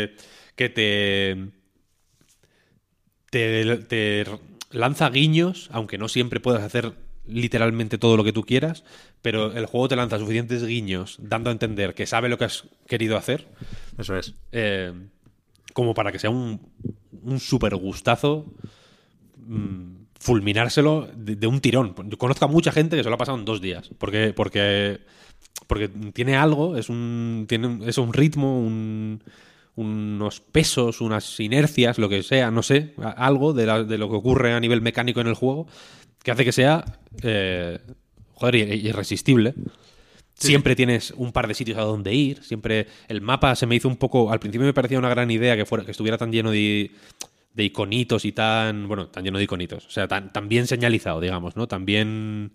te lanza guiños, aunque no siempre puedas hacer literalmente todo lo que tú quieras, pero el juego te lanza suficientes guiños dando a entender que sabe lo que has querido hacer. Eso es. Como para que sea un súper gustazo fulminárselo de un tirón. Yo conozco a mucha gente que se lo ha pasado en 2 días. Porque tiene algo, es un ritmo, unos pesos, unas inercias, lo que sea, no sé, algo de lo que ocurre a nivel mecánico en el juego que hace que sea irresistible. Sí. Siempre tienes un par de sitios a donde ir. Siempre el mapa se me hizo un poco... Al principio me parecía una gran idea que estuviera tan lleno de iconitos y tan lleno de iconitos. O sea, tan bien señalizado, digamos, ¿no? Tan bien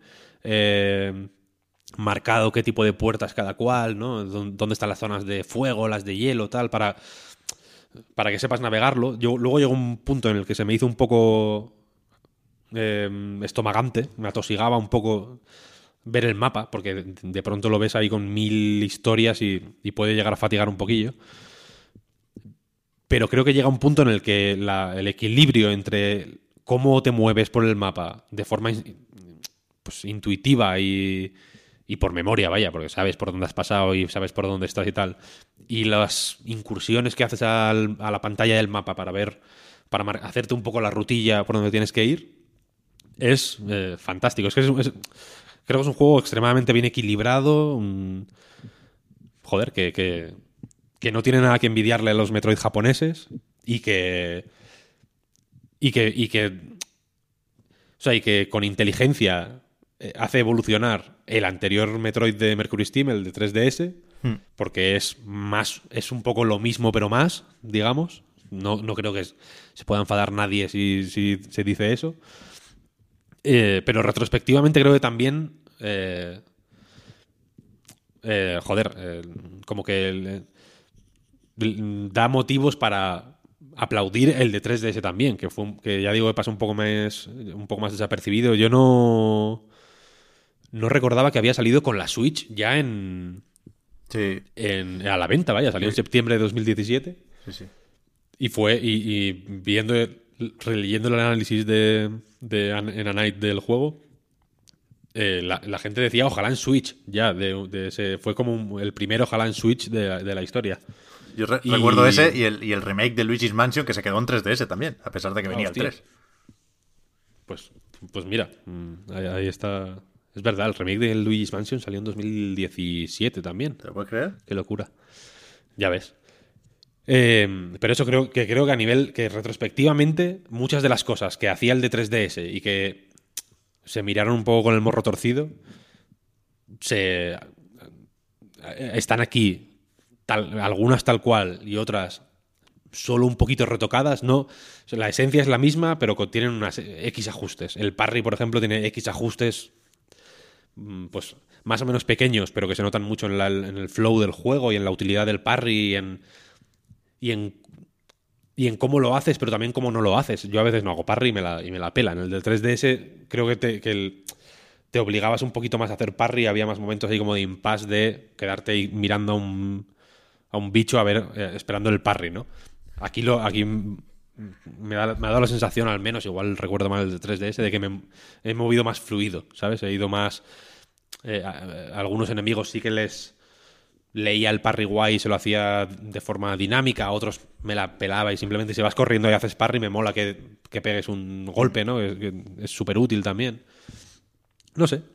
marcado qué tipo de puertas cada cual, ¿no? Dónde están las zonas de fuego, las de hielo, tal, para que sepas navegarlo. Luego llegó un punto en el que se me hizo un poco estomagante, me atosigaba un poco ver el mapa, porque de pronto lo ves ahí con 1000 historias y puede llegar a fatigar un poquillo. Pero creo que llega un punto en el que el equilibrio entre cómo te mueves por el mapa de forma pues intuitiva y por memoria, vaya, porque sabes por dónde has pasado y sabes por dónde estás y tal, y las incursiones que haces a la pantalla del mapa para hacerte un poco la rutilla por donde tienes que ir, es fantástico. Creo que es un juego extremadamente bien equilibrado, joder, que no tiene nada que envidiarle a los Metroid japoneses y que con inteligencia hace evolucionar el anterior Metroid de Mercury Steam, el de 3DS, porque es un poco lo mismo pero más, digamos. No creo que se pueda enfadar nadie si se dice eso. Pero retrospectivamente creo que también como que da motivos para aplaudir el de 3DS también, que ya digo que pasa un poco más desapercibido. Yo no recordaba que había salido con la Switch ya a la venta, vaya, salió en septiembre de 2017. Sí. Y releyendo el análisis en A Night del juego, la gente decía ojalá en Switch ya, fue como el primer ojalá en Switch de la historia. Yo recuerdo ese y el remake de Luigi's Mansion que se quedó en 3DS también, a pesar de que venía el 3. Pues mira, ahí está. Es verdad, el remake de Luigi's Mansion salió en 2017 también. ¿Te lo puedes creer? Qué locura. Ya ves. Pero eso creo que a nivel que retrospectivamente muchas de las cosas que hacía el de 3DS y que se miraron un poco con el morro torcido están aquí, algunas tal cual y otras solo un poquito retocadas, ¿no? O sea, la esencia es la misma, pero tienen unas X ajustes. El parry, por ejemplo, tiene X ajustes, pues más o menos pequeños, pero que se notan mucho en el flow del juego y en la utilidad del parry y en cómo lo haces, pero también cómo no lo haces. Yo a veces no hago parry y me la pela. En el del 3DS creo que te obligabas un poquito más a hacer parry, había más momentos ahí como de impasse de quedarte ahí mirando a un bicho esperando el parry, ¿no? Aquí me ha dado la sensación, al menos, igual recuerdo mal el de 3DS, de que me he movido más fluido, ¿sabes? He ido más... a algunos enemigos sí que les leía el parry guay y se lo hacía de forma dinámica, a otros me la pelaba y simplemente si vas corriendo y haces parry me mola que pegues un golpe, ¿no? Es súper útil también. No sé,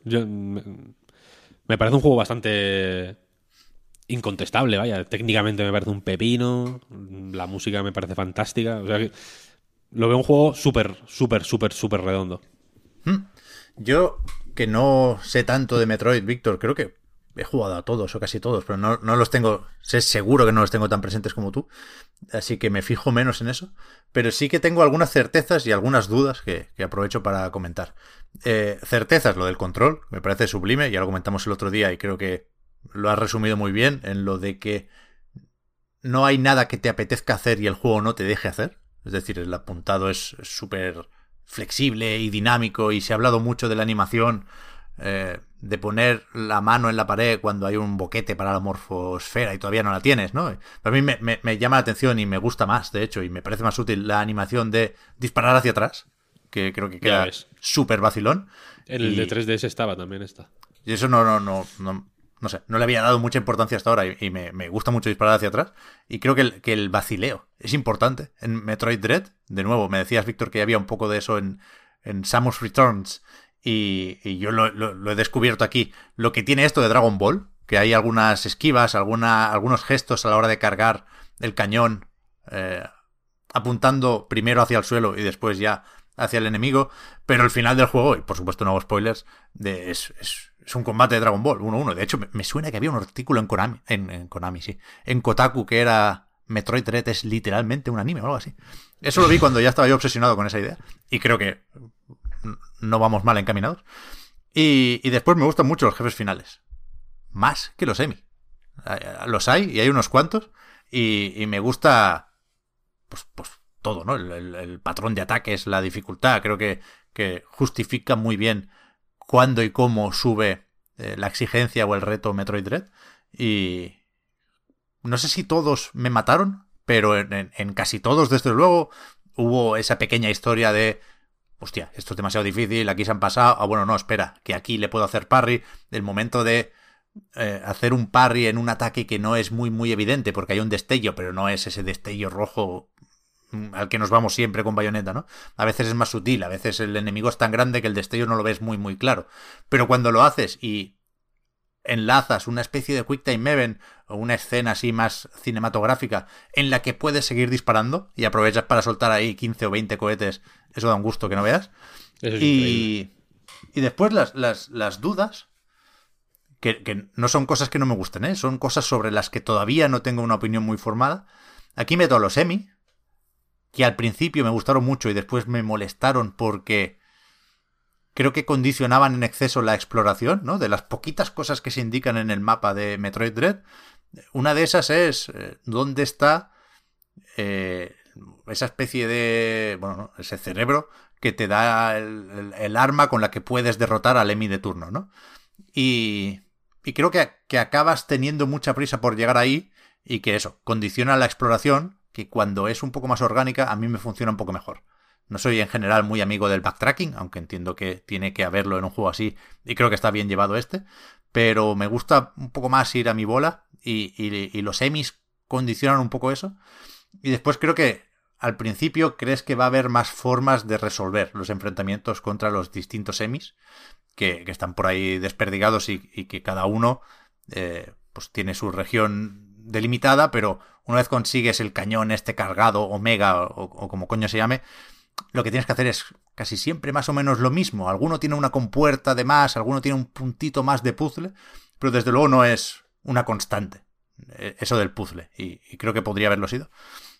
me parece un juego bastante incontestable, vaya. Técnicamente me parece un pepino, la música me parece fantástica, o sea que lo veo un juego súper, súper, súper, súper redondo. Yo, que no sé tanto de Metroid, Víctor, creo que he jugado a todos o casi todos, pero no los tengo, sé seguro que no los tengo tan presentes como tú, así que me fijo menos en eso, pero sí que tengo algunas certezas y algunas dudas que aprovecho para comentar. Certezas, lo del control, me parece sublime, ya lo comentamos el otro día y creo que lo has resumido muy bien, en lo de que no hay nada que te apetezca hacer y el juego no te deje hacer, es decir, el apuntado es súper flexible y dinámico y se ha hablado mucho de la animación, de poner la mano en la pared cuando hay un boquete para la morfosfera y todavía no la tienes, ¿no? A mí me llama la atención y me gusta más, de hecho, y me parece más útil la animación de disparar hacia atrás, que creo que queda súper vacilón. En el de 3DS estaba también esta. Y eso no sé, no le había dado mucha importancia hasta ahora y me gusta mucho disparar hacia atrás. Y creo que el vacileo es importante. En Metroid Dread, de nuevo, me decías, Víctor, que había un poco de eso en Samus Returns y yo lo he descubierto aquí. Lo que tiene esto de Dragon Ball, que hay algunas esquivas, algunos gestos a la hora de cargar el cañón, apuntando primero hacia el suelo y después ya hacia el enemigo, pero el final del juego, y por supuesto no hago spoilers, es un combate de Dragon Ball 1-1. De hecho, me suena que había un artículo en Konami, en Konami, sí, en Kotaku, que era Metroid Dread es literalmente un anime o algo así. Eso lo vi cuando ya estaba yo obsesionado con esa idea, y creo que no vamos mal encaminados. Y después me gustan mucho los jefes finales, más que los semi. Los hay, y hay unos cuantos, y me gusta pues todo, ¿no? El patrón de ataques, la dificultad, creo que justifica muy bien cuándo y cómo sube la exigencia o el reto Metroid Dread. Y no sé si todos me mataron, pero en casi todos, desde luego, hubo esa pequeña historia de hostia, esto es demasiado difícil, aquí se han pasado, bueno, no, espera, que aquí le puedo hacer parry. El momento de hacer un parry en un ataque que no es muy, muy evidente, porque hay un destello, pero no es ese destello rojo al que nos vamos siempre con Bayonetta, ¿no? A veces es más sutil, a veces el enemigo es tan grande que el destello no lo ves muy, muy claro. Pero cuando lo haces y enlazas una especie de Quick Time Event o una escena así más cinematográfica en la que puedes seguir disparando y aprovechas para soltar ahí 15 o 20 cohetes, eso da un gusto que no veas. Eso es y después las dudas, que no son cosas que no me gusten, ¿eh? Son cosas sobre las que todavía no tengo una opinión muy formada. Aquí meto a los Semi, que al principio me gustaron mucho y después me molestaron porque creo que condicionaban en exceso la exploración, ¿no? De las poquitas cosas que se indican en el mapa de Metroid Dread, una de esas es dónde está esa especie de... bueno, ¿no? Ese cerebro que te da el arma con la que puedes derrotar al Emi de turno, ¿no? Y creo que acabas teniendo mucha prisa por llegar ahí y que eso condiciona la exploración, que cuando es un poco más orgánica a mí me funciona un poco mejor. No soy en general muy amigo del backtracking, aunque entiendo que tiene que haberlo en un juego así y creo que está bien llevado pero me gusta un poco más ir a mi bola y los semis condicionan un poco eso. Y después creo que al principio crees que va a haber más formas de resolver los enfrentamientos contra los distintos semis que están por ahí desperdigados y que cada uno pues tiene su región delimitada, pero una vez consigues el cañón este cargado Omega o como coño se llame, lo que tienes que hacer es casi siempre más o menos lo mismo. Alguno tiene una compuerta de más, alguno tiene un puntito más de puzzle, pero desde luego no es una constante, eso del puzzle, y creo que podría haberlo sido.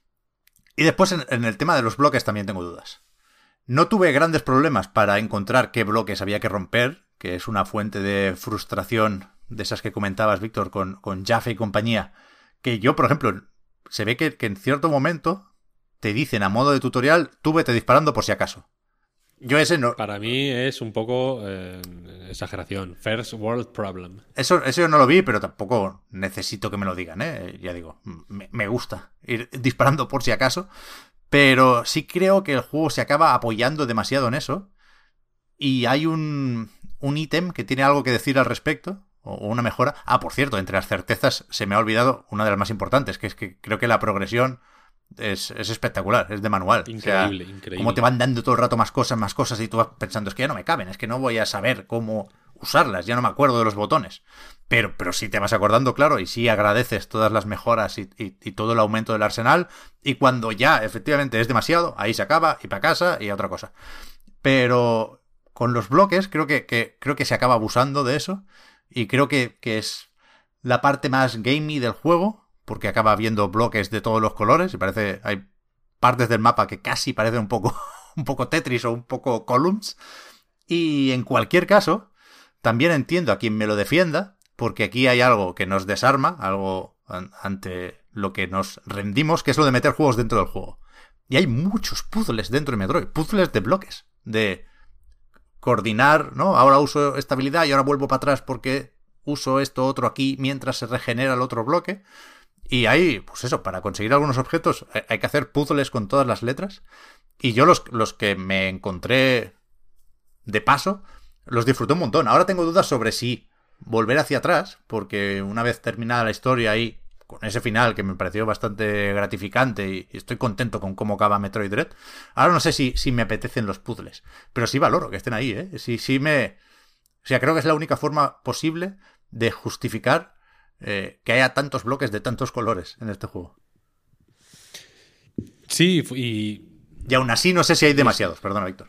Y después en el tema de los bloques también tengo dudas. No tuve grandes problemas para encontrar qué bloques había que romper, que es una fuente de frustración de esas que comentabas, Víctor, con Jaffe y compañía, que yo, por ejemplo, se ve que en cierto momento te dicen a modo de tutorial, tú vete disparando por si acaso. Yo ese no... Para mí es un poco exageración. First world problem. Eso yo no lo vi, pero tampoco necesito que me lo digan, ¿eh? Ya digo, me gusta ir disparando por si acaso, pero sí creo que el juego se acaba apoyando demasiado en eso, y hay un ítem que tiene algo que decir al respecto, o una mejora. Ah, por cierto, entre las certezas se me ha olvidado una de las más importantes, que es que creo que la progresión es espectacular, es de manual. Increíble, o sea, increíble. Como te van dando todo el rato más cosas, y tú vas pensando, es que ya no me caben, es que no voy a saber cómo usarlas, ya no me acuerdo de los botones. Pero sí te vas acordando, claro, y sí agradeces todas las mejoras y todo el aumento del arsenal, y cuando ya efectivamente es demasiado, ahí se acaba, y para casa, y a otra cosa. Pero con los bloques creo que se acaba abusando de eso, y creo que es la parte más gamey del juego, porque acaba habiendo bloques de todos los colores, y parece, hay partes del mapa que casi parecen un poco Tetris o un poco Columns. Y en cualquier caso, también entiendo a quien me lo defienda, porque aquí hay algo que nos desarma, algo ante lo que nos rendimos, que es lo de meter juegos dentro del juego. Y hay muchos puzzles dentro de Metroid, puzzles de bloques, de coordinar, ¿no? Ahora uso esta habilidad y ahora vuelvo para atrás porque uso esto otro aquí mientras se regenera el otro bloque. Y ahí, pues eso, para conseguir algunos objetos hay que hacer puzzles con todas las letras. Y yo los que me encontré de paso, los disfruté un montón. Ahora tengo dudas sobre si volver hacia atrás, porque una vez terminada la historia ahí, con ese final que me pareció bastante gratificante y estoy contento con cómo acaba Metroid Dread, ahora no sé si me apetecen los puzzles. Pero sí valoro que estén ahí, ¿eh? O sea, creo que es la única forma posible de justificar que haya tantos bloques de tantos colores en este juego. Sí, y aún así no sé si hay demasiados, perdona, Víctor.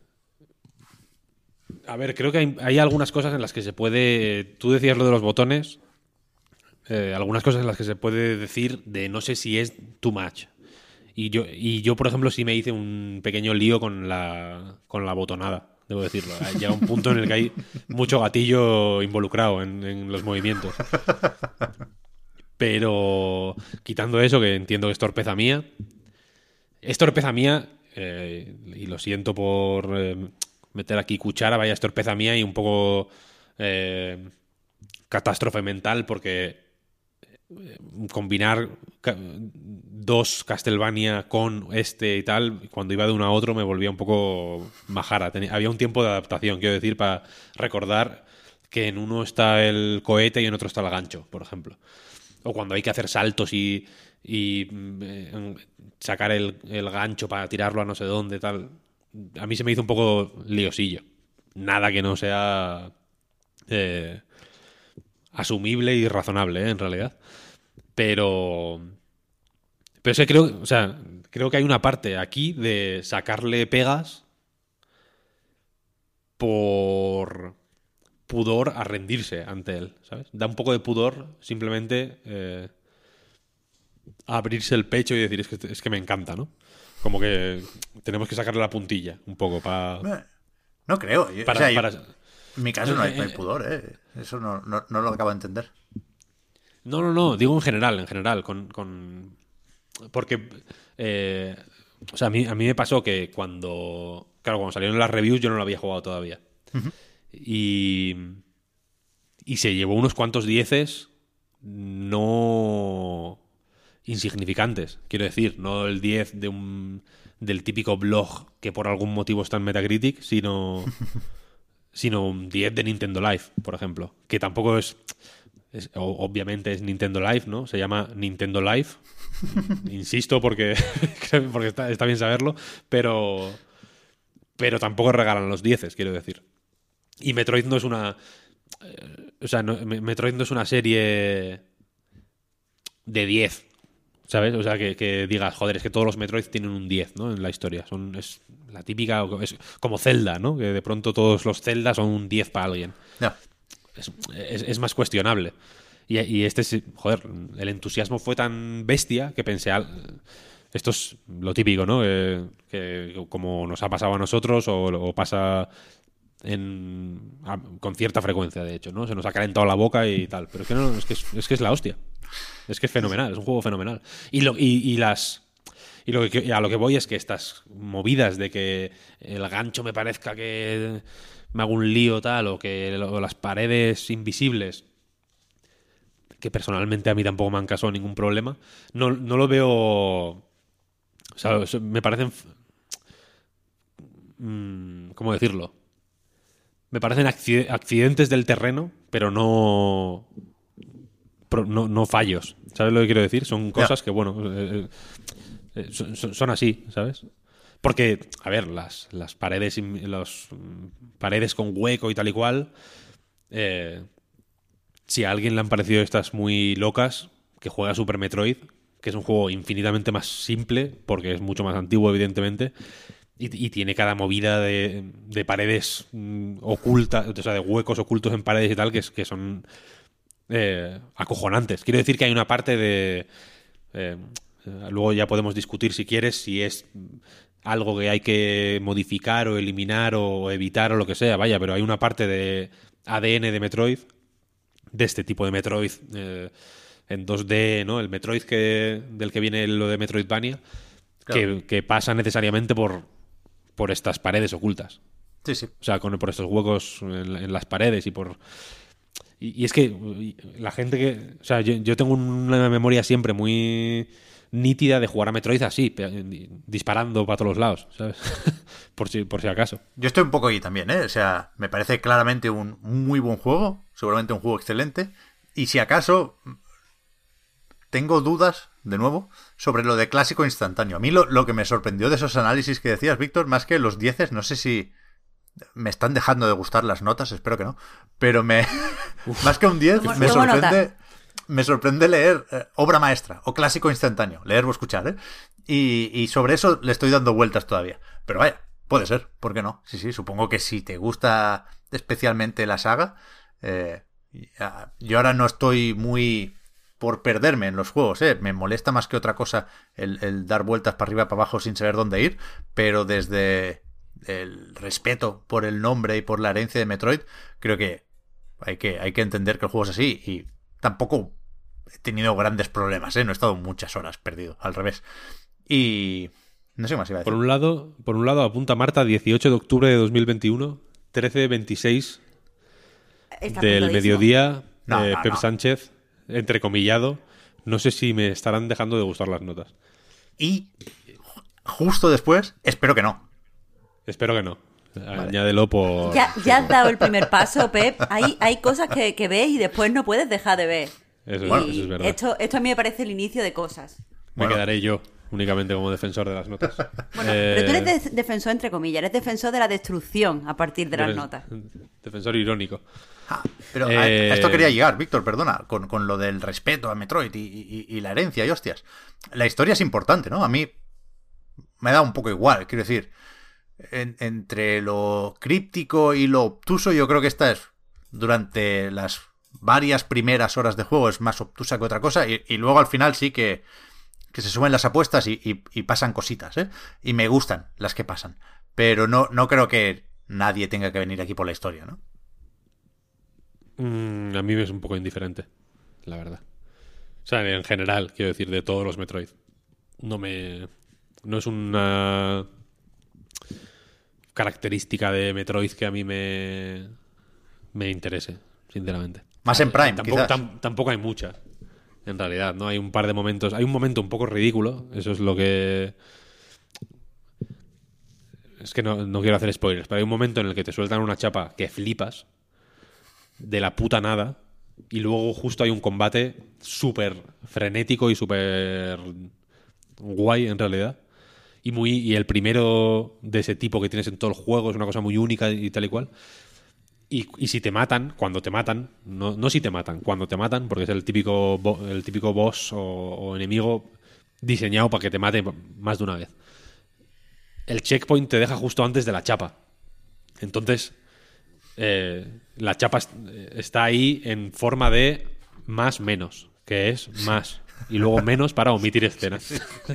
A ver, creo que hay algunas cosas en las que se puede... Tú decías lo de los botones, algunas cosas en las que se puede decir de no sé si es too much. Y yo, por ejemplo, sí me hice un pequeño lío con la botonada, debo decirlo. Llega un punto en el que hay mucho gatillo involucrado en los movimientos. Pero quitando eso, que entiendo que es torpeza mía, y lo siento por meter aquí cuchara, vaya, es torpeza mía y un poco catástrofe mental, porque combinar dos Castlevania con este y tal, cuando iba de uno a otro me volvía un poco majara. Había un tiempo de adaptación, quiero decir, para recordar que en uno está el cohete y en otro está el gancho, por ejemplo. O cuando hay que hacer saltos y sacar el gancho para tirarlo a no sé dónde, tal. A mí se me hizo un poco liosillo. Nada que no sea asumible y razonable, en realidad. Pero es que creo que hay una parte aquí de sacarle pegas por pudor a rendirse ante él, ¿sabes? Da un poco de pudor simplemente abrirse el pecho y decir es que me encanta, ¿no? Como que tenemos que sacarle la puntilla un poco para... No creo. En mi caso no hay pudor, ¿eh? Eso no lo acabo de entender. No. Digo en general. Porque... a mí me pasó que cuando salieron las reviews yo no lo había jugado todavía. Uh-huh. Y se llevó unos cuantos dieces no insignificantes, quiero decir, no el 10 del típico blog que por algún motivo está en Metacritic, sino un 10 de Nintendo Live, por ejemplo, que tampoco obviamente es Nintendo Live, ¿no? Se llama Nintendo Live, insisto porque está bien saberlo, pero tampoco regalan los 10, quiero decir. Y Metroid no es una... Metroid no es una serie de 10, ¿sabes? O sea, que digas, joder, es que todos los Metroid tienen un 10, ¿no? En la historia. Es la típica... Es como Zelda, ¿no? Que de pronto todos los Zelda son un 10 para alguien. No. Es más cuestionable. Y este, joder, el entusiasmo fue tan bestia que pensé, esto es lo típico, ¿no? Que como nos ha pasado a nosotros o pasa con cierta frecuencia, de hecho, ¿no? Se nos ha calentado la boca y tal. Pero es que no, es que es la hostia. Es que es fenomenal, es un juego fenomenal. A lo que voy es que estas movidas de que el gancho me parezca que me hago un lío tal, o las paredes invisibles, que personalmente a mí tampoco me han causado ningún problema, no lo veo. O sea, me parecen. ¿Cómo decirlo? Me parecen accidentes del terreno, pero no fallos. ¿Sabes lo que quiero decir? Son cosas que, bueno, son así, ¿sabes? Porque, a ver, las paredes paredes con hueco y tal y cual, si a alguien le han parecido estas muy locas, que juega Super Metroid, que es un juego infinitamente más simple, porque es mucho más antiguo, evidentemente, y tiene cada movida de paredes ocultas, o sea, de huecos ocultos en paredes y tal, que son acojonantes. Quiero decir que hay una parte de... luego ya podemos discutir, si quieres, si es algo que hay que modificar o eliminar o evitar o lo que sea, vaya, pero hay una parte de ADN de Metroid, de este tipo de Metroid en 2D, ¿no? El Metroid del que viene lo de Metroidvania, claro, que pasa necesariamente por estas paredes ocultas. Sí, sí. O sea, por estos huecos en las paredes y es que la gente que... O sea, yo tengo una memoria siempre muy nítida de jugar a Metroid así, disparando para todos los lados, ¿sabes? por si acaso. Yo estoy un poco ahí también, ¿eh? O sea, me parece claramente un muy buen juego, seguramente un juego excelente, y si acaso tengo dudas, de nuevo, sobre lo de clásico instantáneo. A mí lo que me sorprendió de esos análisis que decías, Víctor, más que los 10, no sé si me están dejando de gustar las notas, espero que no, pero más que un 10 me sorprende leer obra maestra o clásico instantáneo, leer o escuchar, ¿eh? Y sobre eso le estoy dando vueltas todavía. Pero vaya, puede ser, ¿por qué no? Sí, supongo que si te gusta especialmente la saga, yo ahora no estoy muy por perderme en los juegos, ¿eh? Me molesta más que otra cosa el dar vueltas para arriba, para abajo sin saber dónde ir, pero desde el respeto por el nombre y por la herencia de Metroid, creo que hay que entender que el juego es así, y tampoco he tenido grandes problemas, ¿eh? No he estado muchas horas perdido, al revés. Y no sé qué más iba a decir. Por un lado apunta Marta, 18 de octubre de 2021, 13:26 del mediodía, Pep Sánchez, entrecomillado. No sé si me estarán dejando de gustar las notas. Y justo después, espero que no. Espero que no. Vale. Añádelo por... Ya has dado el primer paso, Pep. Hay cosas que ves y después no puedes dejar de ver. Eso es verdad. Esto a mí me parece el inicio de cosas. Me quedaré yo únicamente como defensor de las notas. Bueno, pero tú eres defensor entre comillas, eres defensor de la destrucción a partir de las notas. Defensor irónico. Pero a esto quería llegar, Víctor, perdona, con lo del respeto a Metroid y la herencia y hostias. La historia es importante, ¿no? A mí me da un poco igual, quiero decir, entre lo críptico y lo obtuso, yo creo que esta es, durante las varias primeras horas de juego, es más obtusa que otra cosa, y luego al final sí que se suben las apuestas y pasan cositas, ¿eh? Y me gustan las que pasan, pero no creo que nadie tenga que venir aquí por la historia, ¿no? A mí me es un poco indiferente, la verdad. O sea, en general, quiero decir, de todos los Metroid. No es una característica de Metroid que a mí me interese, sinceramente. Más en Prime, tampoco hay muchas, en realidad, ¿no? Hay un par de momentos. Hay un momento un poco ridículo, eso es lo que... Es que no quiero hacer spoilers, pero hay un momento en el que te sueltan una chapa que flipas de la puta nada, y luego justo hay un combate súper frenético y súper guay, en realidad. Y el primero de ese tipo que tienes en todo el juego, es una cosa muy única y tal y cual. Y si te matan, cuando te matan, no si te matan, cuando te matan, porque es el típico boss o enemigo diseñado para que te mate más de una vez. El checkpoint te deja justo antes de la chapa. Entonces, la chapa está ahí en forma de más menos, que es más. Y luego menos para omitir escenas.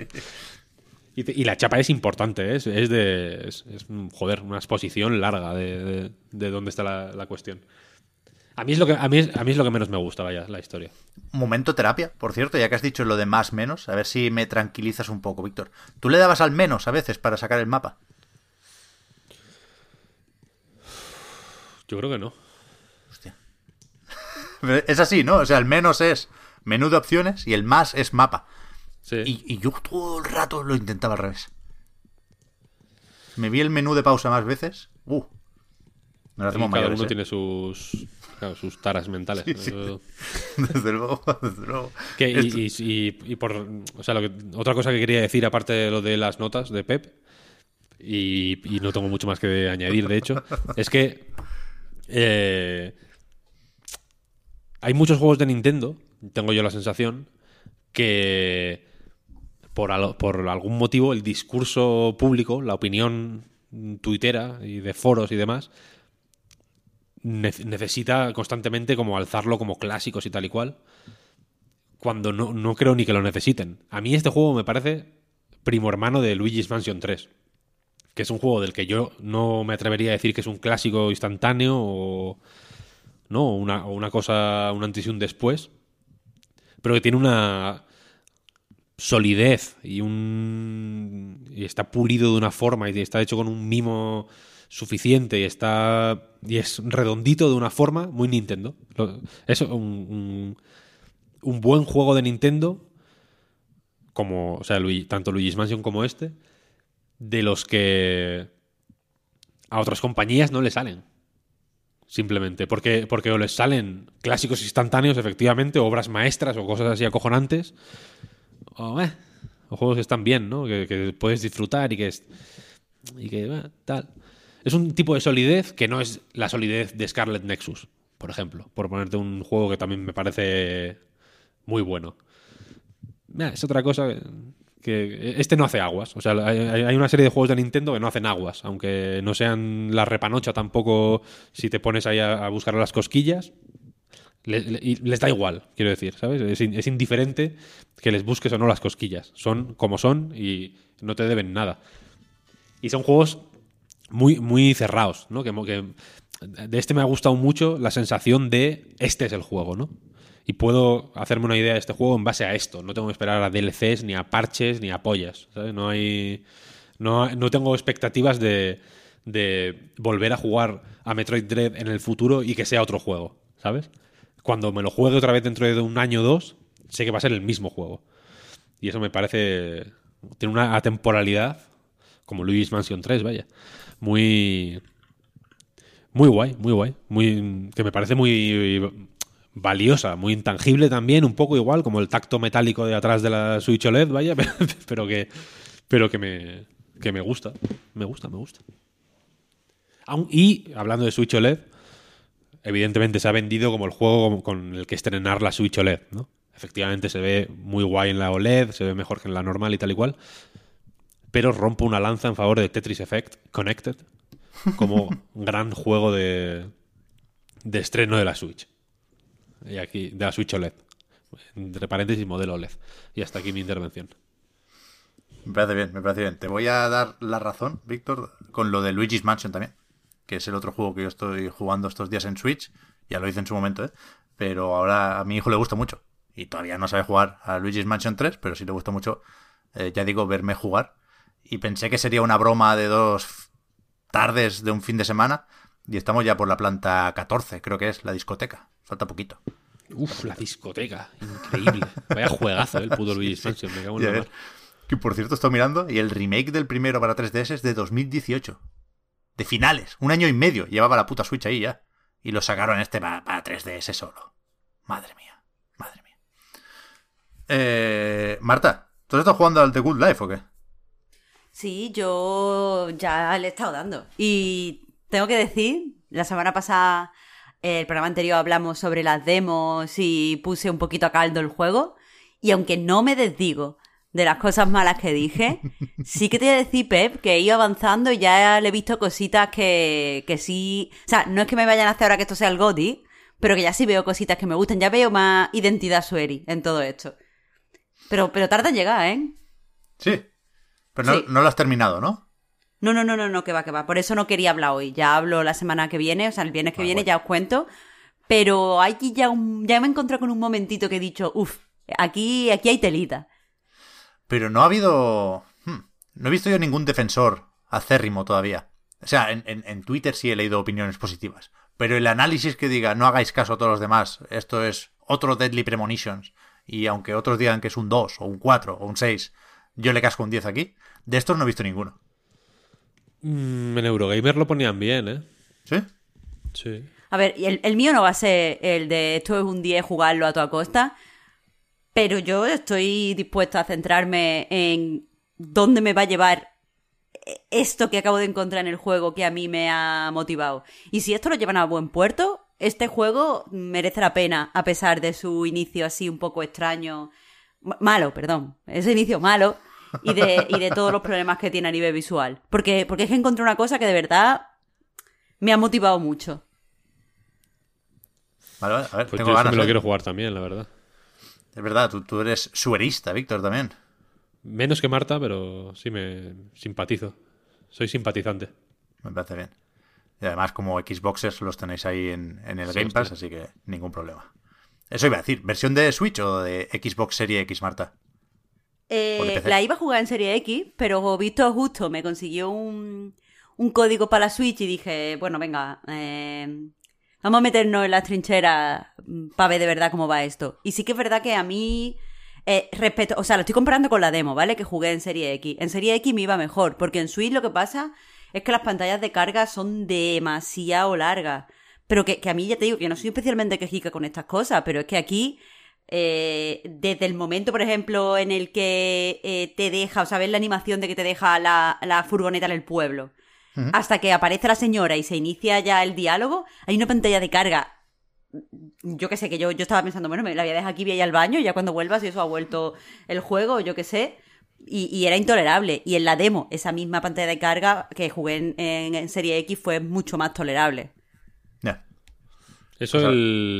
Y la chapa es importante, ¿eh? Joder, una exposición larga de dónde está la cuestión. A mí es lo que menos me gusta, vaya, la historia. Momento terapia, por cierto, ya que has dicho lo de más menos, a ver si me tranquilizas un poco, Víctor. ¿Tú le dabas al menos a veces para sacar el mapa? Yo creo que no. Hostia. Es así, ¿no? O sea, el menos es menú de opciones y el más es mapa. Sí. Y yo todo el rato lo intentaba al revés. Me vi el menú de pausa más veces. Nos hacemos Cada mayores, uno ¿eh? tiene sus taras mentales. Sí. Desde luego, desde luego. O sea, otra cosa que quería decir, aparte de lo de las notas de Pep, y no tengo mucho más que añadir, de hecho, es que hay muchos juegos de Nintendo, tengo yo la sensación, que por algún motivo el discurso público, la opinión tuitera y de foros y demás, necesita constantemente como alzarlo como clásicos y tal y cual, cuando no creo ni que lo necesiten. A mí este juego me parece primo hermano de Luigi's Mansion 3, que es un juego del que yo no me atrevería a decir que es un clásico instantáneo o una cosa, un antes y un después, pero que tiene una solidez y está pulido de una forma y está hecho con un mimo suficiente y es redondito de una forma muy Nintendo. Es un buen juego de Nintendo, como, o sea, tanto Luigi's Mansion como este, de los que a otras compañías no le salen. Simplemente porque o les salen clásicos instantáneos, efectivamente, obras maestras o cosas así acojonantes, o juegos que están bien, ¿no? Que puedes disfrutar y que tal. Es un tipo de solidez que no es la solidez de Scarlet Nexus, por ejemplo, por ponerte un juego que también me parece muy bueno. Es otra cosa que este no hace aguas. O sea, hay una serie de juegos de Nintendo que no hacen aguas, aunque no sean la repanocha tampoco. Si te pones ahí a buscar las cosquillas, les da igual, quiero decir, ¿sabes? Es indiferente que les busques o no las cosquillas. Son como son y no te deben nada. Y son juegos muy, muy cerrados, ¿no? Que de este me ha gustado mucho la sensación de este es el juego, ¿no? Y puedo hacerme una idea de este juego en base a esto. No tengo que esperar a DLCs, ni a parches, ni a pollas, ¿sabes? No tengo expectativas de volver a jugar a Metroid Dread en el futuro y que sea otro juego, ¿sabes? Cuando me lo juegue otra vez dentro de un año o dos, sé que va a ser el mismo juego. Y eso me parece... Tiene una atemporalidad como Luigi's Mansion 3, vaya. Muy... Muy guay, muy guay. Que me parece muy valiosa, muy intangible también, un poco igual como el tacto metálico de atrás de la Switch OLED, vaya, pero que me gusta. Me gusta. Y hablando de Switch OLED, evidentemente se ha vendido como el juego con el que estrenar la Switch OLED, ¿no? Efectivamente se ve muy guay en la OLED, se ve mejor que en la normal y tal y cual, pero rompo una lanza en favor de Tetris Effect Connected como gran juego de estreno de la Switch. Y aquí, de la Switch OLED. Entre paréntesis, modelo OLED. Y hasta aquí mi intervención. Me parece bien. Te voy a dar la razón, Víctor, con lo de Luigi's Mansion también, que es el otro juego que yo estoy jugando estos días en Switch. Ya lo hice en su momento, ¿eh? Pero ahora a mi hijo le gusta mucho. Y todavía no sabe jugar a Luigi's Mansion 3, pero sí le gusta mucho, ya digo, verme jugar. Y pensé que sería una broma de 2 tardes de un fin de semana. Y estamos ya por la planta 14, creo que es, la discoteca. Falta poquito. Uf, la discoteca. Increíble. Vaya juegazo, el puto Luigi's Mansion. Me cago en la mar. Que por cierto estoy mirando y el remake del primero para 3DS es de 2018. De finales. 1 año y medio llevaba la puta Switch ahí ya. Y lo sacaron para 3DS solo. Madre mía. Marta, ¿tú has estado jugando al The Good Life o qué? Sí, yo ya le he estado dando. Y tengo que decir, la semana pasada, el programa anterior hablamos sobre las demos y puse un poquito a caldo el juego. Y aunque no me desdigo de las cosas malas que dije, sí que te voy a decir, Pep, que he ido avanzando y ya le he visto cositas que sí... O sea, no es que me vayan a hacer ahora que esto sea el GOTY, pero que ya sí veo cositas que me gustan. Ya veo más identidad Sueri en todo esto. Pero tarda en llegar, ¿eh? Sí. Pero Sí. no lo has terminado, ¿no? No, que va. Por eso no quería hablar hoy. Ya hablo la semana que viene, o sea, el viernes que viene bueno. ya os cuento. Pero aquí ya me he encontrado con un momentito que he dicho, aquí hay telita. Pero no ha habido... No he visto yo ningún defensor acérrimo todavía. O sea, en Twitter sí he leído opiniones positivas. Pero el análisis que diga, no hagáis caso a todos los demás, esto es otro Deadly Premonitions, y aunque otros digan que es un 2, o un 4, o un 6, yo le casco un 10 aquí, de estos no he visto ninguno. En Eurogamer lo ponían bien, ¿eh? ¿Sí? Sí. A ver, y el mío no va a ser el de esto es un 10 jugarlo a toda costa, pero yo estoy dispuesta a centrarme en dónde me va a llevar esto que acabo de encontrar en el juego que a mí me ha motivado. Y si esto lo llevan a buen puerto, este juego merece la pena, a pesar de su inicio así un poco extraño. Malo, perdón. Ese inicio malo. Y de todos los problemas que tiene a nivel visual. Porque es que encontré una cosa que de verdad me ha motivado mucho. Vale, a ver, Pues tengo yo sí ganas. me lo quiero jugar también, la verdad. Es verdad, tú eres suerista, Víctor, también. Menos que Marta, pero sí me simpatizo. Soy simpatizante. Me parece bien. Y además, como Xboxers los tenéis ahí en el Sí, Game Pass, hostia. así que ningún problema. Eso iba a decir, ¿versión de Switch o de Xbox Serie X, Marta? ¿O de PC? La iba a jugar en Serie X, pero visto justo me consiguió un código para la Switch y dije, bueno, venga, vamos a meternos en las trincheras para ver de verdad cómo va esto. Y sí que es verdad que a mí, respeto, o sea, lo estoy comparando con la demo, ¿vale? Que jugué en Serie X. En Serie X me iba mejor, porque en Switch lo que pasa es que las pantallas de carga son demasiado largas. Pero que a mí ya te digo que yo no soy especialmente quejica con estas cosas, pero es que aquí... desde el momento, por ejemplo, en el que te deja, o sea, ves la animación de que te deja la furgoneta en el pueblo, hasta que aparece la señora y se inicia ya el diálogo, hay una pantalla de carga. Yo qué sé, que yo estaba pensando, bueno, me la voy a dejar aquí, voy a ir al baño, y ya cuando vuelvas, y eso ha vuelto el juego, yo qué sé. Y era intolerable. Y en la demo, esa misma pantalla de carga que jugué en Serie X fue mucho más tolerable. Ya. Eso O sea-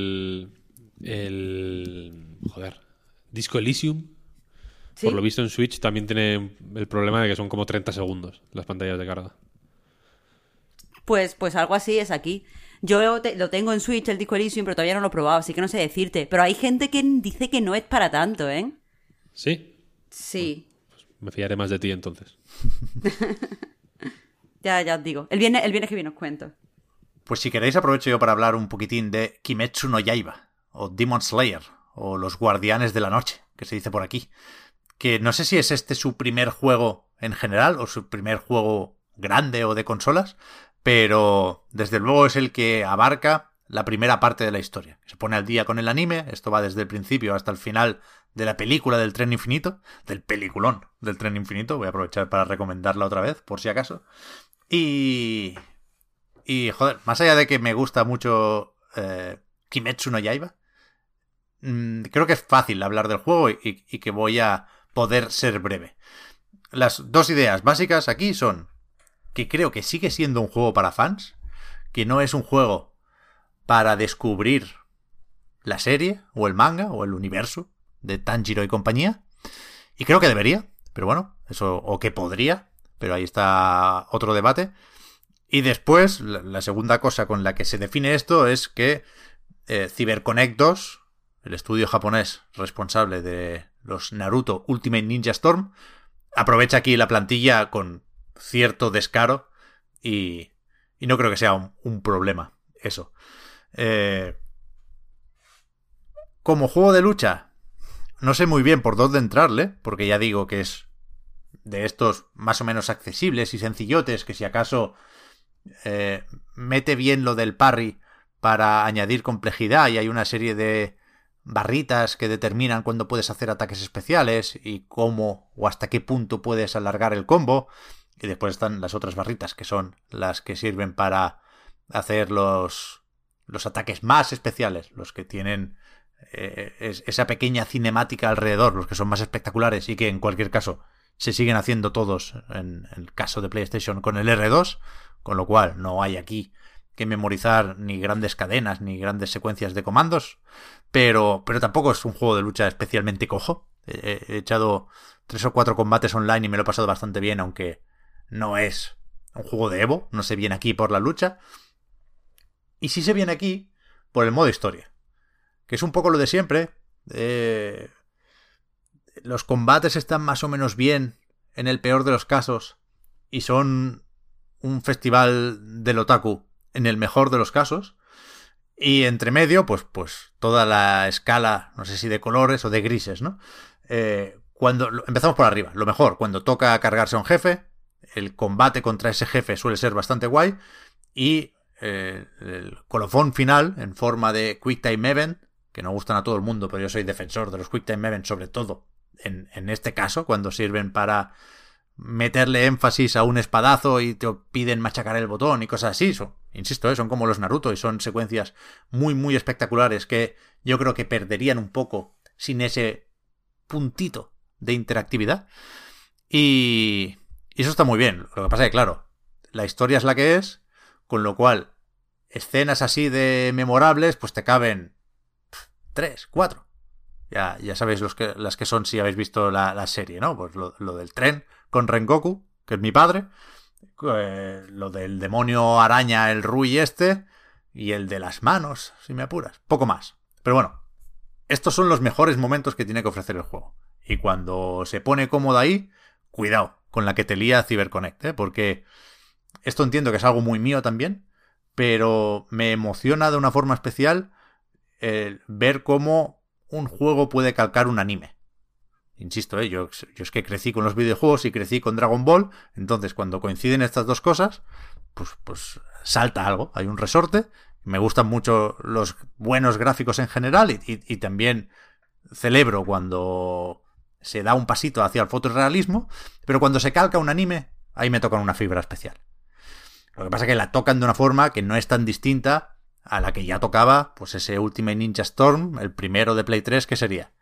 Joder. Disco Elysium. ¿Sí? Por lo visto en Switch también tiene el problema de que son como 30 segundos las pantallas de carga. Pues algo así es aquí. Yo lo tengo en Switch, el Disco Elysium, pero todavía no lo he probado, así que no sé decirte. Pero hay gente que dice que no es para tanto, ¿eh? ¿Sí? Sí. Me fiaré más de ti entonces. Ya os digo. El viernes que viene os cuento. Pues si queréis aprovecho yo para hablar un poquitín de Kimetsu no Yaiba, o Demon Slayer, o Los Guardianes de la Noche, que se dice por aquí. Que no sé si es este su primer juego en general, o su primer juego grande o de consolas, pero desde luego es el que abarca la primera parte de la historia. Se pone al día con el anime, esto va desde el principio hasta el final de la película del Tren Infinito, del peliculón del Tren Infinito, voy a aprovechar para recomendarla otra vez, por si acaso. Y, joder, más allá de que me gusta mucho Kimetsu no Yaiba, creo que es fácil hablar del juego y que voy a poder ser breve. Las dos ideas básicas aquí son que creo que sigue siendo un juego para fans, que no es un juego para descubrir la serie, o el manga, o el universo de Tanjiro y compañía, y creo que debería, pero bueno, eso, o que podría, pero ahí está otro debate. Y después, la segunda cosa con la que se define esto es que CyberConnect 2, el estudio japonés responsable de los Naruto Ultimate Ninja Storm, aprovecha aquí la plantilla con cierto descaro y no creo que sea un problema eso. Como juego de lucha, no sé muy bien por dónde entrarle, porque ya digo que es de estos más o menos accesibles y sencillotes, que si acaso mete bien lo del parry para añadir complejidad, y hay una serie de barritas que determinan cuándo puedes hacer ataques especiales y cómo o hasta qué punto puedes alargar el combo, y después están las otras barritas que son las que sirven para hacer los ataques más especiales, los que tienen esa pequeña cinemática alrededor, los que son más espectaculares y que en cualquier caso se siguen haciendo todos en el caso de PlayStation con el R2, con lo cual no hay aquí que memorizar ni grandes cadenas ni grandes secuencias de comandos, pero tampoco es un juego de lucha especialmente cojo. He echado 3 o 4 combates online y me lo he pasado bastante bien, aunque no es un juego de Evo, no se viene aquí por la lucha. Y sí se viene aquí por el modo historia, que es un poco lo de siempre. Los combates están más o menos bien en el peor de los casos y son un festival del otaku en el mejor de los casos. Y entre medio, pues toda la escala, no sé si de colores o de grises, ¿no? Empezamos por arriba. Lo mejor, cuando toca cargarse a un jefe, el combate contra ese jefe suele ser bastante guay. Y el colofón final, en forma de Quick Time Event, que no gustan a todo el mundo, pero yo soy defensor de los Quick Time Event, sobre todo en este caso, cuando sirven para meterle énfasis a un espadazo y te piden machacar el botón y cosas así. Insisto, son como los Naruto y son secuencias muy, muy espectaculares que yo creo que perderían un poco sin ese puntito de interactividad. Y eso está muy bien. Lo que pasa es que, claro, la historia es la que es, con lo cual escenas así de memorables pues te caben 3, 4. Ya sabéis las que son si habéis visto la serie, ¿no? Pues lo del tren con Rengoku, que es mi padre, lo del demonio araña, el Rui este, y el de las manos, si me apuras. Poco más. Pero bueno, estos son los mejores momentos que tiene que ofrecer el juego. Y cuando se pone cómodo ahí, cuidado con la que te lía CyberConnect, ¿eh? Porque esto entiendo que es algo muy mío también, pero me emociona de una forma especial ver cómo un juego puede calcar un anime. Insisto, yo es que crecí con los videojuegos y crecí con Dragon Ball, entonces cuando coinciden estas dos cosas, pues salta algo, hay un resorte. Me gustan mucho los buenos gráficos en general y también celebro cuando se da un pasito hacia el fotorrealismo, pero cuando se calca un anime, ahí me tocan una fibra especial. Lo que pasa es que la tocan de una forma que no es tan distinta a la que ya tocaba pues ese Ultimate Ninja Storm, el primero de Play 3, que sería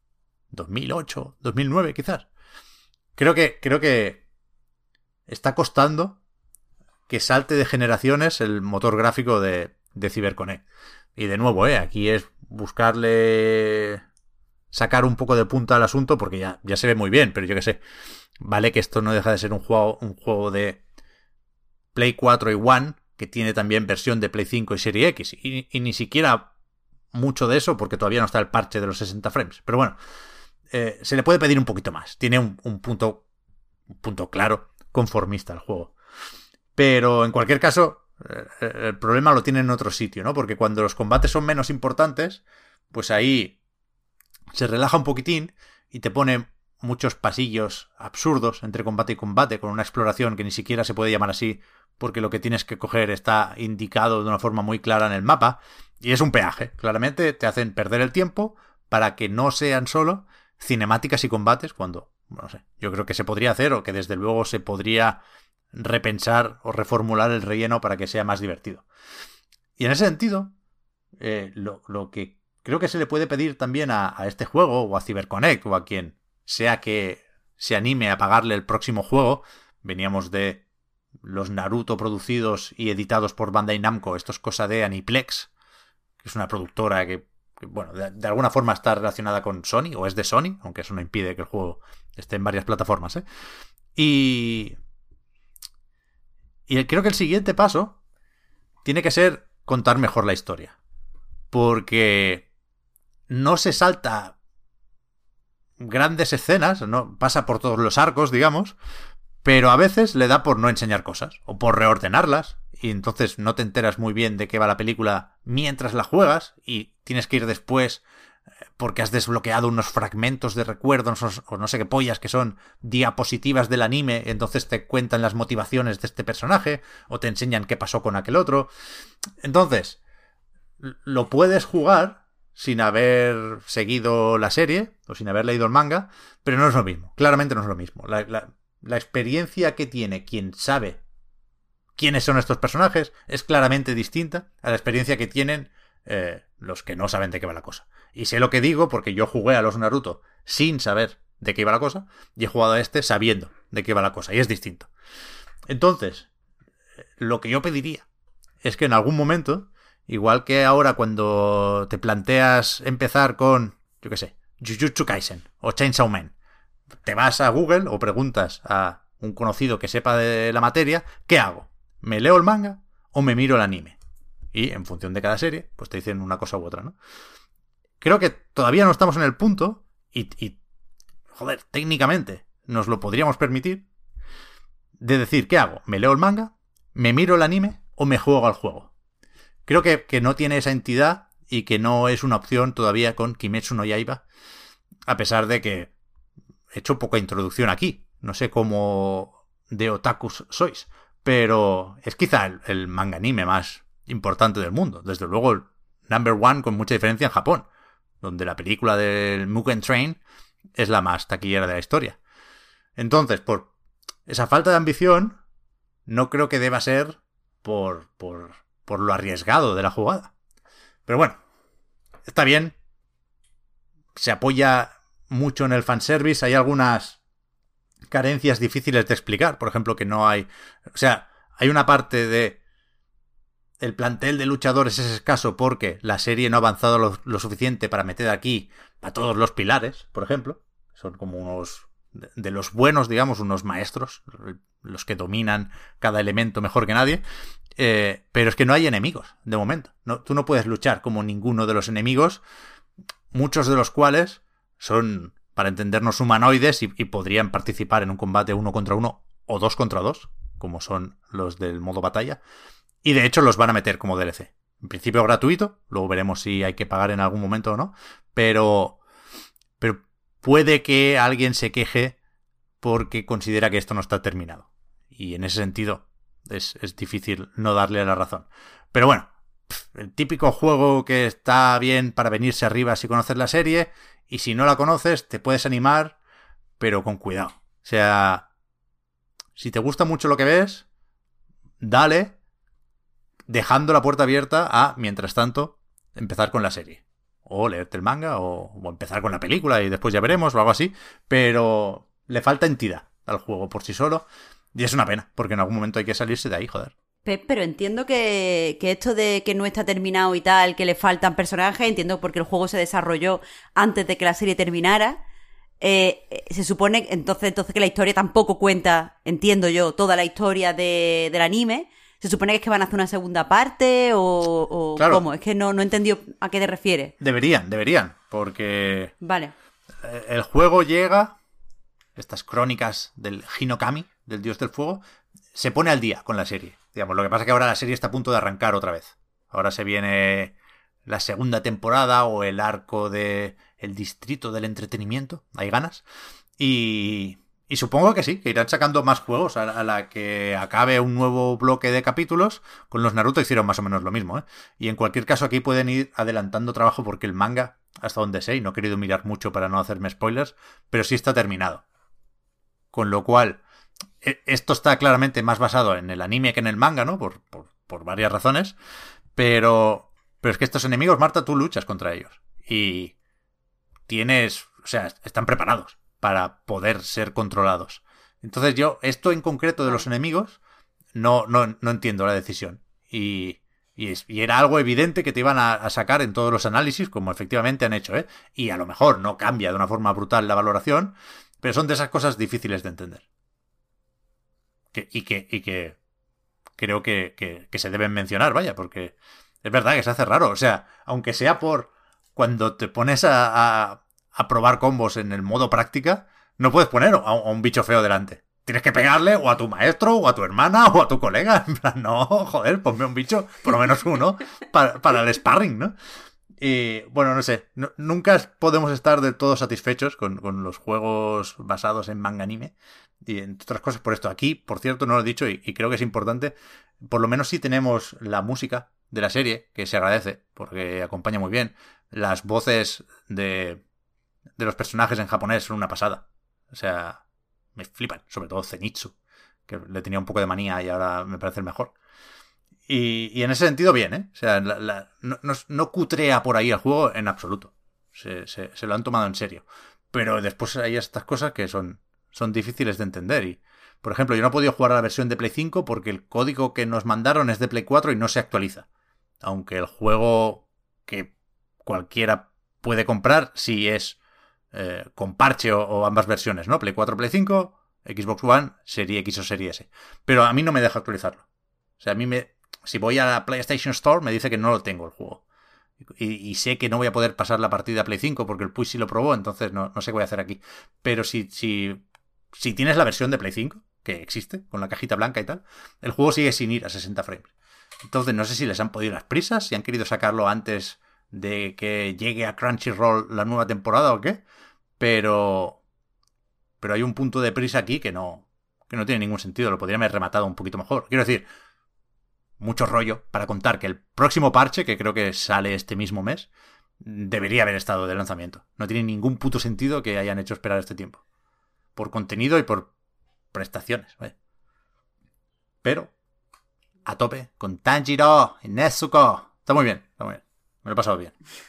2008, 2009 quizás. Creo que está costando que salte de generaciones el motor gráfico de CyberConnect. Y de nuevo, aquí es buscarle sacar un poco de punta al asunto porque ya se ve muy bien, pero yo qué sé. Vale que esto no deja de ser un juego de Play 4 y One, que tiene también versión de Play 5 y Serie X. Y ni siquiera mucho de eso porque todavía no está el parche de los 60 frames. Pero bueno, se le puede pedir un poquito más. Tiene un punto claro, conformista el juego. Pero en cualquier caso, el problema lo tiene en otro sitio, ¿no? Porque cuando los combates son menos importantes, pues ahí se relaja un poquitín y te pone muchos pasillos absurdos entre combate y combate, con una exploración que ni siquiera se puede llamar así, porque lo que tienes que coger está indicado de una forma muy clara en el mapa, y es un peaje. Claramente te hacen perder el tiempo para que no sean solo cinemáticas y combates, cuando, no sé, yo creo que se podría hacer, o que desde luego se podría repensar o reformular el relleno para que sea más divertido. Y en ese sentido, lo que creo que se le puede pedir también a este juego, o a CyberConnect, o a quien sea que se anime a pagarle el próximo juego. Veníamos de los Naruto producidos y editados por Bandai Namco. Esto es cosa de Aniplex, que es una productora que bueno, de alguna forma está relacionada con Sony, o es de Sony, aunque eso no impide que el juego esté en varias plataformas, Y creo que el siguiente paso tiene que ser contar mejor la historia. Porque no se salta grandes escenas, no pasa por todos los arcos, digamos, pero a veces le da por no enseñar cosas, o por reordenarlas, y entonces no te enteras muy bien de qué va la película mientras la juegas, y tienes que ir después porque has desbloqueado unos fragmentos de recuerdos o no sé qué pollas que son diapositivas del anime, entonces te cuentan las motivaciones de este personaje, o te enseñan qué pasó con aquel otro. Entonces, lo puedes jugar sin haber seguido la serie o sin haber leído el manga, pero no es lo mismo. Claramente no es lo mismo. La experiencia que tiene quien sabe quiénes son estos personajes es claramente distinta a la experiencia que tienen los que no saben de qué va la cosa. Y sé lo que digo porque yo jugué a los Naruto sin saber de qué iba la cosa y he jugado a este sabiendo de qué va la cosa, y es distinto. Entonces, lo que yo pediría es que en algún momento, igual que ahora cuando te planteas empezar con, yo qué sé, Jujutsu Kaisen o Chainsaw Man, te vas a Google o preguntas a un conocido que sepa de la materia, ¿qué hago? ¿Me leo el manga o me miro el anime? Y en función de cada serie, pues te dicen una cosa u otra, ¿no? Creo que todavía no estamos en el punto y joder, técnicamente nos lo podríamos permitir de decir, ¿qué hago? ¿Me leo el manga? ¿Me miro el anime? ¿O me juego al juego? Creo que no tiene esa entidad y que no es una opción todavía con Kimetsu no Yaiba, a pesar de que he hecho poca introducción aquí. No sé cómo de otakus sois, pero es quizá el manga anime más importante del mundo. Desde luego el number one con mucha diferencia en Japón, donde la película del Mugen Train es la más taquillera de la historia. Entonces, por esa falta de ambición, no creo que deba ser por lo arriesgado de la jugada. Pero bueno, está bien. Se apoya mucho en el fanservice. Hay algunas carencias difíciles de explicar. Por ejemplo, que no hay... O sea, hay una parte de... El plantel de luchadores es escaso porque la serie no ha avanzado lo suficiente para meter aquí a todos los pilares, por ejemplo. Son como unos... de los buenos, digamos, unos maestros, los que dominan cada elemento mejor que nadie, pero es que no hay enemigos, de momento. Tú no puedes luchar como ninguno de los enemigos, muchos de los cuales son, para entendernos, humanoides y podrían participar en un combate 1 contra 1 o 2 contra 2, como son los del modo batalla, y de hecho los van a meter como DLC. En principio gratuito, luego veremos si hay que pagar en algún momento o no, pero puede que alguien se queje porque considera que esto no está terminado. Y en ese sentido es difícil no darle la razón. Pero bueno, el típico juego que está bien para venirse arriba si conoces la serie, y si no la conoces te puedes animar, pero con cuidado. O sea, si te gusta mucho lo que ves, dale, dejando la puerta abierta a, mientras tanto, empezar con la serie. O leerte el manga, o empezar con la película y después ya veremos, o algo así. Pero le falta entidad al juego por sí solo. Y es una pena, porque en algún momento hay que salirse de ahí, joder. Pero entiendo que esto de que no está terminado y tal, que le faltan personajes, entiendo porque el juego se desarrolló antes de que la serie terminara. Se supone entonces que la historia tampoco cuenta, entiendo yo, toda la historia del anime. ¿Se supone que es que van a hacer una segunda parte o claro. ¿Cómo? Es que no he entendido a qué te refieres. Deberían, porque Vale. El juego llega, estas crónicas del Hinokami, del dios del fuego, se pone al día con la serie. Digamos, lo que pasa es que ahora la serie está a punto de arrancar otra vez. Ahora se viene la segunda temporada o el arco de el distrito del entretenimiento. Hay ganas. Y supongo que sí, que irán sacando más juegos a la que acabe un nuevo bloque de capítulos. Con los Naruto hicieron más o menos lo mismo, ¿eh? Y en cualquier caso aquí pueden ir adelantando trabajo porque el manga, hasta donde sé, y no he querido mirar mucho para no hacerme spoilers, pero sí está terminado. Con lo cual, esto está claramente más basado en el anime que en el manga, ¿no? Por varias razones. Pero es que estos enemigos, Marta, tú luchas contra ellos. Y tienes... O sea, están preparados para poder ser controlados. Entonces yo, esto en concreto de los enemigos, no entiendo la decisión. Y era algo evidente que te iban a sacar en todos los análisis, como efectivamente han hecho, ¿eh? Y a lo mejor no cambia de una forma brutal la valoración, pero son de esas cosas difíciles de entender. Y que creo que se deben mencionar, vaya, porque es verdad que se hace raro. O sea, aunque sea por cuando te pones a probar combos en el modo práctica, no puedes poner a un bicho feo delante. Tienes que pegarle o a tu maestro, o a tu hermana, o a tu colega. En plan, no, joder, ponme un bicho, por lo menos uno, para el sparring, ¿no? Y bueno, no sé, nunca podemos estar del todo satisfechos con los juegos basados en manga anime. Y entre otras cosas por esto. Aquí, por cierto, no lo he dicho y creo que es importante, por lo menos sí tenemos la música de la serie, que se agradece, porque acompaña muy bien. Las voces de los personajes en japonés son una pasada. O sea, me flipan, sobre todo Zenitsu, que le tenía un poco de manía y ahora me parece el mejor. Y en ese sentido, bien, ¿eh? O sea, no cutrea por ahí el juego en absoluto. Se lo han tomado en serio. Pero después hay estas cosas que son difíciles de entender. Y Por ejemplo, yo no he podido jugar a la versión de Play 5 porque el código que nos mandaron es de Play 4 y no se actualiza. Aunque el juego que cualquiera puede comprar si es con parche o ambas versiones, ¿no? Play 4, Play 5, Xbox One, Serie X o Serie S. Pero a mí no me deja actualizarlo. O sea, si voy a la PlayStation Store me dice que no lo tengo el juego. Y sé que no voy a poder pasar la partida a Play 5 porque el Puy sí lo probó, entonces no sé qué voy a hacer aquí. Pero si tienes la versión de Play 5, que existe, con la cajita blanca y tal, el juego sigue sin ir a 60 frames. Entonces no sé si les han podido las prisas, si han querido sacarlo antes de que llegue a Crunchyroll la nueva temporada o qué, pero hay un punto de prisa aquí que no tiene ningún sentido, lo podrían haber rematado un poquito mejor. Quiero decir, mucho rollo para contar que el próximo parche, que creo que sale este mismo mes, debería haber estado de lanzamiento. No tiene ningún puto sentido que hayan hecho esperar este tiempo. Por contenido y por prestaciones, ¿vale? Pero a tope con Tanjiro y Nezuko. Está muy bien. Me lo he pasado bien.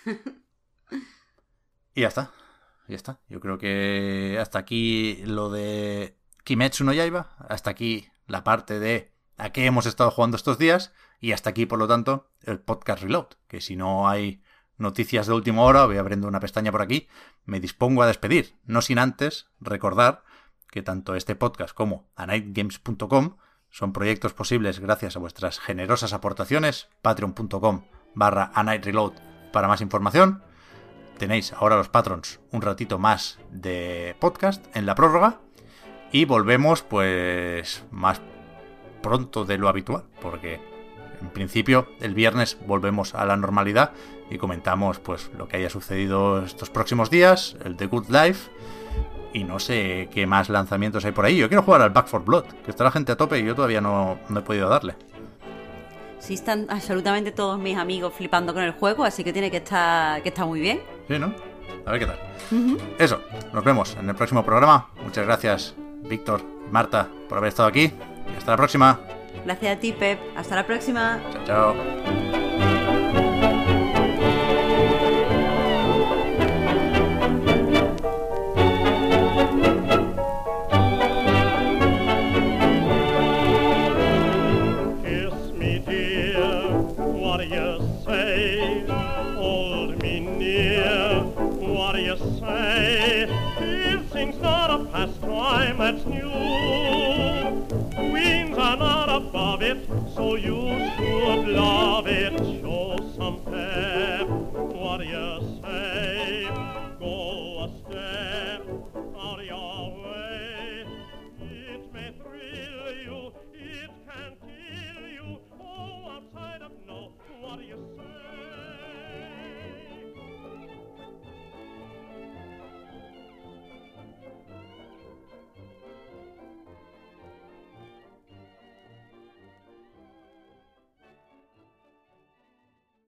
Y ya está. Yo creo que hasta aquí lo de Kimetsu no Yaiba. Hasta aquí la parte de a qué hemos estado jugando estos días. Y hasta aquí, por lo tanto, el podcast Reload. Que si no hay noticias de última hora, voy abriendo una pestaña por aquí, me dispongo a despedir. No sin antes recordar que tanto este podcast como anightgames.com son proyectos posibles gracias a vuestras generosas aportaciones. Patreon.com/anightreload para más información. Tenéis ahora los patrons un ratito más de podcast en la prórroga y volvemos pues más pronto de lo habitual, porque en principio el viernes volvemos a la normalidad y comentamos pues lo que haya sucedido estos próximos días, el The Good Life y no sé qué más lanzamientos hay por ahí. Yo quiero jugar al Back 4 Blood, que está la gente a tope y yo todavía no he podido darle. Sí, están absolutamente todos mis amigos flipando con el juego, así que tiene que estar muy bien. Sí, ¿no? A ver qué tal. Eso, nos vemos en el próximo programa. Muchas gracias, Víctor y Marta, por haber estado aquí. Y hasta la próxima. Gracias a ti, Pep. Hasta la próxima. Chao, chao. That's new. Queens are not above it, so you